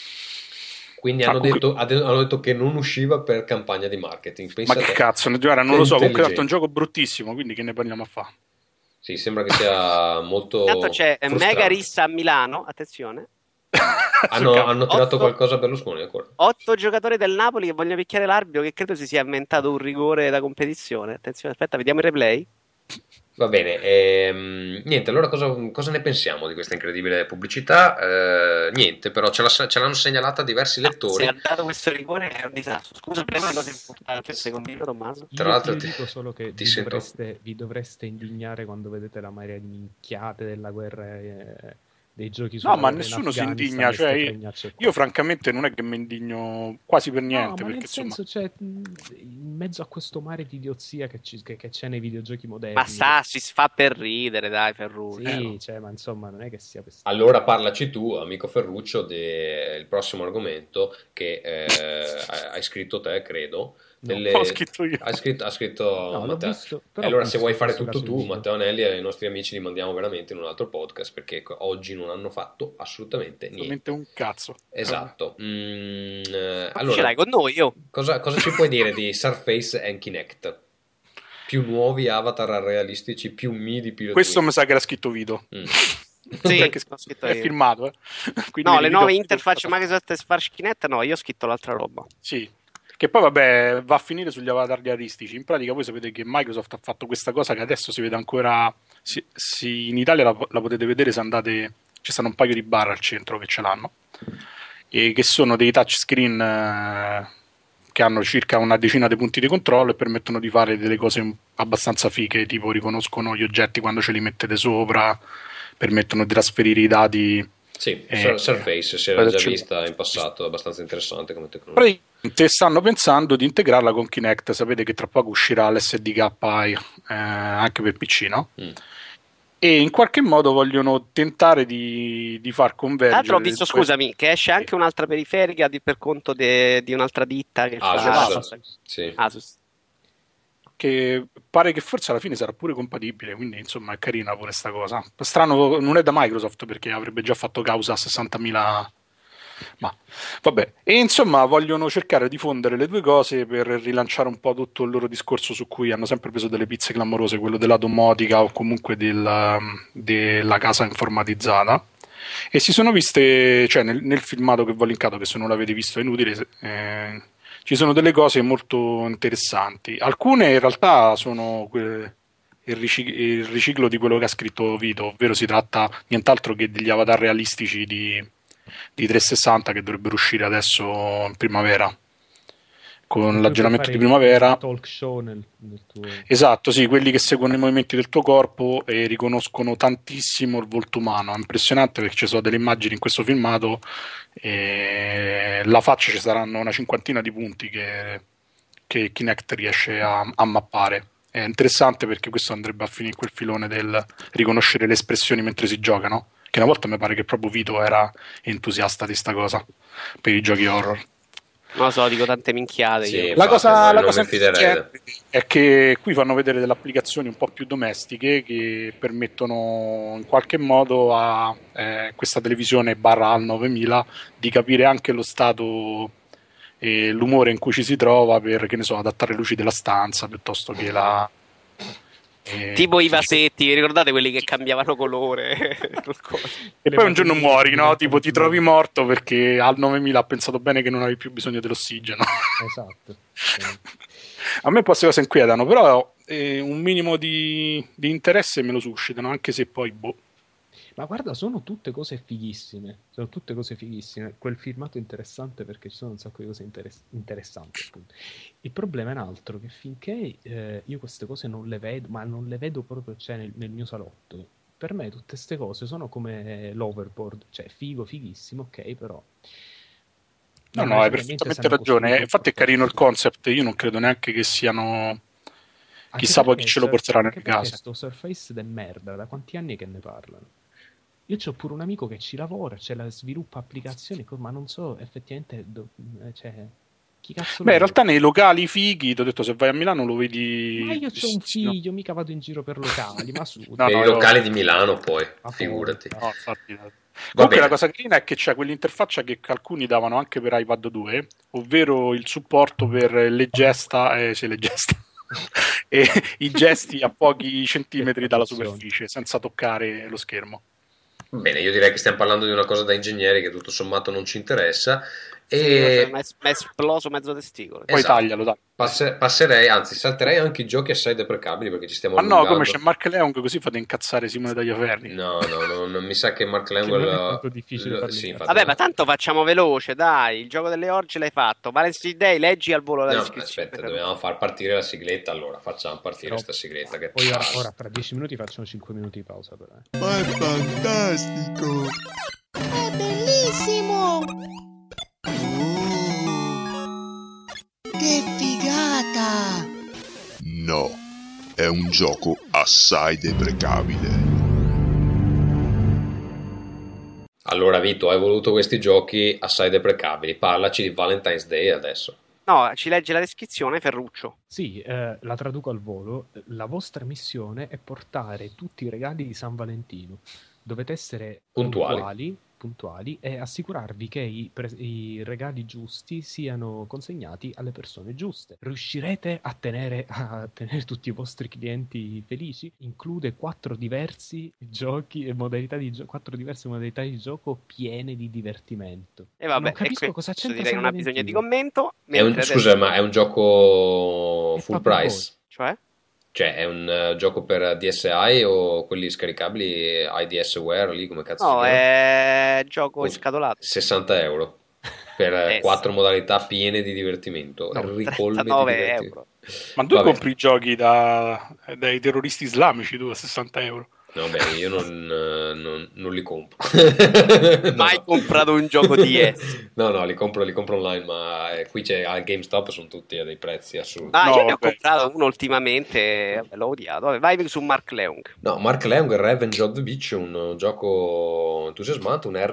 Quindi hanno detto che non usciva per campagna di marketing. Ma che cazzo, guarda, non lo so, comunque è un gioco bruttissimo, quindi che ne parliamo a fa? Sì, sembra che sia molto Intanto c'è frustrante. Mega Rissa a Milano, attenzione. hanno tirato qualcosa a Berlusconi ancora. 8 giocatori del Napoli che vogliono picchiare l'arbitro, che credo si sia inventato un rigore da competizione. Attenzione, aspetta, vediamo il replay. Va bene, niente, allora cosa ne pensiamo di questa incredibile pubblicità? Niente, però ce l'hanno segnalata diversi lettori. Se ha dato questo rigore è un disastro. Scusa, prima una cosa importante, secondino Tommaso. Tra l'altro io dico solo che vi dovreste indignare quando vedete la marea di minchiate della guerra dei giochi su. No, ma nessuno si indigna, cioè io francamente non è che mi indigno quasi per niente, no, ma perché nel senso, cioè, in mezzo a questo mare di idiozia che c'è nei videogiochi moderni, ma si fa per ridere, dai, Ferruccio. Sì, cioè, ma insomma non è che sia per... Allora parlaci tu, amico Ferruccio, del prossimo argomento che hai scritto te, credo. Ho scritto io. Ha scritto Matteo. Visto, allora se vuoi fare tutto tu, Matteo Anelli, e i nostri amici li mandiamo veramente in un altro podcast, perché oggi non hanno fatto assolutamente niente. Un cazzo. Esatto. Allora, ce l'hai con noi, io. Cosa ci puoi dire di Surface and Kinect? Più nuovi avatar realistici, più midi pilotini. Questo mi sa che era scritto Vito. Sì, è firmato. No, le nuove interfacce Microsoft e Spark Kinect, no, io ho scritto l'altra roba. Sì. Che poi vabbè va a finire sugli avatar realistici. In pratica voi sapete che Microsoft ha fatto questa cosa che adesso si vede ancora, in Italia la potete vedere se andate, ci stanno un paio di bar al centro che ce l'hanno, e che sono dei touchscreen che hanno circa una decina di punti di controllo e permettono di fare delle cose abbastanza fighe, tipo riconoscono gli oggetti quando ce li mettete sopra, permettono di trasferire i dati. Sì, Surface si era già vista in passato, abbastanza interessante come tecnologia. Stanno pensando di integrarla con Kinect, sapete che tra poco uscirà l'SDKI anche per PC, no? E in qualche modo vogliono tentare di far convergere. Tra l'altro ho visto, scusami, che esce anche un'altra periferica per conto di un'altra ditta che Asus. Che pare che forse alla fine sarà pure compatibile, quindi insomma è carina pure sta cosa. Strano, non è da Microsoft perché avrebbe già fatto causa a 60.000, ma vabbè. E insomma vogliono cercare di fondere le due cose per rilanciare un po' tutto il loro discorso su cui hanno sempre preso delle pizze clamorose, quello della domotica o comunque della casa informatizzata. E si sono viste, cioè nel filmato che vi ho linkato, che se non l'avete visto è inutile, ci sono delle cose molto interessanti. Alcune in realtà sono il riciclo di quello che ha scritto Vito, ovvero si tratta nient'altro che degli avatar realistici di 360 che dovrebbero uscire adesso in primavera, con l'aggiornamento di primavera. Talk show nel tuo... Esatto, sì, quelli che seguono i movimenti del tuo corpo e riconoscono tantissimo il volto umano. È impressionante perché ci sono delle immagini in questo filmato e la faccia ci saranno una cinquantina di punti che Kinect riesce a mappare. È interessante perché questo andrebbe a finire quel filone del riconoscere le espressioni mentre si gioca, no? Che una volta mi pare che proprio Vito era entusiasta di sta cosa per i giochi horror. Non lo so, dico tante minchiate. Sì, io. infatti, La non cosa mi fiderei. intelligente è che qui fanno vedere delle applicazioni un po' più domestiche che permettono in qualche modo a questa televisione /HAL 9000 di capire anche lo stato e l'umore in cui ci si trova per, che ne so, adattare le luci della stanza piuttosto che la... tipo i vasetti, vi ricordate quelli che cambiavano colore? E poi un giorno muori, no? Tipo ti trovi morto perché al 9000 ha pensato bene che non avevi più bisogno dell'ossigeno. Esatto. A me queste cose inquietano, però un minimo di interesse me lo suscitano, anche se poi boh. Ma guarda, sono tutte cose fighissime. Quel filmato è interessante perché ci sono un sacco di cose interessanti, appunto. Il problema è un altro, che finché io queste cose non le vedo, ma non le vedo proprio, cioè, nel mio salotto, per me tutte queste cose sono come l'overboard, cioè fighissimo, ok, però... No, hai perfettamente ragione. Infatti è carino il concept, io non credo neanche che siano... Chissà poi chi ce lo porterà nelle case. Questo Surface del merda, da quanti anni che ne parlano? Io c'ho pure un amico che ci lavora, sviluppa applicazioni, ma non so effettivamente chi cazzo. Beh, in realtà nei locali fighi, ti ho detto, se vai a Milano lo vedi. Ma io c'ho un figlio, mica vado in giro per locali, ma su. I locali di Milano poi, figurati. No, infatti. Comunque la cosa carina è che c'è quell'interfaccia che alcuni davano anche per iPad 2, ovvero il supporto per le gesta e i gesti a pochi centimetri dalla superficie, senza toccare lo schermo. Bene, io direi che stiamo parlando di una cosa da ingegneri che tutto sommato non ci interessa. Ma è esploso mezzo testicolo. Poi taglialo, dai. Passerei, anzi salterei anche i giochi assai deprecabili perché ci stiamo allungando. No, come c'è Mark Leong, così fate incazzare Simone Tagliaferri. No, non mi sa che Mark Leong è molto difficile sì, vabbè, ma tanto facciamo veloce, dai, il gioco delle orge l'hai fatto. Valentine's Day, leggi al volo la descrizione. Aspetta, dobbiamo far partire la sigletta, allora facciamo partire questa sigletta che... Poi ora tra 10 minuti facciamo 5 minuti di pausa però. Ma è fantastico! È bellissimo! Che figata! No, è un gioco assai deprecabile. Allora Vito, hai voluto questi giochi assai deprecabili, parlaci di Valentine's Day adesso. No, ci legge la descrizione, Ferruccio. Sì, la traduco al volo. La vostra missione è portare tutti i regali di San Valentino. Dovete essere puntuali e assicurarvi che i regali giusti siano consegnati alle persone giuste. Riuscirete a tenere tutti i vostri clienti felici? Include 4 diversi giochi e modalità di 4 diverse modalità di gioco piene di divertimento. E vabbè, non capisco cosa c'entra. Direi che non ha bisogno di commento. Scusa, ma è un gioco full price? Cioè? Cioè è un gioco per DSi o quelli scaricabili IDSware lì come cazzo? No, è gioco scatolato. 60 euro per 4 modalità piene di divertimento. No, ricolme 39 di divertimento. euro. Ma tu compri i giochi dai terroristi islamici tu a 60 euro? No, beh, io non li compro. Mai comprato un gioco DS? No, li compro online, ma qui al GameStop sono tutti a dei prezzi assurdi. Io ne ho comprato uno ultimamente, l'ho odiato. Vai su Mark Leong. No, Mark Leong, Revenge of the Beach, un gioco entusiasmante, un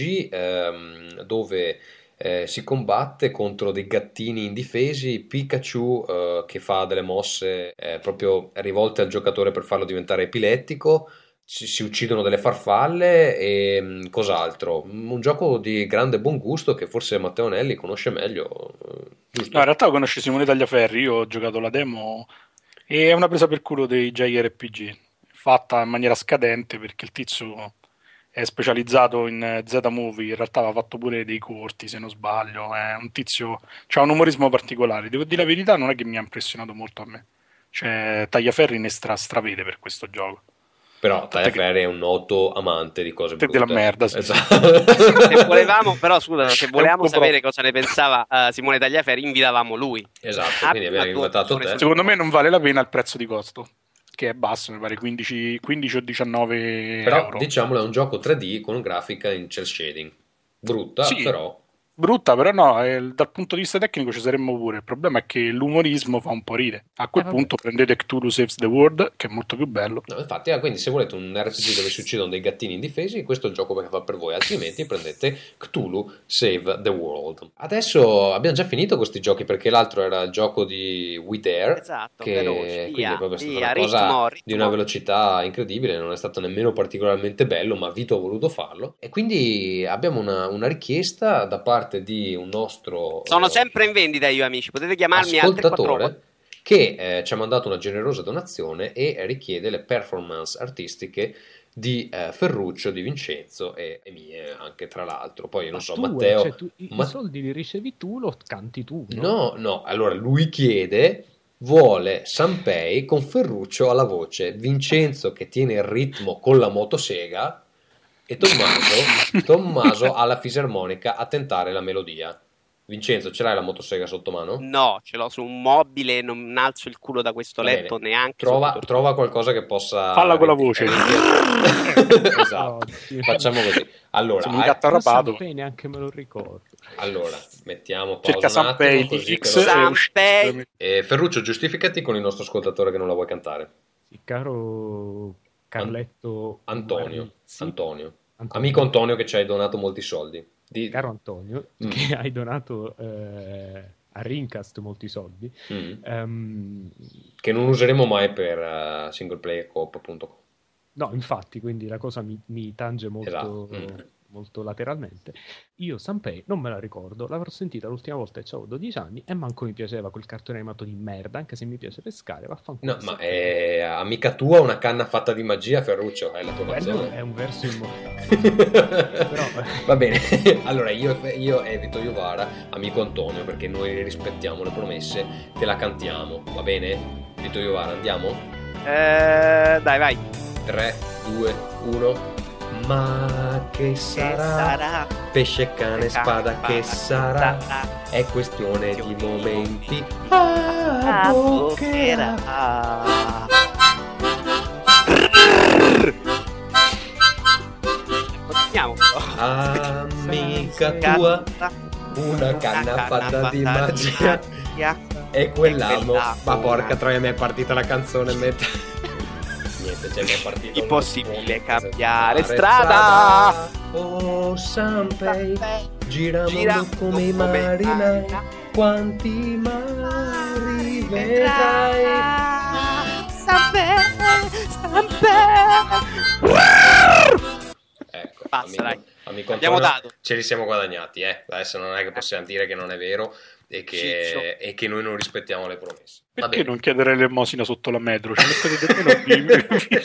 RPG dove si combatte contro dei gattini indifesi, Pikachu che fa delle mosse proprio rivolte al giocatore per farlo diventare epilettico, si uccidono delle farfalle e cos'altro. Un gioco di grande buon gusto che forse Matteo Nelli conosce meglio, giusto? No, in realtà conosci Simone Tagliaferri, io ho giocato la demo e è una presa per culo dei JRPG, fatta in maniera scadente perché il tizio è specializzato in Z-Movie, in realtà aveva fatto pure dei corti se non sbaglio, è un tizio, c'ha un umorismo particolare, devo dire la verità, non è che mi ha impressionato molto a me, cioè Tagliaferri ne stravede per questo gioco. Però Tagliaferri è un noto amante di cose brutte. Della merda, sì. Esatto. Se volevamo sapere cosa ne pensava Simone Tagliaferri, invitavamo lui. Esatto, quindi abbiamo invitato te. Secondo me non vale la pena il prezzo di costo, che è basso, mi pare 15 o 19 però, euro. Diciamolo, è un gioco 3D con grafica in cel shading. Brutta, sì, però... brutta, però no, dal punto di vista tecnico ci saremmo pure. Il problema è che l'umorismo fa un po' ride. A quel punto prendete Cthulhu Saves the World, che è molto più bello. No, infatti, quindi se volete un RPG dove si uccidono dei gattini indifesi, questo è il gioco che fa per voi, altrimenti prendete Cthulhu Save the World. Adesso abbiamo già finito questi giochi, perché l'altro era il gioco di We Dare, Esatto, che veloce, quindi è proprio stata una ritmo, cosa ritmo. di una velocità incredibile, non è stato nemmeno particolarmente bello, ma Vito ha voluto farlo, e quindi abbiamo una richiesta da parte di un nostro Sono sempre in vendita io, amici, potete chiamarmi al 348 ascoltatore che ci ha mandato una generosa donazione e richiede le performance artistiche di Ferruccio, di Vincenzo e mie anche, tra l'altro. Poi non so, Matteo, cioè, i soldi li ricevi tu, lo canti tu, no, allora lui vuole Sanpei con Ferruccio alla voce, Vincenzo che tiene il ritmo con la motosega e Tommaso alla fisarmonica a tentare la melodia. Vincenzo, ce l'hai la motosega sotto mano? No, ce l'ho su un mobile, non alzo il culo da questo letto neanche. Trova qualcosa che possa... Falla con la voce. Esatto, facciamo così. Allora, un gatto arrabbiato. Neanche me lo ricordo. Allora, mettiamo pausa cerca un attimo, Sanpei, così Ferruccio, giustificati con il nostro ascoltatore che non la vuoi cantare. Sì, caro Carletto Antonio, amico Antonio che ci hai donato molti soldi. Caro Antonio, che hai donato a Rincast molti soldi, che non useremo mai per singleplayercoop.com. No, infatti, quindi la cosa mi tange molto, esatto. Molto lateralmente. Io Sanpei non me la ricordo, l'avrò sentita l'ultima volta e avevo 12 anni e manco mi piaceva quel cartone animato di merda, anche se mi piace pescare, vaffanculo. No, ma è amica tua una canna fatta di magia, Ferruccio, è la tua canzone. È un verso immortale. Però... Va bene, allora io e Vito Iovara, amico Antonio, perché noi rispettiamo le promesse, te la cantiamo, va bene? Vito Iovara, andiamo? Dai, vai. 3, 2, 1. Ma che sarà? Pesce, cane, spada, che sarà? È questione di momenti. Boccherà. Continuiamo. Amica tua, una canna fatta di magia. E quell'amo. Ma porca troia, mi è partita la canzone. Niente, c'è mi è partito. Impossibile cambiare strada. Oh Sanpei, gira mondo come i marinai. Quanti mari vedrai. Sanpei. Ecco, basta, amico abbiamo dato. Ce li siamo guadagnati, adesso non è che possiamo dire che non è vero e che noi non rispettiamo le promesse. Perché non chiedere l'elemosina sotto la metro? Ci mettete nemmeno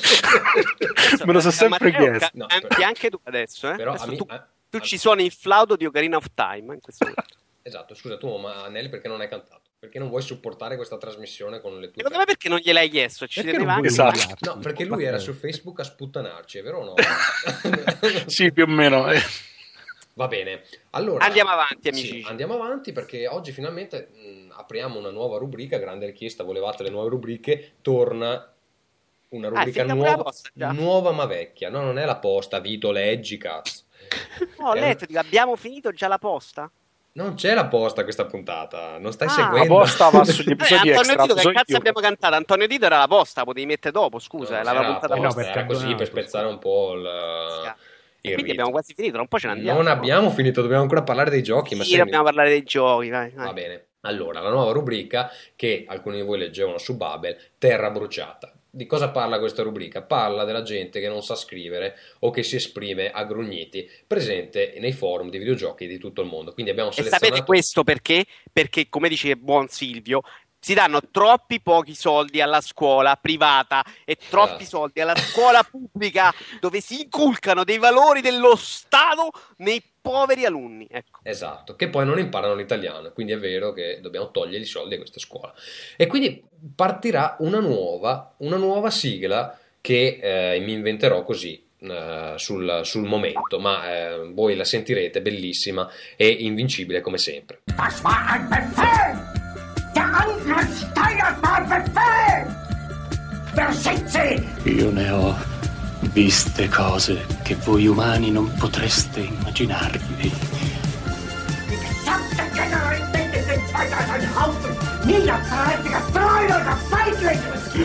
me lo so sempre chiesto. No, anche tu adesso, però adesso tu ci suoni il flauto di Ocarina of Time in questo momento. Esatto, scusa tu, ma Nelly perché non hai cantato? Perché non vuoi supportare questa trasmissione con le tue... Secondo me perché non gliel'hai chiesto? Ci teneva anche. Esatto. No, perché lui era su Facebook a sputtanarci, è vero o no? Sì, più o meno. Va bene, allora andiamo avanti, amici. Sì, andiamo avanti perché oggi finalmente apriamo una nuova rubrica, grande richiesta, volevate le nuove rubriche, torna una rubrica nuova ma vecchia. No, non è la posta, Vito, leggi, cazzo. No, ho letto, abbiamo finito già la posta? Non c'è la posta questa puntata, non stai seguendo. La posta va sugli episodi Antonio extra. Dito, che cazzo abbiamo cantato? Antonio Dito era la posta, potevi mettere dopo, scusa, no, l'aveva puntata posta, era così per spezzare un po' il quindi abbiamo quasi finito, tra un po' ce ne andiamo. Non abbiamo finito, dobbiamo ancora parlare dei giochi. Sì, dobbiamo parlare dei giochi, vai. Va bene. Allora, la nuova rubrica che alcuni di voi leggevano su Babel, Terra bruciata. Di cosa parla questa rubrica? Parla della gente che non sa scrivere o che si esprime a grugniti, presente nei forum di videogiochi di tutto il mondo. Quindi abbiamo selezionato... E sapete questo perché? Perché, come dice buon Silvio, si danno troppi pochi soldi alla scuola privata e troppi soldi alla scuola pubblica, dove si inculcano dei valori dello Stato nei poveri alunni. Ecco. Esatto, che poi non imparano l'italiano, quindi è vero che dobbiamo togliere i soldi a questa scuola. E quindi partirà una nuova sigla che mi inventerò così sul momento, ma voi la sentirete, bellissima e invincibile come sempre. Das war ein Befehl! Der Angriff steigert war Befehl! Versitze! Io ne ho viste cose che voi umani non potreste immaginarvi. Mia carattica troia da Feigling!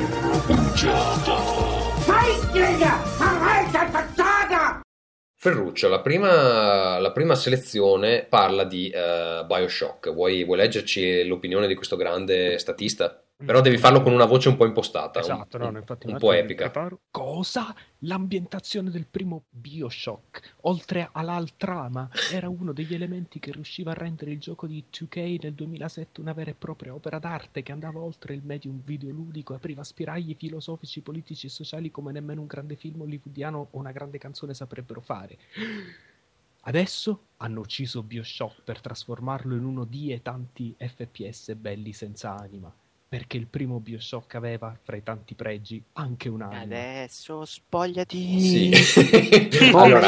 Feigling! Arrête passata! Ferruccio, la prima selezione parla di BioShock. Vuoi leggerci l'opinione di questo grande statista? Però devi farlo con una voce un po' impostata, esatto, infatti un po' epica. Cosa? L'ambientazione del primo BioShock, oltre alla trama, era uno degli elementi che riusciva a rendere il gioco di 2K nel 2007 una vera e propria opera d'arte che andava oltre il medium videoludico e apriva spiragli filosofici, politici e sociali come nemmeno un grande film hollywoodiano o una grande canzone saprebbero fare. Adesso hanno ucciso BioShock per trasformarlo in uno di tanti FPS belli senza anima. Perché il primo BioShock aveva, fra i tanti pregi, anche un'anima. Adesso spogliati. Sì. Allora,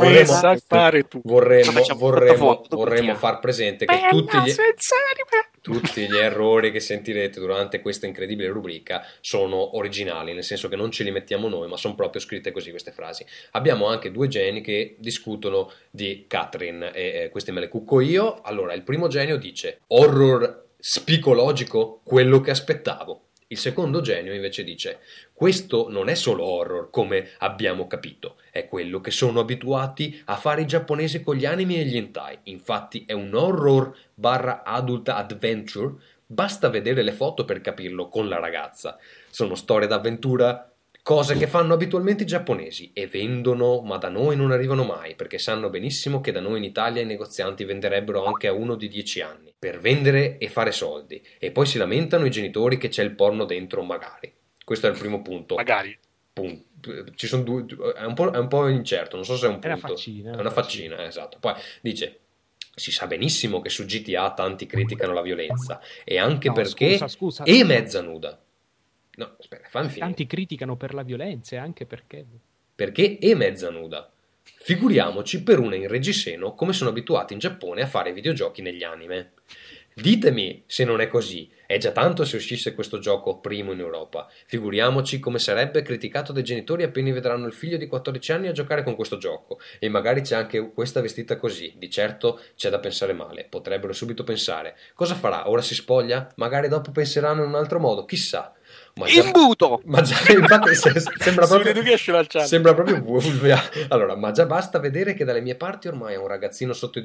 vorremmo far presente che tutti gli errori che sentirete durante questa incredibile rubrica sono originali, nel senso che non ce li mettiamo noi, ma sono proprio scritte così queste frasi. Abbiamo anche due geni che discutono di Catherine e queste me le cucco io. Allora, il primo genio dice horror spicologico, quello che aspettavo. Il secondo genio invece dice questo non è solo horror come abbiamo capito, è quello che sono abituati a fare i giapponesi con gli anime e gli hentai, infatti è un horror / adult adventure, basta vedere le foto per capirlo con la ragazza, sono storie d'avventura, cose che fanno abitualmente i giapponesi e vendono, ma da noi non arrivano mai, perché sanno benissimo che da noi in Italia i negozianti venderebbero anche a uno di 10 anni, per vendere e fare soldi, e poi si lamentano i genitori che c'è il porno dentro, magari. Questo è il primo punto. Magari. Ci sono due, è un po' incerto, non so se è un punto. È una faccina, esatto. Poi dice si sa benissimo che su GTA tanti criticano la violenza, e anche perché scusa, è mezza nuda. No, aspetta, fammi finire. Tanti criticano per la violenza e anche perché è mezza nuda. Figuriamoci per una in reggiseno come sono abituati in Giappone a fare videogiochi negli anime. Ditemi se non è così. È già tanto se uscisse questo gioco primo in Europa. Figuriamoci come sarebbe criticato dai genitori appena vedranno il figlio di 14 anni a giocare con questo gioco. E magari c'è anche questa vestita così. Di certo c'è da pensare male. Potrebbero subito pensare: cosa farà? Ora si spoglia? Magari dopo penseranno in un altro modo. Chissà. Imbuto! Ma già, infatti, sembra proprio vulvea. Allora, ma già basta vedere che dalle mie parti ormai è un ragazzino sotto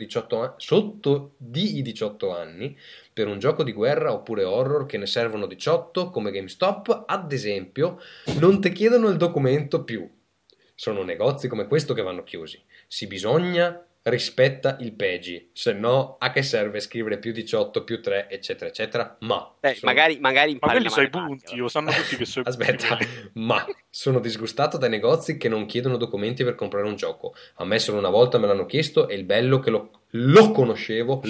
i 18 anni per un gioco di guerra oppure horror che ne servono 18 come GameStop, ad esempio, non ti chiedono il documento più. Sono negozi come questo che vanno chiusi. Si bisogna rispetta il PEGI, se no a che serve scrivere più 18 più 3 eccetera eccetera. Magari impari quelli sono i punti, lo sanno tutti che sono aspetta, ma sono disgustato dai negozi che non chiedono documenti per comprare un gioco. A me solo una volta me l'hanno chiesto e il bello che lo conoscevo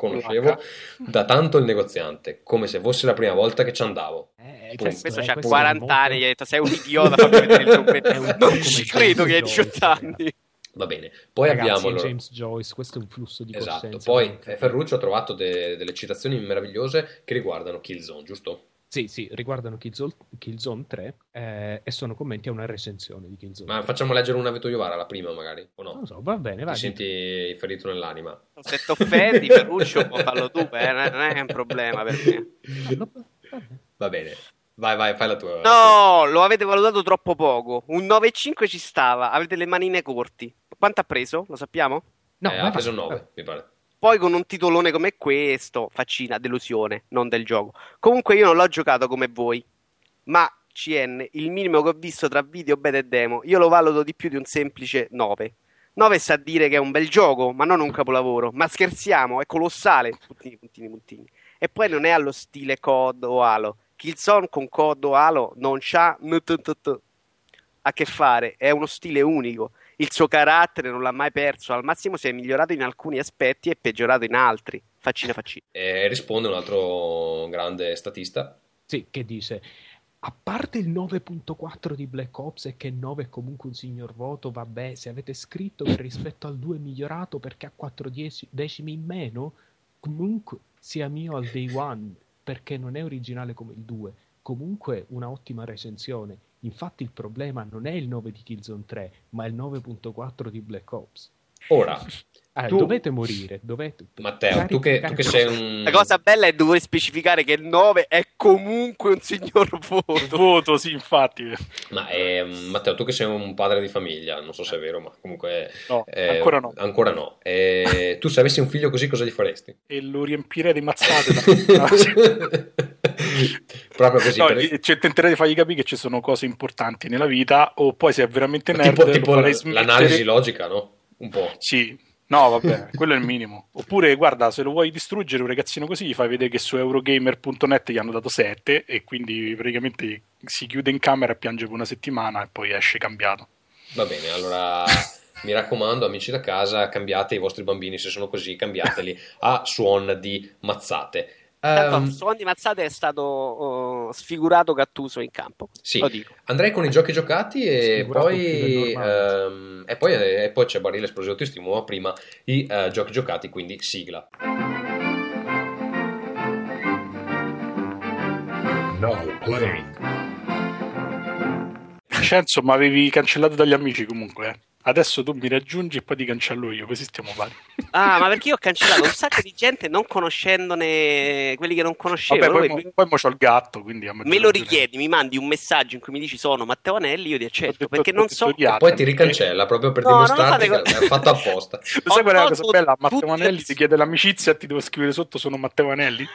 da tanto il negoziante, come se fosse la prima volta che ci andavo. Questo c'ha 40 anni, gli ha detto sei un idiota, fammi vedere il documento. Non ci credo che hai 18 anni. Va bene, poi abbiamo James Joyce, questo è un flusso di coscienza. Esatto, poi Ferruccio ha trovato delle citazioni meravigliose che riguardano Killzone, giusto? Sì, riguardano Killzone 3 e sono commenti a una recensione di Killzone. Ma facciamo leggere una Veto Iovara, la prima magari, o no? Non lo so, va bene, vai. Ti senti ferito nell'anima? Se ti offendi, Ferruccio, può farlo tu, non è un problema per me. Va bene. Vai, fai la tua. No, lo avete valutato troppo poco. Un 9,5 ci stava. Avete le manine corti. Quanto ha preso? Lo sappiamo? No, ha preso 9, mi pare. Poi con un titolone come questo, faccina, delusione, non del gioco. Comunque io non l'ho giocato come voi. Ma CN, il minimo che ho visto tra video, beta e demo, io lo valuto di più di un semplice 9. 9 sa dire che è un bel gioco, ma non un capolavoro. Ma scherziamo, è colossale. Puntini. E poi non è allo stile COD o Halo. Killzone con COD o Halo non c'ha a che fare, è uno stile unico, il suo carattere non l'ha mai perso, al massimo si è migliorato in alcuni aspetti e peggiorato in altri. Faccina. E risponde un altro grande statista. Sì, che dice: a parte il 9.4 di Black Ops e che 9 è comunque un signor voto, vabbè, se avete scritto che rispetto al 2 è migliorato perché ha 4 decimi in meno, comunque sia mio al day one, perché non è originale come il 2, comunque una ottima recensione. Infatti il problema non è il 9 di Killzone 3, ma il 9.4 di Black Ops. Ora, tu... dovete morire, Matteo, tu che sei un... La cosa bella è dover specificare che il 9 è comunque un signor voto. Voto, sì, infatti. Ma Matteo, tu che sei un padre di famiglia, non so se è vero, ma comunque... No, ancora no. Ancora no. Tu se avessi un figlio così, cosa gli faresti? E lo riempirei di mazzate. Proprio così. No, tenterei di fargli capire che ci sono cose importanti nella vita, o poi se è veramente nerd... Tipo l'analisi logica, no? Un po'. Sì. No, vabbè, quello è il minimo. Oppure, guarda, se lo vuoi distruggere un ragazzino così, gli fai vedere che su Eurogamer.net gli hanno dato 7 e quindi praticamente si chiude in camera e piange per una settimana e poi esce cambiato. Va bene, allora mi raccomando, amici da casa, cambiate i vostri bambini, se sono così, cambiateli a suon di mazzate. Suon di mazzate è stato sfigurato Gattuso in campo. Sì, lo dico. Andrei con i giochi giocati e poi c'è Barile Esplosivo Ti Stimo, prima i giochi giocati, quindi sigla. Now play. Vincenzo, ma avevi cancellato dagli amici comunque, Adesso tu mi raggiungi e poi ti cancello io, così stiamo pari. Ah, ma perché io ho cancellato un sacco di gente non conoscendone quelli che non conoscevo. Vabbè, poi c'ho il gatto, quindi me lo richiedi, mi mandi un messaggio in cui mi dici sono Matteo Anelli, io ti accetto, perché non so. E poi ti ricancella proprio per dimostrarti che è fatto apposta. Lo sai qual è la cosa bella? Matteo Anelli ti chiede l'amicizia e ti devo scrivere sotto sono Matteo Anelli.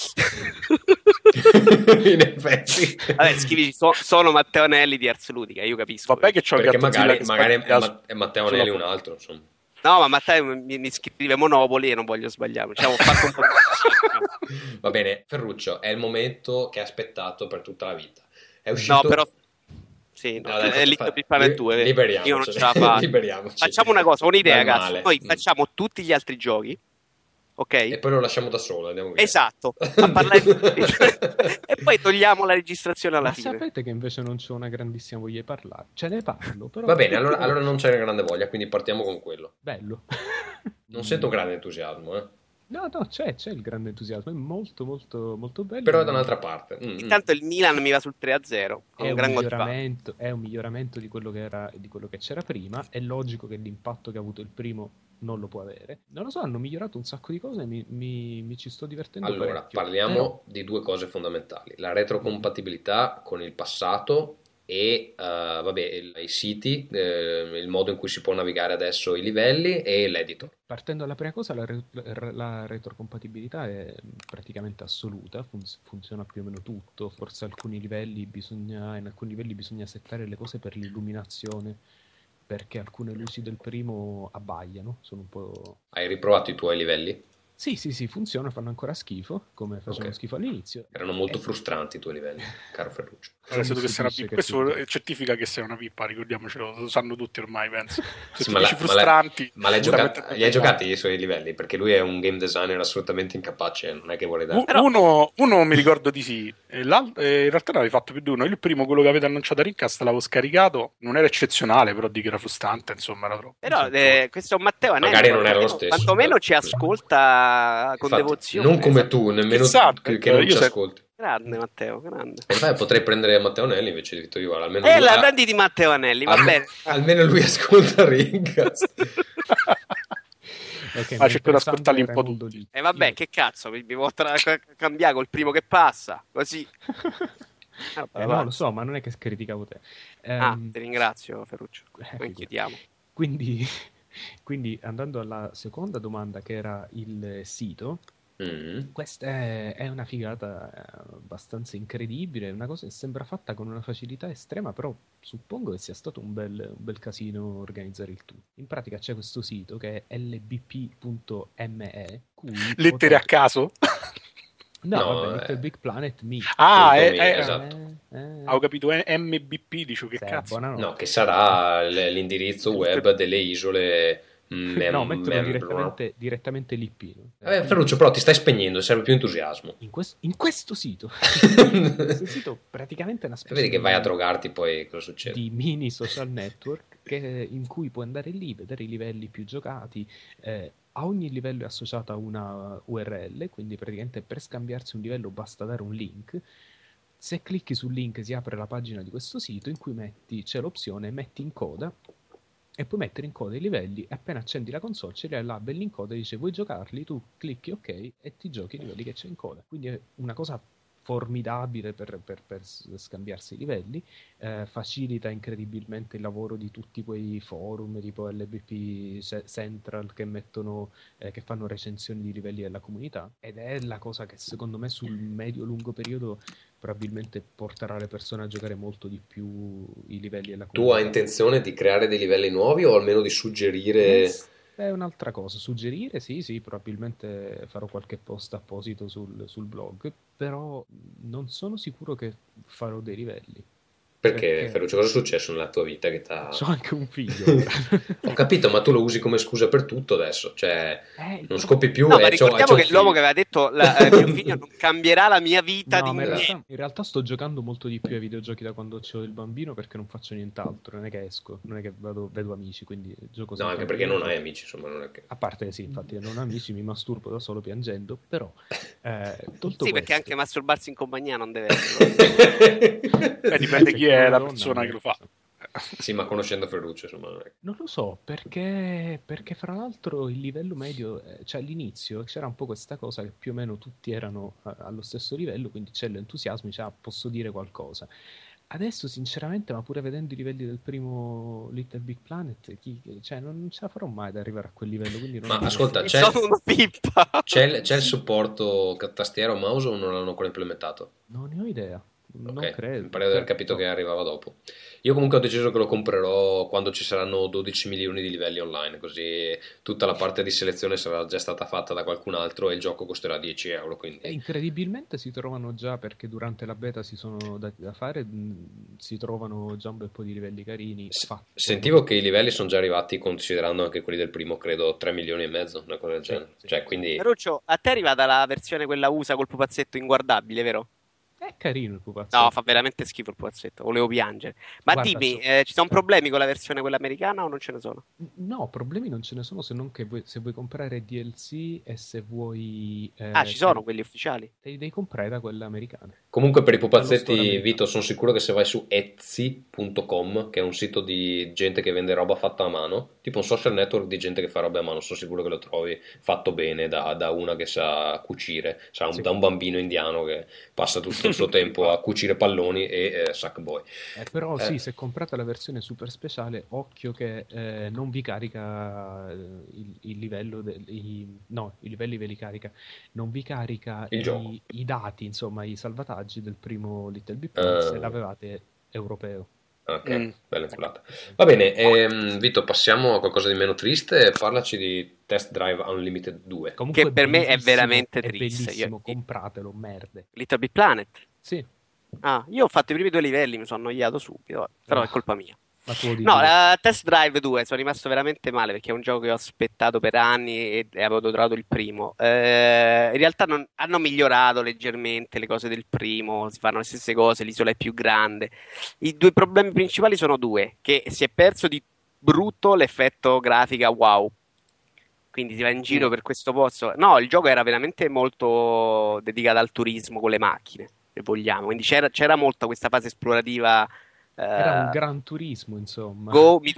In effetti. Vabbè, scrivi sono Matteo Anelli di Ars Ludica, io capisco. Vabbè che c'ho il perché gatto magari è Matteo Anelli un altro, insomma. No, ma Matteo mi scrive Monopoli e non voglio sbagliarmi. Ho fatto un po' di... Va bene, Ferruccio, è il momento che hai aspettato per tutta la vita. È uscito... No, però... Sì, no, è Little Big Planet 2. Io non ce la faccio. Facciamo una cosa, un'idea, cazzo. Noi facciamo tutti gli altri giochi. Ok? E poi lo lasciamo da solo, andiamo via. Esatto, a parlare e poi togliamo la registrazione alla fine. Sapete che invece non c'ho una grandissima voglia di parlare? Ce ne parlo, però... Va bene, allora non c'è una grande voglia, quindi partiamo con quello. Bello. Non sento un grande entusiasmo, No, c'è il grande entusiasmo, è molto molto molto bello. Però è da un'altra parte. Intanto il Milan mi va sul 3-0. È un miglioramento di quello che era, di quello che c'era prima. È logico che l'impatto che ha avuto il primo non lo può avere. Non lo so, hanno migliorato un sacco di cose e mi ci sto divertendo allora, parecchio. Parliamo di due cose fondamentali: la retrocompatibilità con il passato e i siti, il modo in cui si può navigare adesso i livelli e l'editor. Partendo dalla prima cosa, la retrocompatibilità è praticamente assoluta, funziona più o meno tutto. Forse in alcuni livelli bisogna settare le cose per l'illuminazione, perché alcune luci del primo abbaiano, sono un po'... Hai riprovato i tuoi livelli? Sì, funziona, fanno ancora schifo, come facevano schifo all'inizio. Erano molto frustranti i tuoi livelli, caro Ferruccio. Adesso che sei una pippa. Questo certifica che sei una pippa, ricordiamocelo, lo sanno tutti ormai, penso. Se sì, tu dici frustranti... Ma li hai giocati i suoi livelli? Perché lui è un game designer assolutamente incapace, non è che vuole dare... Uno mi ricordo di sì, in realtà ne avevi fatto più di uno. Il primo, quello che avete annunciato a Rincast, l'avevo scaricato, non era eccezionale, però di che era frustrante, insomma, era troppo. Però questo Matteo Anelli magari non era lo stesso. Quantomeno ci ascolta con devozione. Non come tu, nemmeno che non ci ascolti. Grande Matteo, grande. Potrei prendere Matteo Anelli invece di Vittorio Iuvara. La prendi di Matteo Anelli, va bene. Almeno lui ascolta Rincast. Ma cerco di ascoltarli un po' tutti. E vabbè, che cazzo, mi devo cambiare col primo che passa, così. No, lo so, ma non è che criticavo te. Ti ringrazio, Ferruccio. Noi chiediamo. Quindi andando alla seconda domanda, che era il sito, questa è una figata abbastanza incredibile, una cosa che sembra fatta con una facilità estrema, però suppongo che sia stato un bel casino organizzare il tutto. In pratica c'è questo sito che è lbp.me, lettere a caso? No, vabbè, Little Big Planet Me. Esatto. Ho capito, MBP, dico che cazzo. No, che sarà l'indirizzo web delle isole. No, mettono direttamente l'IP. Ferruccio, però ti stai spegnendo, serve più entusiasmo. In questo sito. Questo sito praticamente è una specie. Vedi che vai a drogarti, poi cosa succede? Di mini social network in cui puoi andare lì, vedere i livelli più giocati. A ogni livello è associata una URL, quindi praticamente per scambiarsi un livello basta dare un link. Se clicchi sul link si apre la pagina di questo sito in cui c'è l'opzione metti in coda e puoi mettere in coda i livelli, e appena accendi la console ce l'hai là belli in coda e dice vuoi giocarli, tu clicchi ok e ti giochi i livelli che c'è in coda. Quindi è una cosa formidabile per scambiarsi i livelli, facilita incredibilmente il lavoro di tutti quei forum tipo LBP Central che mettono che fanno recensioni di livelli della comunità, ed è la cosa che secondo me sul medio-lungo periodo probabilmente porterà le persone a giocare molto di più i livelli della comunità. Tu hai intenzione di creare dei livelli nuovi o almeno di suggerire? È un'altra cosa, suggerire sì, probabilmente farò qualche post apposito sul blog, però non sono sicuro che farò dei livelli. Perché Ferruccio, cosa è successo nella tua vita che t'ha... C'ho anche un figlio. Ho capito, ma tu lo usi come scusa per tutto adesso, cioè non scopi più. No, ma ricordiamo che l'uomo che aveva detto mio figlio non cambierà la mia vita no, di in realtà sto giocando molto di più ai videogiochi da quando c'ho il bambino, perché non faccio nient'altro, non è che esco, non è che vedo amici, quindi gioco sempre. No, anche perché non hai amici, insomma, non è che... A parte sì, infatti non ho amici, mi masturbo da solo piangendo, però tolto sì, perché questo... anche masturbarsi in compagnia non deve essere. Dipende chi è la persona che lo fa. Sì, ma conoscendo Ferruccio, insomma, non lo so, perché fra l'altro il livello medio, cioè all'inizio c'era un po' questa cosa che più o meno tutti erano allo stesso livello, quindi c'è l'entusiasmo, cioè posso dire qualcosa. Adesso sinceramente, ma pure vedendo i livelli del primo Little Big Planet, cioè non ce la farò mai ad arrivare a quel livello, quindi non. Ma ascolta, c'è il supporto tastiera o mouse o non l'hanno ancora implementato? Non ne ho idea. Non Ok, credo. mi pare di aver capito che arrivava dopo. Io comunque ho deciso che lo comprerò quando ci saranno 12 milioni di livelli online, così tutta la parte di selezione sarà già stata fatta da qualcun altro e il gioco costerà 10 euro. Quindi... E incredibilmente si trovano già, perché durante la beta si sono dati da fare, si trovano già un bel po' di livelli carini. Sentivo che i livelli sono già arrivati, considerando anche quelli del primo, credo 3 milioni e mezzo, una cosa del genere. Sì. Cioè, quindi... Ferruccio, a te è arrivata la versione quella USA col pupazzetto inguardabile, vero? È carino il pupazzetto. No, fa veramente schifo il pupazzetto, volevo piangere. Ma guarda, dimmi, ci sono problemi con la versione quella americana o non ce ne sono? No, problemi non ce ne sono, se non che se vuoi comprare DLC e se vuoi... ci sono quelli ufficiali? Te li devi comprare da quelle americane. Comunque per i pupazzetti, Vito, sono sicuro che se vai su Etsy.com, che è un sito di gente che vende roba fatta a mano, tipo un social network di gente che fa roba a mano, sono sicuro che lo trovi fatto bene da una che sa cucire, da un bambino indiano che passa tutto il suo tempo a cucire palloni e Sackboy. Però sì, se comprate la versione super speciale, occhio che non vi carica il livello i livelli ve li carica, non vi carica i dati, insomma i salvataggi del primo Little Big Planet se l'avevate europeo. Ok, bella inculata. Va bene, Vito, passiamo a qualcosa di meno triste. Parlaci di Test Drive Unlimited 2. Comunque che per me è veramente è triste. Bellissimo, compratelo, merde. Little Big Planet? Sì. Io ho fatto i primi 2 livelli, mi sono annoiato subito, però è colpa mia. No, Test Drive 2 sono rimasto veramente male perché è un gioco che ho aspettato per anni e avevo adorato il primo. In realtà hanno migliorato leggermente le cose del primo, si fanno le stesse cose, l'isola è più grande. I due problemi principali sono due: che si è perso di brutto l'effetto grafica wow, quindi si va in giro per questo posto. No, il gioco era veramente molto dedicato al turismo con le macchine, se vogliamo, quindi c'era molto questa fase esplorativa. Era un gran turismo, insomma.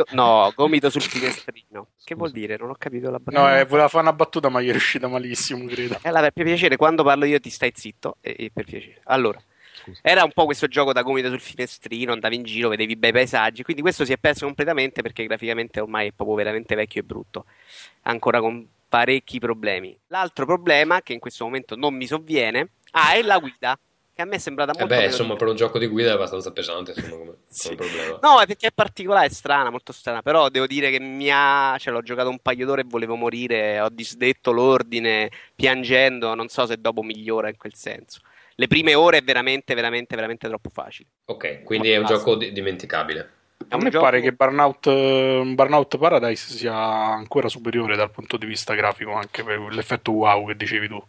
Gomito sul finestrino. Scusa. Che vuol dire? Non ho capito la battuta. No, voleva fare una battuta, ma gli è riuscita malissimo, credo. Allora, per piacere, quando parlo io ti stai zitto. E per piacere. Allora, era un po' questo gioco da gomito sul finestrino, andavi in giro, vedevi bei paesaggi. Quindi questo si è perso completamente perché graficamente ormai è proprio veramente vecchio e brutto. Ancora con parecchi problemi. L'altro problema, che in questo momento non mi sovviene, è la guida. Che a me è sembrata molto insomma, per un gioco di guida è abbastanza pesante, insomma, come problema. No, è perché è particolare, è strana, molto strana. Però devo dire che l'ho giocato un paio d'ore e volevo morire. Ho disdetto l'ordine piangendo. Non so se dopo migliora in quel senso. Le prime ore è veramente, veramente, veramente troppo facile. Ok, quindi è un gioco dimenticabile. A me pare che Burnout Paradise sia ancora superiore dal punto di vista grafico, anche per l'effetto wow che dicevi tu.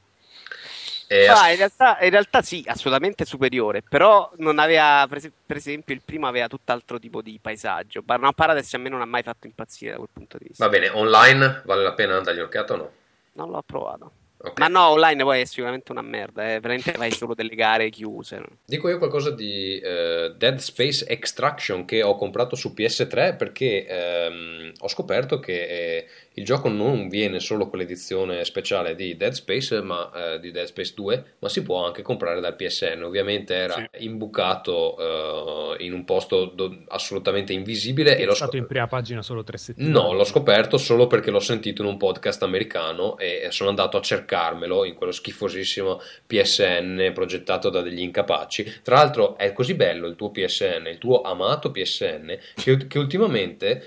In realtà sì, assolutamente superiore, però non aveva, per esempio, il primo aveva tutt'altro tipo di paesaggio. Burnout Paradise a me non ha mai fatto impazzire da quel punto di vista. Va bene, online vale la pena dargli un'occhiata o no? Non l'ho provato. Okay. Ma no, online poi è sicuramente una merda, veramente fai solo delle gare chiuse. Dico io qualcosa di Dead Space Extraction che ho comprato su PS3 perché ho scoperto che il gioco non viene solo con l'edizione speciale di Dead Space, ma di Dead Space 2, ma si può anche comprare dal PSN. Ovviamente era imbucato in un posto assolutamente invisibile. È E stato in prima pagina solo 3 settimane. No, l'ho scoperto solo perché l'ho sentito in un podcast americano e sono andato a cercarmelo in quello schifosissimo PSN progettato da degli incapaci. Tra l'altro è così bello il tuo PSN, il tuo amato PSN, che ultimamente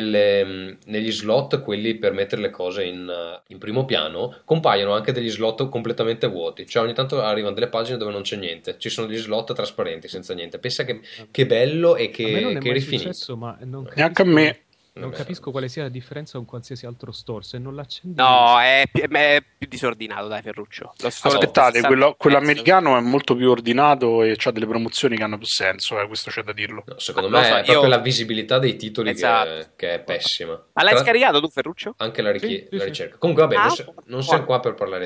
negli slot, quelli per mettere le cose in primo piano, compaiono anche degli slot completamente vuoti. Cioè ogni tanto arrivano delle pagine dove non c'è niente, ci sono degli slot trasparenti senza niente. Pensa che bello e che, a me non è che mai rifinito. successo, ma non neanche a me. Non capisco quale sia la differenza con qualsiasi altro store. Se non l'accendi, no, è più disordinato, dai, Ferruccio. Aspettate, quello americano è molto più ordinato e ha delle promuzioni che hanno più senso, questo c'è da dirlo. No, secondo me è proprio la visibilità dei titoli che è pessima. Ma l'hai scaricato tu, Ferruccio? Anche la ricerca. Comunque vabbè, non siamo qua per parlare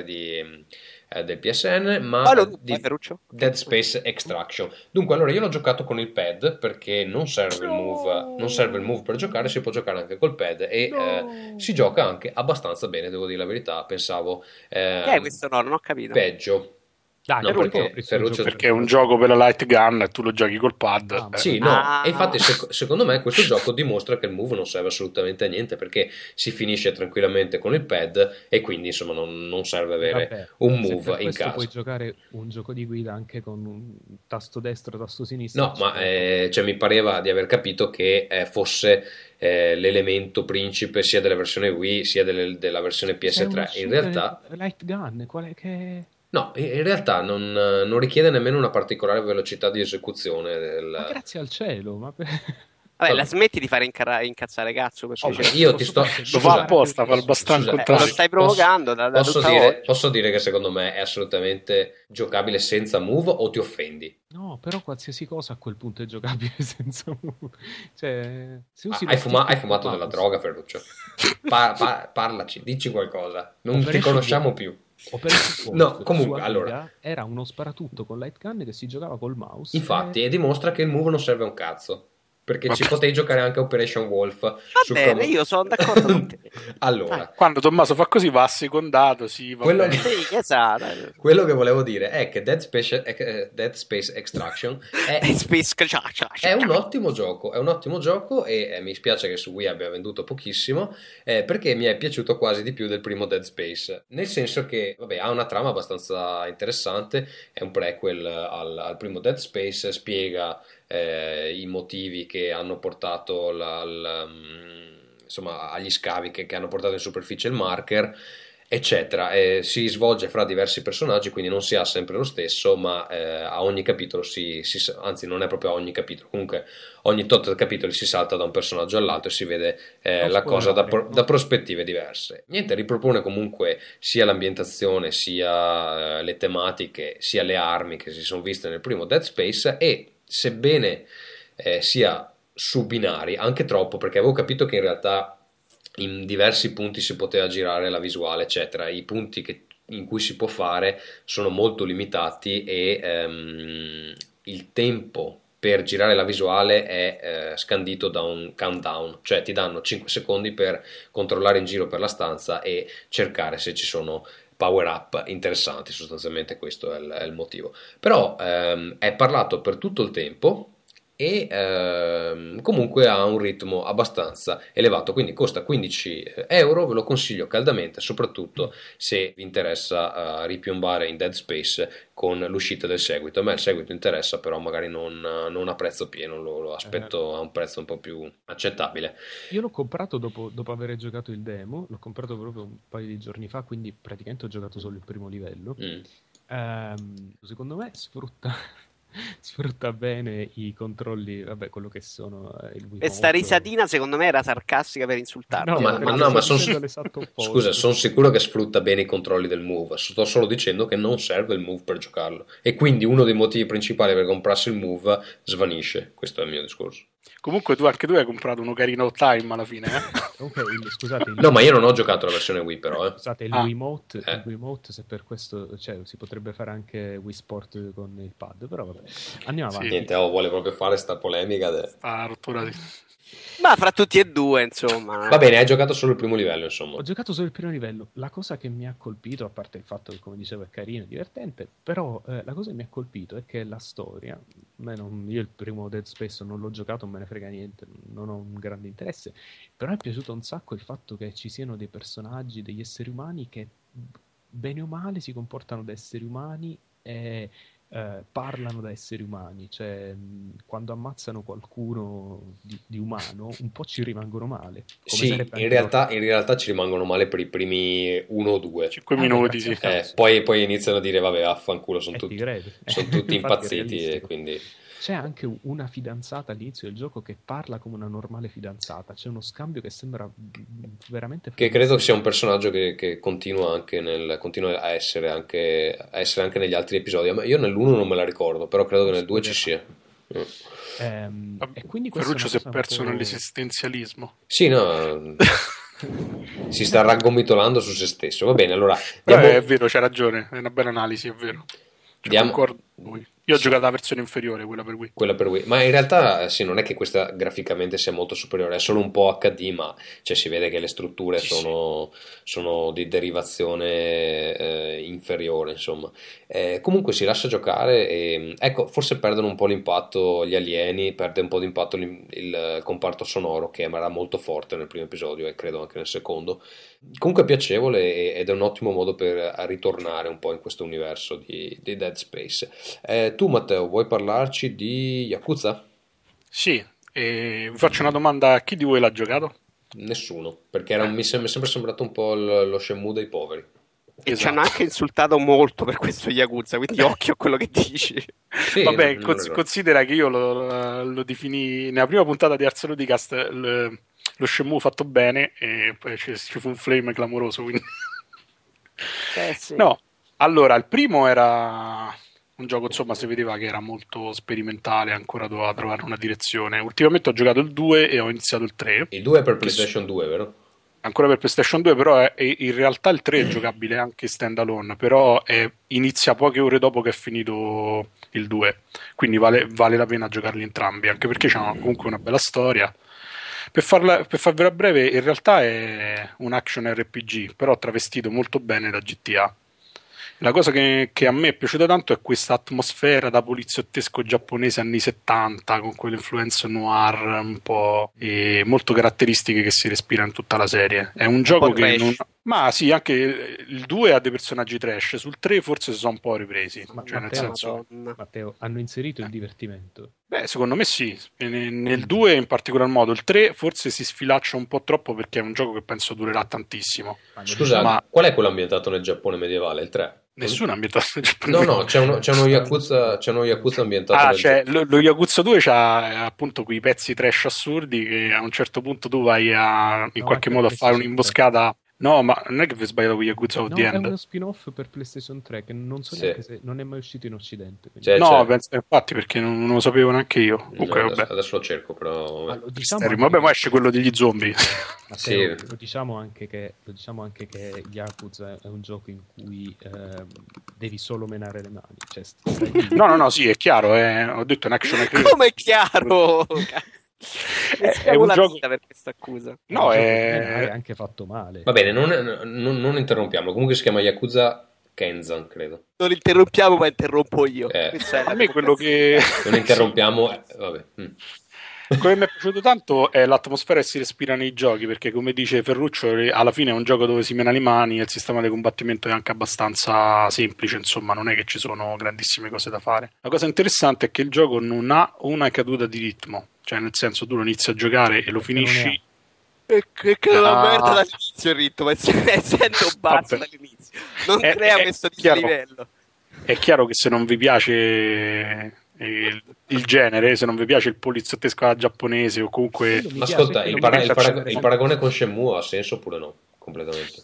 del PSN, ma di Dead Space Extraction. Dunque, allora io l'ho giocato con il pad perché non serve il move per giocare, si può giocare anche col pad e si gioca anche abbastanza bene, devo dire la verità. Pensavo questo non ho capito. Peggio. Dai, no, perché è un gioco per la light gun e tu lo giochi col pad. Sì, no. E infatti secondo me questo gioco dimostra che il move non serve assolutamente a niente, perché si finisce tranquillamente con il pad e quindi insomma non serve avere un move in casa. Puoi giocare un gioco di guida anche con un tasto destro, tasto sinistro. No, ma mi pareva di aver capito che fosse l'elemento principe sia della versione Wii sia della versione PS3. In realtà light gun, qual è che... No, in realtà non richiede nemmeno una particolare velocità di esecuzione. Ma grazie al cielo, ma vabbè, la smetti di fare incazzare cazzo. Io ti sto. Lo fa apposta, fa il bastante contrario. Lo stai provocando. Posso dire che secondo me è assolutamente giocabile senza move o ti offendi? No, però qualsiasi cosa a quel punto è giocabile senza move. Cioè, se usi hai fumato della droga, Ferruccio? Parlaci, dici qualcosa. Non ti conosciamo più. No, comunque, allora era uno sparatutto con light gun che si giocava col mouse. Infatti, e dimostra che il move non serve a un cazzo. Perché ci potevi giocare anche a Operation Wolf. Va bene, io sono d'accordo con te. Allora, quando Tommaso fa così va assecondato, sì, va quello bene. Quello che volevo dire è che Dead Space Extraction è un ottimo gioco. È un ottimo gioco e mi spiace che su Wii abbia venduto pochissimo, perché mi è piaciuto quasi di più del primo Dead Space. Nel senso che, vabbè, ha una trama abbastanza interessante, è un prequel al primo Dead Space, spiega i motivi che hanno portato insomma agli scavi che hanno portato in superficie il marker, eccetera. Si svolge fra diversi personaggi, quindi non si ha sempre lo stesso, ma a ogni capitolo anzi non è proprio a ogni capitolo, comunque ogni tot capitoli si salta da un personaggio all'altro e si vede la cosa da prospettive diverse. Niente, ripropone comunque sia l'ambientazione sia le tematiche sia le armi che si sono viste nel primo Dead Space, e sebbene sia su binari, anche troppo, perché avevo capito che in realtà in diversi punti si poteva girare la visuale, eccetera. I punti in cui si può fare sono molto limitati e il tempo per girare la visuale è scandito da un countdown, cioè ti danno 5 secondi per controllare in giro per la stanza e cercare se ci sono power up interessanti. Sostanzialmente questo è il motivo, però è parlato per tutto il tempo e comunque ha un ritmo abbastanza elevato, quindi costa 15 euro, ve lo consiglio caldamente, soprattutto se vi interessa ripiombare in Dead Space con l'uscita del seguito. A me il seguito interessa, però magari non a prezzo pieno, lo aspetto a un prezzo un po' più accettabile. Io l'ho comprato dopo aver giocato il demo, l'ho comprato proprio un paio di giorni fa, quindi praticamente ho giocato solo il primo livello. Secondo me sfrutta bene i controlli, vabbè, quello che sono questa risatina secondo me era sarcastica per insultarti. Scusa, sono sicuro che sfrutta bene i controlli del move, sto solo dicendo che non serve il move per giocarlo, e quindi uno dei motivi principali per comprarsi il move svanisce. Questo è il mio discorso. Comunque anche tu hai comprato un Ocarina of Time alla fine, Comunque, scusate, No, ma io non ho giocato la versione Wii, però. Scusate, il Wiimote, se per questo, cioè, si potrebbe fare anche Wii Sport con il pad, però vabbè. Andiamo avanti. Niente, vuole proprio fare sta polemica. Rottura di... Ma fra tutti e due, insomma. Va bene, hai giocato solo il primo livello, insomma. Ho giocato solo il primo livello. La cosa che mi ha colpito, a parte il fatto che, come dicevo, è carino, è divertente, però la cosa che mi ha colpito è che la storia, io il primo Dead Space non l'ho giocato, non me ne frega niente, non ho un grande interesse, però mi è piaciuto un sacco il fatto che ci siano dei personaggi, degli esseri umani che bene o male si comportano da esseri umani e parlano da esseri umani, cioè quando ammazzano qualcuno di umano un po' ci rimangono male. Sì, in realtà ci rimangono male per i primi 1 o 2 5 minuti, sì. Poi iniziano a dire vabbè, affanculo, sono tutti impazziti realistico. E quindi c'è anche una fidanzata all'inizio del gioco che parla come una normale fidanzata, c'è uno scambio che sembra veramente che credo sia un personaggio che continua a essere anche negli altri episodi. Io nell'1 non me la ricordo, però credo che nel 2 ci sia. E quindi Ferruccio si è perso nell'esistenzialismo. Sì, no. Si sta raggomitolando su se stesso. Va bene, allora è vero, c'è ragione, è una bella analisi, è vero. Concordo con voi. Io ho giocato la versione inferiore, quella per Wii. Ma in realtà sì, non è che questa graficamente sia molto superiore, è solo un po' HD, ma cioè, si vede che le strutture sono di derivazione inferiore, insomma. Comunque si lascia giocare e ecco, forse perdono un po' l'impatto gli alieni, perde un po' di impatto il comparto sonoro, che era molto forte nel primo episodio e credo anche nel secondo. Comunque è piacevole ed è un ottimo modo per ritornare un po' in questo universo di Dead Space. Tu Matteo, vuoi parlarci di Yakuza? Sì, vi faccio una domanda: a chi di voi l'ha giocato? Nessuno, perché mi è sempre sembrato un po' lo Shenmue dei poveri. Esatto. Ci hanno anche insultato molto per questo Yakuza, quindi occhio a quello che dici. Sì, vabbè, considera che io lo definii nella prima puntata di Arzeludicast lo Shenmue fatto bene e poi ci fu un flame clamoroso, quindi... sì. No, allora il primo era un gioco, insomma, si vedeva che era molto sperimentale, ancora doveva trovare una direzione. Ultimamente ho giocato il 2 e ho iniziato il 3. Il 2 è per PlayStation 2, vero? Ancora per PlayStation 2, però in realtà il 3 è giocabile anche stand alone, però inizia poche ore dopo che è finito il 2, quindi vale la pena giocarli entrambi, anche perché c'è comunque una bella storia. Per farvela breve, in realtà è un action RPG, però travestito molto bene da GTA. La cosa che a me è piaciuta tanto è questa atmosfera da poliziottesco giapponese anni 70, con quelle influenze noir un po' molto caratteristiche che si respira in tutta la serie. È un gioco che non... Ma sì, anche il 2 ha dei personaggi trash, sul 3 forse si sono un po' ripresi. Matteo, hanno inserito il divertimento? Beh, secondo me sì, nel 2 in particolar modo. Il 3 forse si sfilaccia un po' troppo perché è un gioco che penso durerà tantissimo. Scusa, qual è quello ambientato nel Giappone medievale? Il 3? Nessuno ambientato nel Giappone. No, c'è uno Yakuza ambientato lo Yakuza 2 c'ha appunto quei pezzi trash assurdi che a un certo punto tu vai in qualche modo a fare un'imboscata. No, ma non è che vi sbagliate con Yakuza of the End. È uno spin-off per PlayStation 3 che non so neanche se non è mai uscito in Occidente. Penso, infatti, perché non lo sapevo neanche io. Comunque, adesso lo cerco, però vabbè, ma esce quello degli zombie. Matteo, lo diciamo anche che Yakuza è un gioco in cui devi solo menare le mani. Cioè, no, sì, è chiaro, ho detto un action RPG. Come è chiaro? È un gioco per questa accusa. No, è anche fatto male. Va bene, non interrompiamolo. Comunque si chiama Yakuza Kenzan, credo. Non interrompiamo, ma interrompo io. A me quello che non interrompiamo, vabbè. Quello che mi è piaciuto tanto è l'atmosfera che si respira nei giochi, perché come dice Ferruccio, alla fine è un gioco dove si mena le mani e il sistema di combattimento è anche abbastanza semplice, insomma, non è che ci sono grandissime cose da fare. La cosa interessante è che il gioco non ha una caduta di ritmo, cioè nel senso tu lo inizi a giocare e lo finisci. Che una merda dall'inizio il ritmo, essendo basso dall'inizio, non crea questo livello. È chiaro che se non vi piace il genere, se non vi piace il poliziottesco alla giapponese o comunque... Ma ascolta, il paragone con Shenmue ha senso oppure no? Completamente.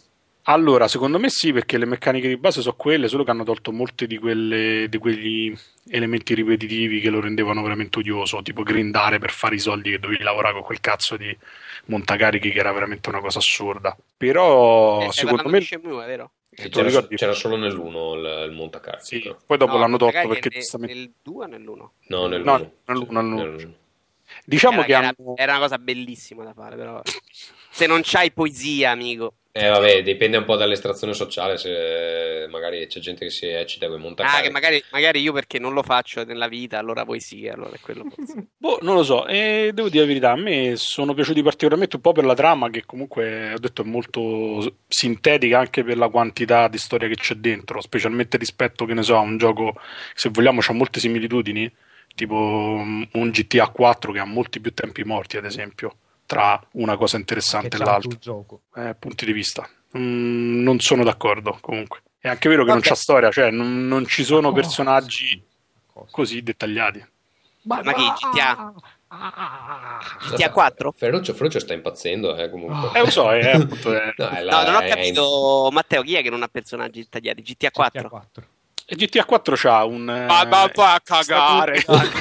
Allora, secondo me sì, perché le meccaniche di base sono quelle, solo che hanno tolto molte di quegli elementi ripetitivi che lo rendevano veramente odioso, tipo grindare per fare i soldi che dovevi lavorare con quel cazzo di montacarichi che era veramente una cosa assurda. Però, secondo me... Shenmue, vero? C'era solo nell'1 il montacarichi. Sì, poi dopo l'hanno tolto perché nel 2 o nell'1? No, nell'1. Nell'1. Diciamo era una cosa bellissima da fare, però se non c'hai poesia, amico. Vabbè, dipende un po' dall'estrazione sociale, se magari c'è gente che si eccita con i montacarichi. Che magari io perché non lo faccio nella vita, allora voi sì, allora è quello forse. Boh, non lo so, devo dire la verità, a me sono piaciuti particolarmente un po' per la trama, che comunque ho detto è molto sintetica anche per la quantità di storia che c'è dentro, specialmente rispetto, che ne so, a un gioco, se vogliamo, c'ha molte similitudini, tipo un GTA 4 che ha molti più tempi morti, ad esempio, tra una cosa interessante e l'altra. Punti di vista. Non sono d'accordo, comunque. È anche vero che non c'ha storia, cioè non ci sono personaggi così dettagliati. Ma che GTA? GTA 4? Ferruccio sta impazzendo, comunque. Lo so, appunto. No, non ho capito, Matteo, chi è che non ha personaggi dettagliati? GTA 4? E GTA 4 c'ha un... Ma va a cagare!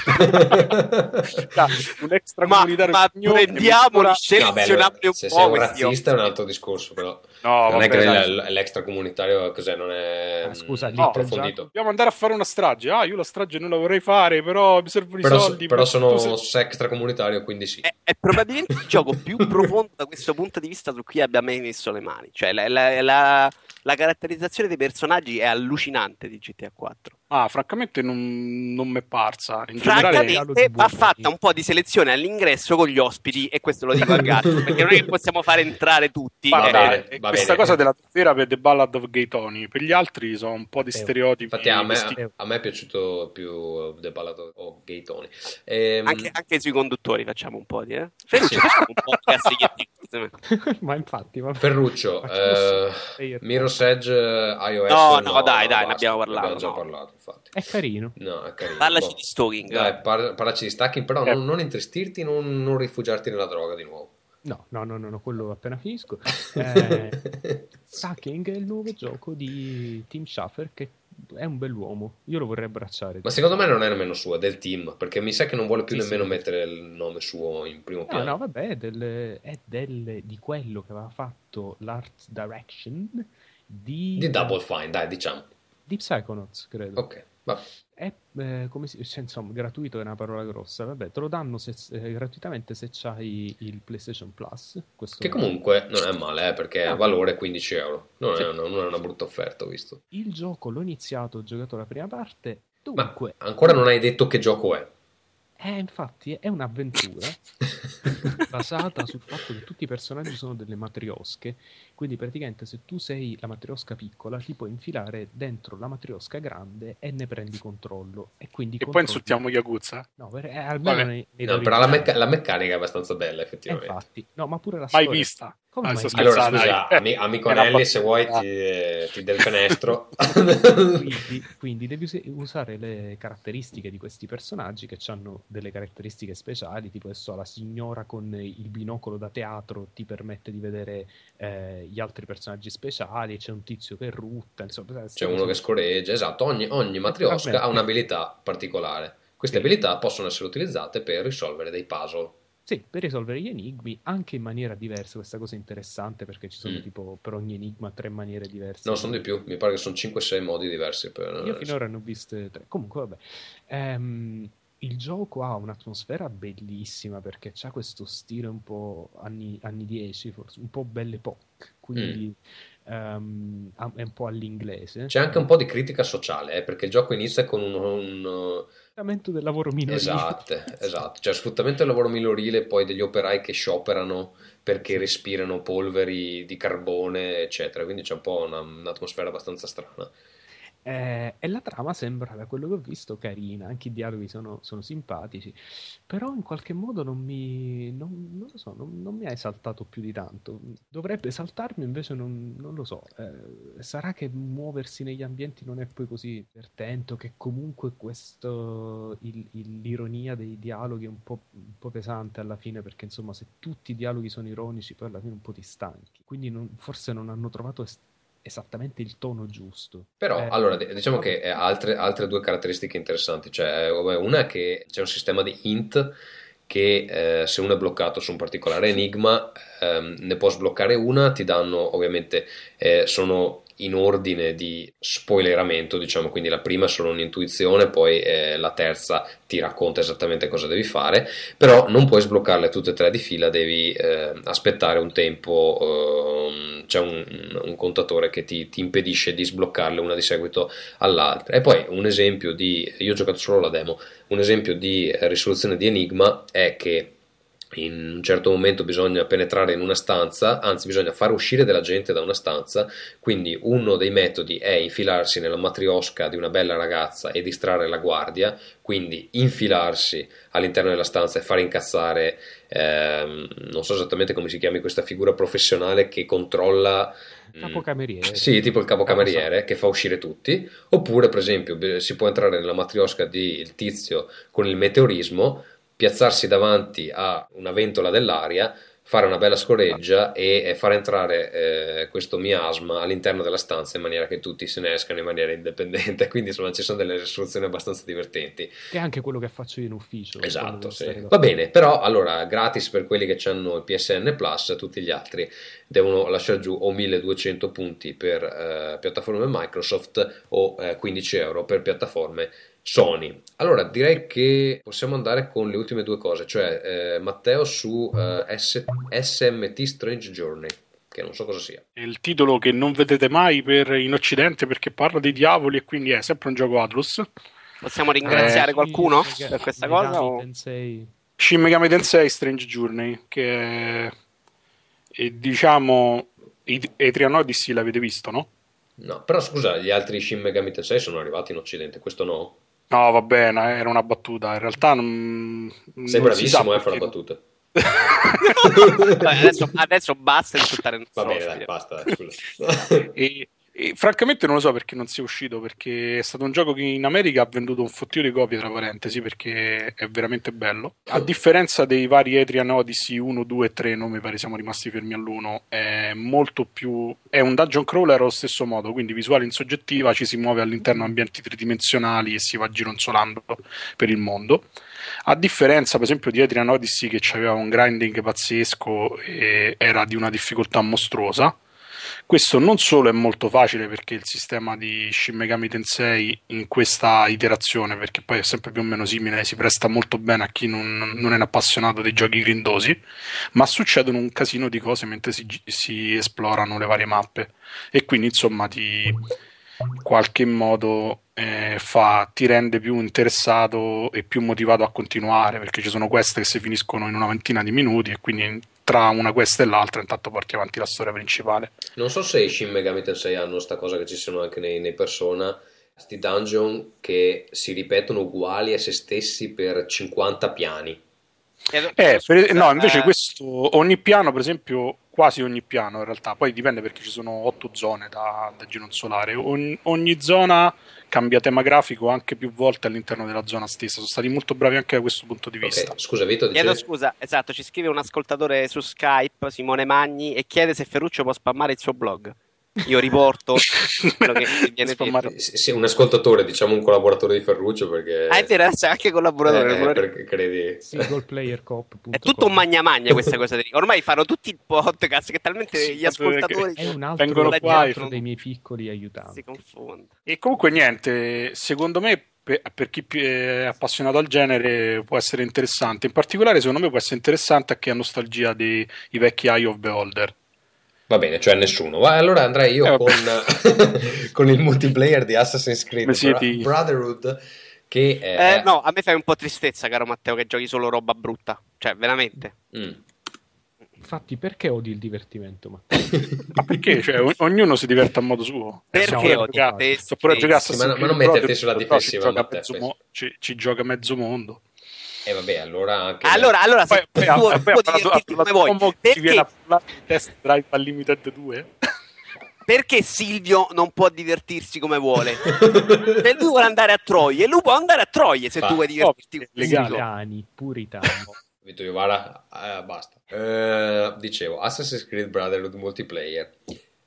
un extra comunitario. Ma prendiamoli, selezionabili un se po'. Se sei un razzista è un altro discorso, però. No, non vabbè, è che l'extra comunitario cos'è? Non è scusa, lì approfondito. Dobbiamo andare a fare una strage. Io la strage non la vorrei fare, però mi servono i soldi. Però sono extra comunitario, quindi sì. È probabilmente il gioco più profondo da questo punto di vista su cui abbia mai messo le mani. Cioè, la caratterizzazione dei personaggi è allucinante di GTA 4. Francamente non mi è parsa. Francamente va fatta un po' di selezione all'ingresso con gli ospiti, e questo lo dico a Gatto, perché non è che possiamo fare entrare tutti. Questa cosa della vera per The Ballad of Gay Tony, per gli altri sono un po' di stereotipi. Infatti a me è piaciuto più The Ballad of Gay Tony. Anche sui conduttori facciamo un po' di Ferruccio, facciamo un po' di castighetti. Ma infatti Ferruccio, Mirror's Edge iOS no, dai, ne abbiamo parlato. Abbiamo già parlato, infatti. È carino. No, è carino. Parlaci di stalking. Dai, parlaci di stalking, però non intristirti, non rifugiarti nella droga di nuovo. No, quello appena finisco. Stalking è il nuovo gioco di Tim Schafer, che è un bell'uomo. Io lo vorrei abbracciare. Ma secondo me non è nemmeno suo, è del team, perché mi sa che non vuole più nemmeno mettere il nome suo in primo piano. No, vabbè, è di quello che aveva fatto l'art direction di Double Fine, dai, diciamo. Di Psychonauts, credo. Ok, vabbè. È insomma, gratuito è una parola grossa, vabbè, te lo danno gratuitamente se c'hai il PlayStation Plus. Che comunque non è male, perché ha valore 15 euro. Non è una brutta offerta, ho visto. Il gioco l'ho iniziato, ho giocato la prima parte. Dunque, ma ancora non hai detto che gioco è. Infatti è un'avventura basata sul fatto che tutti i personaggi sono delle matriosche, quindi praticamente se tu sei la matriosca piccola ti puoi infilare dentro la matriosca grande e ne prendi controllo, e quindi poi insultiamo Yakuza? No, almeno nei però la meccanica è abbastanza bella, effettivamente. Infatti, no, ma pure la mai storia. Vista. Allora scusa, amico Nelly, se vuoi ti del fenestro. quindi devi usare le caratteristiche di questi personaggi, che hanno delle caratteristiche speciali, tipo adesso la signora con il binocolo da teatro ti permette di vedere gli altri personaggi speciali, c'è un tizio che rutta, insomma, c'è uno che scorreggia, esatto, ogni matriosca ha un'abilità particolare. Queste abilità possono essere utilizzate per risolvere dei puzzle. Sì, per risolvere gli enigmi anche in maniera diversa. Questa cosa è interessante, perché ci sono tipo per ogni enigma 3 maniere diverse. No, sono di più, mi pare che sono 5-6 modi diversi. Io finora ne ho viste 3. Comunque vabbè, il gioco ha un'atmosfera bellissima, perché c'ha questo stile un po' anni 10, forse un po' Belle Époque, quindi è un po' all'inglese. C'è anche un po' di critica sociale, perché il gioco inizia con un sfruttamento del lavoro minorile. Esatto, cioè sfruttamento del lavoro minorile, poi degli operai che scioperano perché respirano polveri di carbone, eccetera, quindi c'è un po' un'atmosfera abbastanza strana. E la trama sembra, da quello che ho visto, carina, anche i dialoghi sono simpatici, però in qualche modo non mi ha esaltato più di tanto. Dovrebbe esaltarmi, invece non lo so. Sarà che muoversi negli ambienti non è poi così divertente, che comunque l'ironia dei dialoghi è un po' pesante alla fine, perché insomma se tutti i dialoghi sono ironici poi alla fine un po' ti stanchi, quindi forse non hanno trovato esattamente il tono giusto. Però, allora, diciamo che altre due caratteristiche interessanti. Cioè, una è che c'è un sistema di hint che se uno è bloccato su un particolare enigma ne può sbloccare una, ti danno ovviamente sono in ordine di spoileramento, diciamo, quindi la prima è solo un'intuizione, poi la terza ti racconta esattamente cosa devi fare, però non puoi sbloccarle tutte e tre di fila, devi aspettare un tempo, c'è un contatore che ti impedisce di sbloccarle una di seguito all'altra. E poi un esempio io ho giocato solo la demo, un esempio di risoluzione di enigma è che in un certo momento bisogna penetrare in una stanza, anzi bisogna far uscire della gente da una stanza, quindi uno dei metodi è infilarsi nella matriosca di una bella ragazza e distrarre la guardia, quindi infilarsi all'interno della stanza e fare incazzare, non so esattamente come si chiami questa figura professionale che controlla... Capocameriere. Sì, tipo il capocameriere che fa uscire tutti, oppure per esempio si può entrare nella matriosca del tizio con il meteorismo, piazzarsi davanti a una ventola dell'aria, fare una bella scoreggia e far entrare questo miasma all'interno della stanza in maniera che tutti se ne escano in maniera indipendente. Quindi insomma ci sono delle risoluzioni abbastanza divertenti. Che è anche quello che faccio io in ufficio. Esatto, sì. Va bene, però allora gratis per quelli che hanno il PSN Plus, tutti gli altri devono lasciare giù o 1200 punti per piattaforme Microsoft o 15 euro per piattaforme Sony. Allora direi che possiamo andare con le ultime due cose, cioè Matteo su SMT Strange Journey, che non so cosa sia. È il titolo che non vedete mai in Occidente perché parla dei diavoli e quindi è sempre un gioco Atlus. Possiamo ringraziare qualcuno per questa cosa? Shin Megami Tensei Strange Journey, che è, diciamo, Etrian Odyssey l'avete visto, no? No, però scusa, gli altri Shin Megami Tensei sono arrivati in Occidente, questo no? No, va bene, era una battuta. In realtà non sei bravissimo a fare la battuta. adesso basta insultare. Va bene, dai, basta. Scusa. E francamente non lo so perché non sia uscito, perché è stato un gioco che in America ha venduto un fottio di copie, tra parentesi, perché è veramente bello. A differenza dei vari Etrian Odyssey 1, 2 e 3, non mi pare siamo rimasti fermi all'1, è molto più... è un dungeon crawler allo stesso modo, quindi visuale in soggettiva, ci si muove all'interno di ambienti tridimensionali e si va gironzolando per il mondo. A differenza per esempio di Etrian Odyssey, che aveva un grinding pazzesco e era di una difficoltà mostruosa, questo non solo è molto facile perché il sistema di Shin Megami Tensei in questa iterazione, perché poi è sempre più o meno simile, si presta molto bene a chi non è un appassionato dei giochi grindosi, ma succedono un casino di cose mentre si esplorano le varie mappe e quindi insomma in qualche modo ti rende più interessato e più motivato a continuare, perché ci sono quest che si finiscono in una ventina di minuti e quindi tra una quest e l'altra intanto porti avanti la storia principale. Non so se i Shin Megami Tensei hanno sta cosa che ci sono anche nei Persona, sti dungeon che si ripetono uguali a se stessi per 50 piani. No, invece questo ogni piano, per esempio, quasi ogni piano in realtà, poi dipende perché ci sono 8 zone da gironzolare, ogni zona cambia tema grafico anche più volte all'interno della zona stessa, sono stati molto bravi anche da questo punto di vista. Okay. Scusa Vito, scusa, esatto, ci scrive un ascoltatore su Skype, Simone Magni, e chiede se Ferruccio può spammare il suo blog. Io riporto quello che viene detto. Sì, un ascoltatore, diciamo un collaboratore di Ferruccio, perché ti interessa anche collaboratore, perché credi singleplayercop.com. è tutto un magna questa cosa ormai fanno tutti il podcast che talmente gli ascoltatori è un vengono qua dei miei piccoli aiutanti, si confonde. E comunque niente, secondo me per chi è appassionato al genere può essere interessante, in particolare secondo me può essere interessante a chi ha nostalgia dei vecchi Eye of Beholder. Va bene, cioè nessuno. Allora andrei io con il multiplayer di Assassin's Creed Brotherhood, che no, a me fai un po' tristezza, caro Matteo, che giochi solo roba brutta, cioè veramente. Infatti, perché odi il divertimento, Matteo? Ma perché? Cioè, ognuno si diverte a modo suo. Perché odi te? Sto pure a giocare Assassin's Creed, ma non metterti sulla difensiva, ci gioca mezzo mondo. E vabbè, allora anche allora se tu puoi divertirti come vuoi, perché viene a parlare di Test Drive Unlimited 2? Perché Silvio non può divertirsi come vuole? Se lui vuole andare a Troie, lui può andare a Troie se tu vuoi divertirti. Puritani. Vito Iovara, basta. Dicevo, Assassin's Creed Brotherhood multiplayer.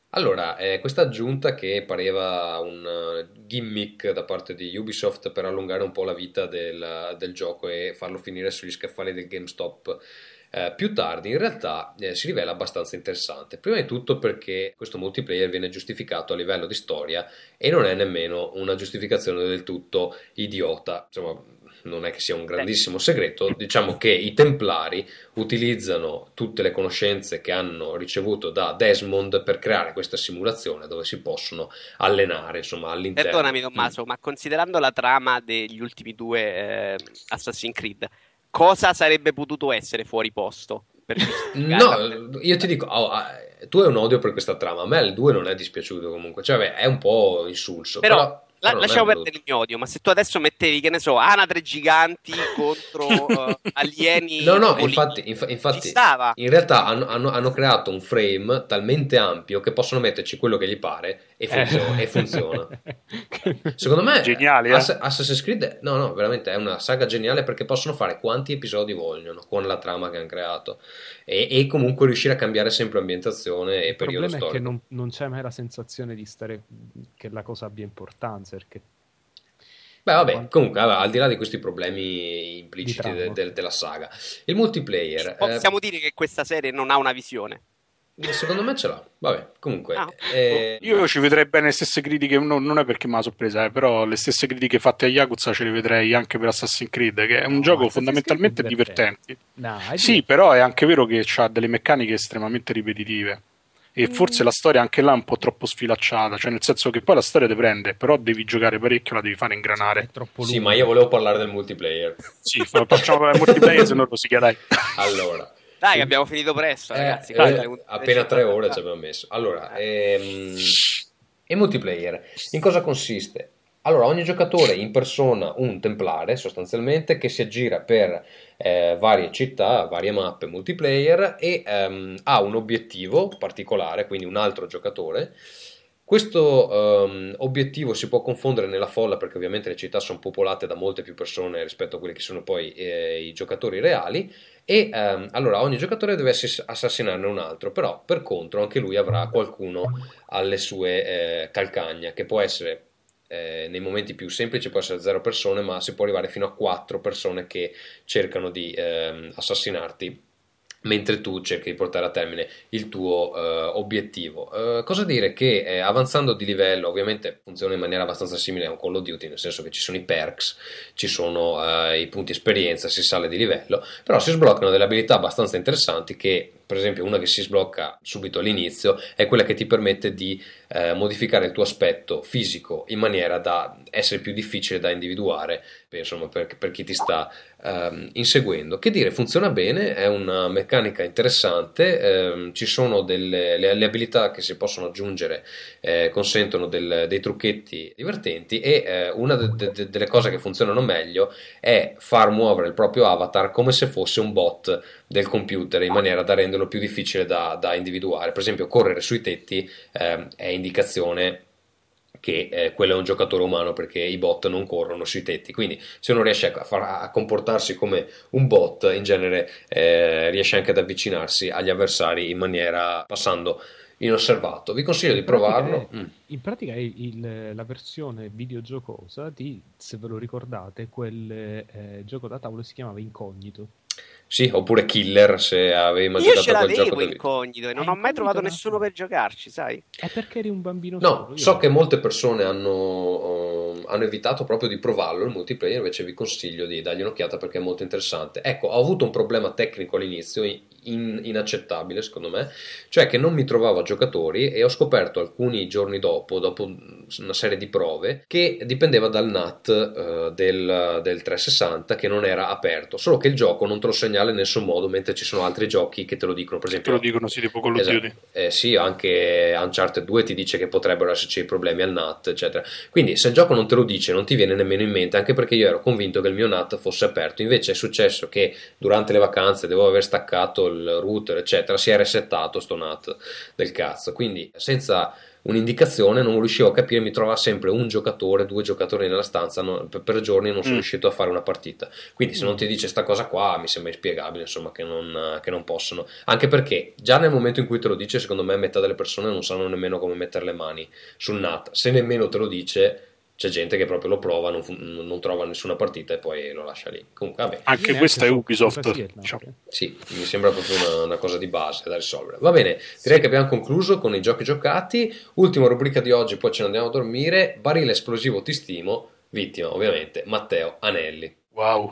Allora, questa aggiunta che pareva un gimmick da parte di Ubisoft per allungare un po' la vita del gioco e farlo finire sugli scaffali del GameStop più tardi, in realtà si rivela abbastanza interessante. Prima di tutto perché questo multiplayer viene giustificato a livello di storia e non è nemmeno una giustificazione del tutto idiota. Insomma, non è che sia un grandissimo segreto, diciamo che i Templari utilizzano tutte le conoscenze che hanno ricevuto da Desmond per creare questa simulazione dove si possono allenare, insomma, all'interno. Perdonami Tommaso, ma considerando la trama degli ultimi due Assassin's Creed, cosa sarebbe potuto essere fuori posto? No, io ti dico, tu hai un odio per questa trama, a me il 2 non è dispiaciuto comunque, cioè vabbè, è un po' insulso, però lasciamo perdere il mio odio, ma se tu adesso mettevi, che ne so, anatre giganti contro alieni, no, infatti ci stava. In realtà hanno creato un frame talmente ampio che possono metterci quello che gli pare e funziona. Secondo me geniale, Assassin's Creed no, veramente è una saga geniale perché possono fare quanti episodi vogliono con la trama che hanno creato e comunque riuscire a cambiare sempre ambientazione e periodo storico. Il problema è che non c'è mai la sensazione di stare che la cosa abbia importanza, perché beh, vabbè, comunque, al di là di questi problemi impliciti della saga, il multiplayer... Possiamo dire che questa serie non ha una visione? Secondo me ce l'ha, vabbè, comunque... Io ci vedrei bene le stesse critiche, non è perché me la sorpresa, però le stesse critiche fatte a Yakuza ce le vedrei anche per Assassin's Creed, che è un gioco fondamentalmente divertente. Sì, però è anche vero che ha delle meccaniche estremamente ripetitive. E forse la storia anche là è un po' troppo sfilacciata, cioè nel senso che poi la storia ti prende, però devi giocare parecchio, la devi fare ingranare. È troppo lungo. Sì, ma io volevo parlare del multiplayer. Sì, facciamo il multiplayer, se no rosica, dai. Allora, dai, abbiamo finito presto, ragazzi. Appena 3 ore ci abbiamo messo. Allora, il multiplayer in cosa consiste? Allora, ogni giocatore impersona un templare sostanzialmente che si aggira per varie città, varie mappe multiplayer e ha un obiettivo particolare, quindi un altro giocatore. Questo obiettivo si può confondere nella folla perché ovviamente le città sono popolate da molte più persone rispetto a quelli che sono poi i giocatori reali e allora ogni giocatore deve assassinarne un altro, però per contro anche lui avrà qualcuno alle sue calcagna, che può essere nei momenti più semplici può essere 0 persone, ma si può arrivare fino a 4 persone che cercano di assassinarti mentre tu cerchi di portare a termine il tuo obiettivo. Cosa dire? Che avanzando di livello ovviamente funziona in maniera abbastanza simile a un Call of Duty, nel senso che ci sono i perks, ci sono i punti esperienza, si sale di livello, però si sbloccano delle abilità abbastanza interessanti che, per esempio, una che si sblocca subito all'inizio è quella che ti permette di modificare il tuo aspetto fisico in maniera da essere più difficile da individuare, insomma, per chi ti sta inseguendo. Che dire, funziona bene, è una meccanica interessante, ci sono le abilità che si possono aggiungere, consentono dei trucchetti divertenti e una delle cose che funzionano meglio è far muovere il proprio avatar come se fosse un bot del computer, in maniera da renderlo più difficile da individuare. Per esempio, correre sui tetti è indicazione che quello è un giocatore umano, perché i bot non corrono sui tetti, quindi se uno riesce a comportarsi come un bot, in genere riesce anche ad avvicinarsi agli avversari in maniera passando inosservato. Vi consiglio di provarlo. In pratica la versione videogiocosa di, se ve lo ricordate, quel gioco da tavolo si chiamava Incognito. Sì, oppure Killer, se avevi mai giocato a quel gioco. Io ce l'avevo Incognito e non ho mai trovato nessuno per giocarci, sai? È perché eri un bambino solo. No, so che molte persone hanno evitato proprio di provarlo il multiplayer, invece vi consiglio di dargli un'occhiata perché è molto interessante. Ecco, ho avuto un problema tecnico all'inizio inaccettabile secondo me, cioè che non mi trovavo giocatori e ho scoperto alcuni giorni dopo una serie di prove che dipendeva dal NAT del 360 che non era aperto, solo che il gioco non te lo segnala in nessun modo, mentre ci sono altri giochi che te lo dicono, per esempio te lo dicono, sì, tipo Call of Duty. Sì, anche Uncharted 2 ti dice che potrebbero esserci problemi al NAT, eccetera. Quindi se il gioco non te lo dice non ti viene nemmeno in mente, anche perché io ero convinto che il mio NAT fosse aperto. Invece è successo che durante le vacanze devo aver staccato il router, eccetera, si è resettato sto NAT del cazzo, quindi senza un'indicazione, non riuscivo a capire, mi trovava sempre un giocatore, 2 giocatori nella stanza, per giorni non sono riuscito a fare una partita. Quindi se non ti dice sta cosa qua mi sembra inspiegabile, insomma, che non possono, anche perché già nel momento in cui te lo dice, secondo me metà delle persone non sanno nemmeno come mettere le mani sul NAT. Se nemmeno te lo dice, c'è gente che proprio lo prova, non trova nessuna partita e poi lo lascia lì. Comunque, vabbè. Anche questa è Ubisoft. Sì, mi sembra proprio una cosa di base da risolvere. Va bene, direi che abbiamo concluso con i giochi giocati. Ultima rubrica di oggi, poi ce ne andiamo a dormire. Barile esplosivo ti stimo, vittima ovviamente Matteo Anelli. Wow.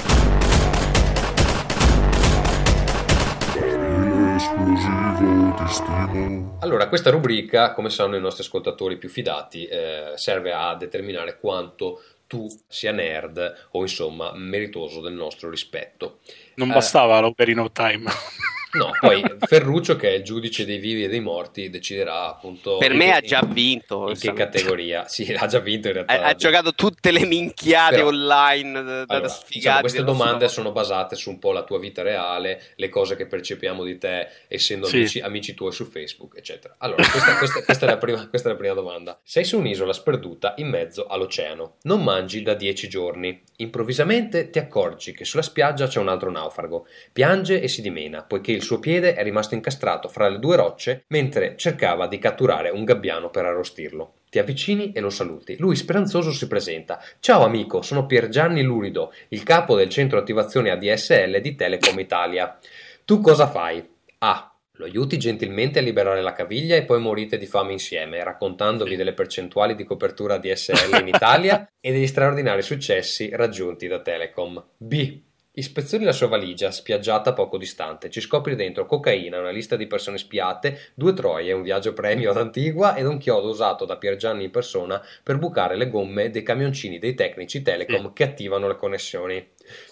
Allora, questa rubrica, come sanno i nostri ascoltatori più fidati, serve a determinare quanto tu sia nerd o insomma meritoso del nostro rispetto. Non bastava l'Ocarina of Time. No, poi Ferruccio, che è il giudice dei vivi e dei morti, deciderà appunto. Per me ha già vinto. In che categoria? Sì, ha già vinto in realtà. Ha giocato tutte le minchiate però, online allora, sfigate. Diciamo, queste domande sono basate su un po' la tua vita reale, le cose che percepiamo di te essendo amici tuoi su Facebook, eccetera. Allora, questa è la prima domanda. Sei su un'isola sperduta in mezzo all'oceano. Non mangi da 10 giorni. Improvvisamente ti accorgi che sulla spiaggia c'è un altro naufrago. Piange e si dimena, poiché il suo piede è rimasto incastrato fra le 2 rocce mentre cercava di catturare un gabbiano per arrostirlo. Ti avvicini e lo saluti. Lui speranzoso si presenta. Ciao amico, sono Piergianni Lurido, il capo del centro attivazione ADSL di Telecom Italia. Tu cosa fai? A. Lo aiuti gentilmente a liberare la caviglia e poi morite di fame insieme, raccontandovi delle percentuali di copertura ADSL in Italia e degli straordinari successi raggiunti da Telecom. B. Ispezioni la sua valigia, spiaggiata poco distante. Ci scopri dentro cocaina, una lista di persone spiate, 2 troie, un viaggio premio ad Antigua ed un chiodo usato da Piergianni in persona per bucare le gomme dei camioncini dei tecnici Telecom che attivano le connessioni.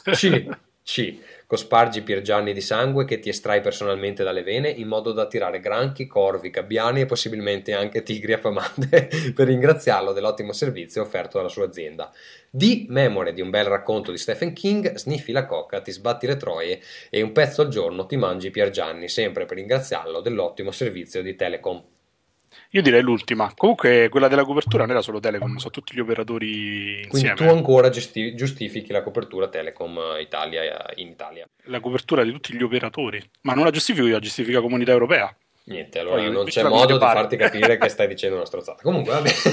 C. Cospargi Piergianni di sangue che ti estrai personalmente dalle vene in modo da attirare granchi, corvi, gabbiani e possibilmente anche tigri affamate per ringraziarlo dell'ottimo servizio offerto dalla sua azienda. D. Memore di un bel racconto di Stephen King, sniffi la coca, ti sbatti le troie e un pezzo al giorno ti mangi Piergianni, sempre per ringraziarlo dell'ottimo servizio di Telecom. Io direi l'ultima. Comunque quella della copertura non era solo Telecom, sono tutti gli operatori insieme. Quindi tu ancora giustifichi la copertura Telecom Italia in Italia. La copertura di tutti gli operatori. Ma non la giustifico io, la giustifica Comunità Europea. Niente, allora non c'è modo di farti capire che stai dicendo una strozzata. Comunque,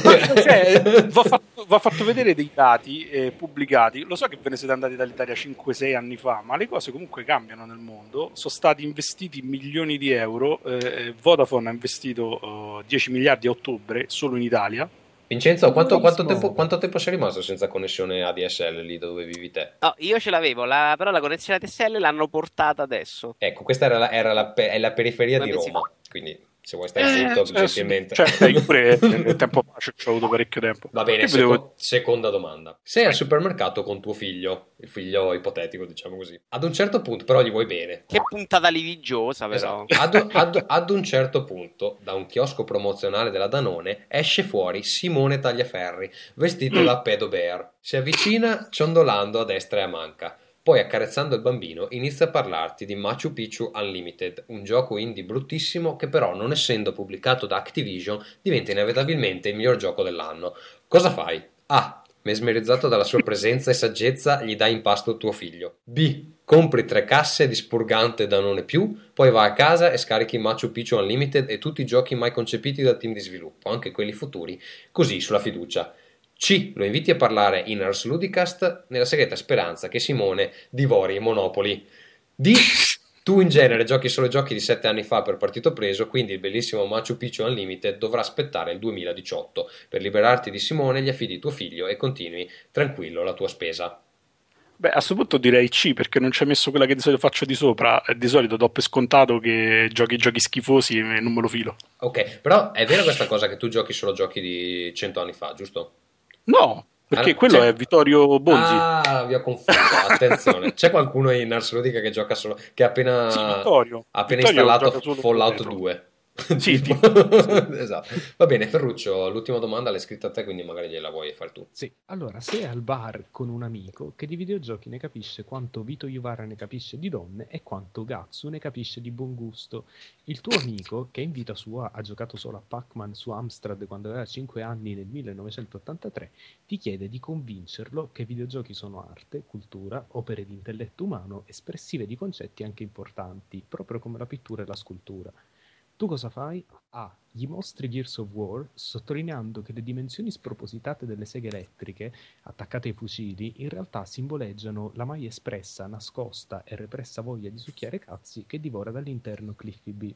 vabbè. Va fatto vedere dei dati pubblicati. Lo so che ve ne siete andati dall'Italia 5-6 anni fa, ma le cose comunque cambiano nel mondo. Sono stati investiti milioni di euro. Vodafone ha investito 10 miliardi a ottobre solo in Italia. Vincenzo, quanto tempo sei rimasto senza connessione ADSL lì dove vivi te? No, io ce l'avevo, però la connessione ADSL l'hanno portata adesso. Ecco, questa è la periferia di Roma, quindi se vuoi stare zitto, gentilmente. Cioè, io pure nel tempo ci ho avuto parecchio tempo. Va bene, seconda domanda. Sei al supermercato con tuo figlio, il figlio ipotetico, diciamo così. Ad un certo punto, però gli vuoi bene. Che puntata litigiosa, però. Esatto. Ad un certo punto, da un chiosco promozionale della Danone, esce fuori Simone Tagliaferri, vestito da Pedo Bear. Si avvicina ciondolando a destra e a manca. Poi, accarezzando il bambino, inizia a parlarti di Machu Picchu Unlimited, un gioco indie bruttissimo che però, non essendo pubblicato da Activision, diventa inevitabilmente il miglior gioco dell'anno. Cosa fai? A. Mesmerizzato dalla sua presenza e saggezza, gli dai in pasto tuo figlio. B. Compri 3 casse di spurgante Danone Più, poi vai a casa e scarichi Machu Picchu Unlimited e tutti i giochi mai concepiti dal team di sviluppo, anche quelli futuri, così sulla fiducia. C. Lo inviti a parlare in Ars Ludicast nella segreta speranza che Simone divori Monopoli. D. Tu in genere giochi solo giochi di 7 anni fa per partito preso, quindi il bellissimo Machu Picchu Unlimited dovrà aspettare il 2018. Per liberarti di Simone gli affidi tuo figlio e continui tranquillo la tua spesa. Beh, a questo punto direi C, perché non ci hai messo quella che di solito faccio di sopra. Di solito do per scontato che giochi schifosi e non me lo filo. Ok, però è vera questa cosa che tu giochi solo giochi di 100 anni fa, giusto? No, perché quello è Vittorio Bonzi. Ah, vi ho confuso, attenzione. C'è qualcuno in Ars Ludica che gioca solo, che ha appena Vittorio installato Fallout 2? Sì, esatto. Va bene, Ferruccio, l'ultima domanda l'hai scritta a te, quindi magari gliela vuoi fare tu. Sì, allora, sei al bar con un amico che di videogiochi ne capisce quanto Vito Iuvara ne capisce di donne e quanto Gatsu ne capisce di buon gusto. Il tuo amico, che in vita sua ha giocato solo a Pac-Man su Amstrad quando aveva 5 anni nel 1983, ti chiede di convincerlo che i videogiochi sono arte, cultura, opere di intelletto umano, espressive di concetti anche importanti, proprio come la pittura e la scultura. Tu cosa fai? Gli mostri Gears of War, sottolineando che le dimensioni spropositate delle seghe elettriche attaccate ai fucili in realtà simboleggiano la mai espressa, nascosta e repressa voglia di succhiare cazzi che divora dall'interno Cliffy B.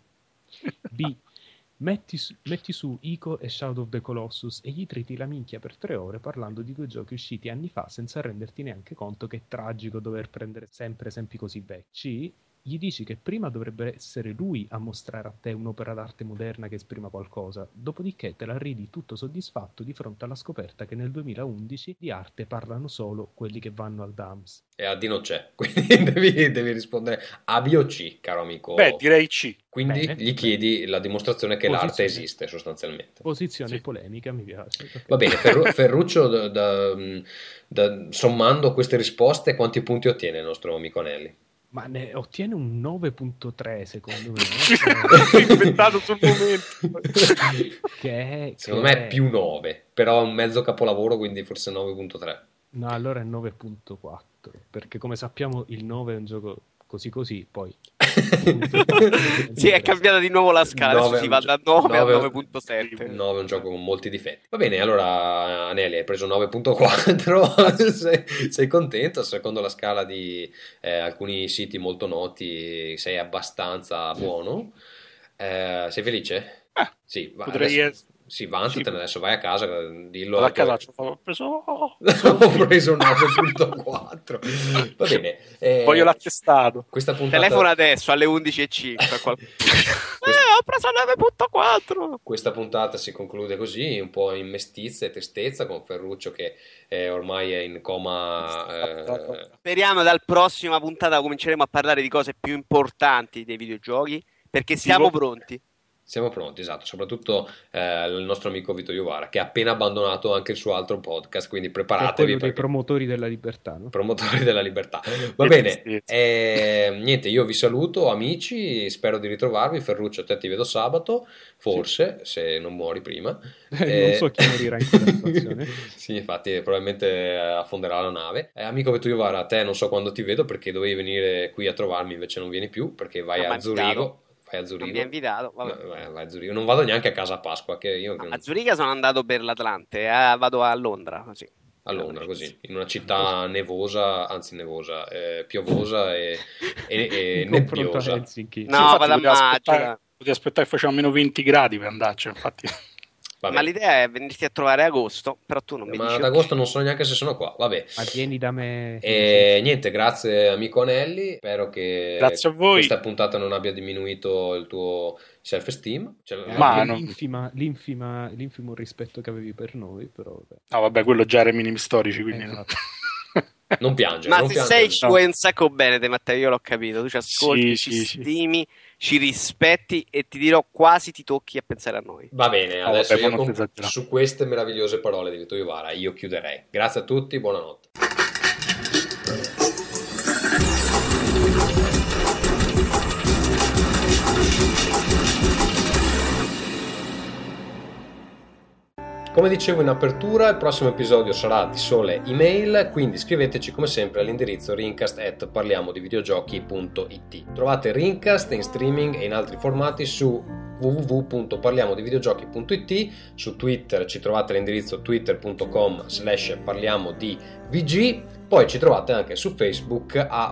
Metti su Ico e Shadow of the Colossus e gli triti la minchia per 3 ore parlando di 2 giochi usciti anni fa senza renderti neanche conto che è tragico dover prendere sempre esempi così vecchi. Gli dici che prima dovrebbe essere lui a mostrare a te un'opera d'arte moderna che esprima qualcosa, dopodiché te la ridi tutto soddisfatto di fronte alla scoperta che nel 2011 di arte parlano solo quelli che vanno al DAMS. E a D non c'è, quindi devi rispondere A, B o C, caro amico. Beh, direi C. Quindi Bene. gli chiedi la dimostrazione che l'arte esiste sostanzialmente. Posizione polemica, mi piace. Va bene, Ferruccio, sommando queste risposte, quanti punti ottiene il nostro amico Anelli? Ma ne ottiene un 9.3 secondo me. Inventato sul momento. Secondo me è più 9, però è un mezzo capolavoro, quindi forse 9.3. No, allora è 9.4, perché come sappiamo il 9 è un gioco così, poi... Sì, è cambiata di nuovo la scala, adesso si va da 9 a 9.7. 9 è un gioco con molti difetti. Va bene, allora Anelli hai preso 9.4, sei contento? Secondo la scala di alcuni siti molto noti sei abbastanza buono. Sei felice? Sì, potrei sì, vantatene adesso, vai a casa, dillo. A casa ho preso 9.4. Va bene. Voglio l'attestato. Questa puntata... Telefono adesso alle 11.05. Ho preso 9.4. Questa puntata si conclude così, un po' in mestizia e tristezza, con Ferruccio che ormai è in coma. Speriamo dal prossima puntata cominceremo a parlare di cose più importanti dei videogiochi, perché siamo pronti. Siamo pronti, esatto, soprattutto il nostro amico Vito Iuvara, che ha appena abbandonato anche il suo altro podcast, quindi preparatevi. Dei promotori della libertà, no? Promotori della libertà. Va bene, niente, io vi saluto, amici, spero di ritrovarvi. Ferruccio, a te ti vedo sabato, forse, se non muori prima. Non so chi morirà in quella situazione. Sì, infatti, probabilmente affonderà la nave. Amico Vito Iuvara, a te non so quando ti vedo, perché dovevi venire qui a trovarmi, invece non vieni più, perché vai a Zurigo. Vai a Zurigo. Non mi ha invitato. Vai a Zurigo. Non vado neanche a casa a Pasqua. A Zurigo sono andato per l'Atlante, vado a Londra. Così. A Londra, così, in una città piovosa e nebbiosa. No, vado a maggio. Potevi aspettare che faceva meno 20 gradi per andarci, infatti. Vabbè. Ma l'idea è venirti a trovare agosto, però tu non mi dici. Ma ad agosto non so neanche se sono qua, vabbè. Ma vieni da me. E niente, grazie amico Anelli, spero che grazie a voi. Questa puntata non abbia diminuito il tuo self-esteem. Ma l'infimo rispetto che avevi per noi, però. No, vabbè, quello già era minimi storici, quindi esatto. Non piangere. Ma non se piangere. sei ci vuoi un sacco bene, te Matteo, io l'ho capito. Tu ci ascolti, ci stimi, ci rispetti e ti dirò quasi ti tocchi a pensare a noi. Va bene, adesso su queste meravigliose parole di Vito Iuvara io chiuderei. Grazie a tutti, buonanotte. Come dicevo in apertura, il prossimo episodio sarà di sole email, quindi scriveteci come sempre all'indirizzo rincast@parliamodivideogiochi.it. Trovate Rincast in streaming e in altri formati su www.parliamodivideogiochi.it. Su Twitter ci trovate all'indirizzo twitter.com/parliamodivg. Poi ci trovate anche su Facebook a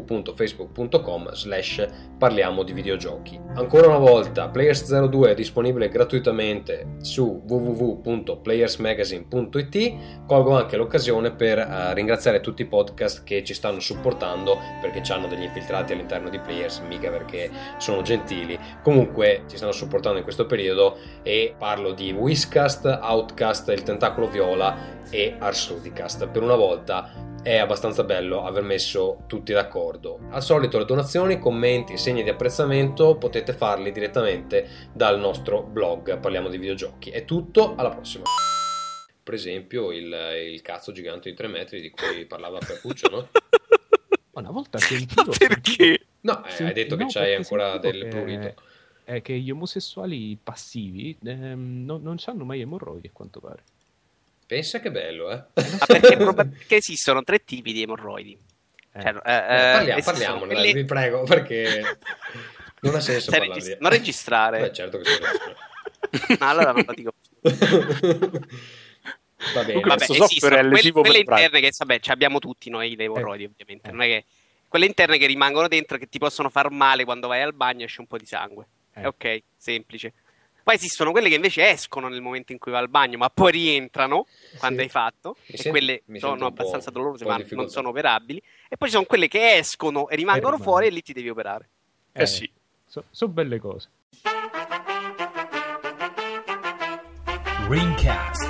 www.facebook.com/parliamodivideogiochi. Ancora una volta, Players02 è disponibile gratuitamente su www.playersmagazine.it. Colgo anche l'occasione per ringraziare tutti i podcast che ci stanno supportando, perché ci hanno degli infiltrati all'interno di Players, mica perché sono gentili. Comunque ci stanno stanno supportando in questo periodo, e parlo di Whiscast, Outcast, il Tentacolo Viola e Arsudicast. Per una volta è abbastanza bello aver messo tutti d'accordo. Al solito le donazioni, commenti, segni di apprezzamento potete farli direttamente dal nostro blog Parliamo di Videogiochi. È tutto, alla prossima. Per esempio il cazzo gigante di 3 metri di cui parlava Percuccio, no? Una volta sentivo... Perché? No, hai detto che c'hai ancora del prurito. Che gli omosessuali passivi non hanno mai emorroidi, a quanto pare. Pensa che bello, eh? Perché esistono 3 tipi di emorroidi. Parliamone, vi prego, perché non ha senso parlare di... Non registrare. Beh, certo che si registra. No, allora non lo dico. Vabbè, esistono quelle interne che abbiamo tutti noi le emorroidi, ovviamente. Non è che quelle interne che rimangono dentro, che ti possono far male quando vai al bagno e esce un po' di sangue. È ok, semplice. Poi esistono quelle che invece escono nel momento in cui vai al bagno, ma poi rientrano quando hai fatto, e quelle sono abbastanza dolorose, ma non sono operabili. E poi ci sono quelle che escono e rimangono fuori, e lì ti devi operare. Sì. Sono belle cose. Ringcast.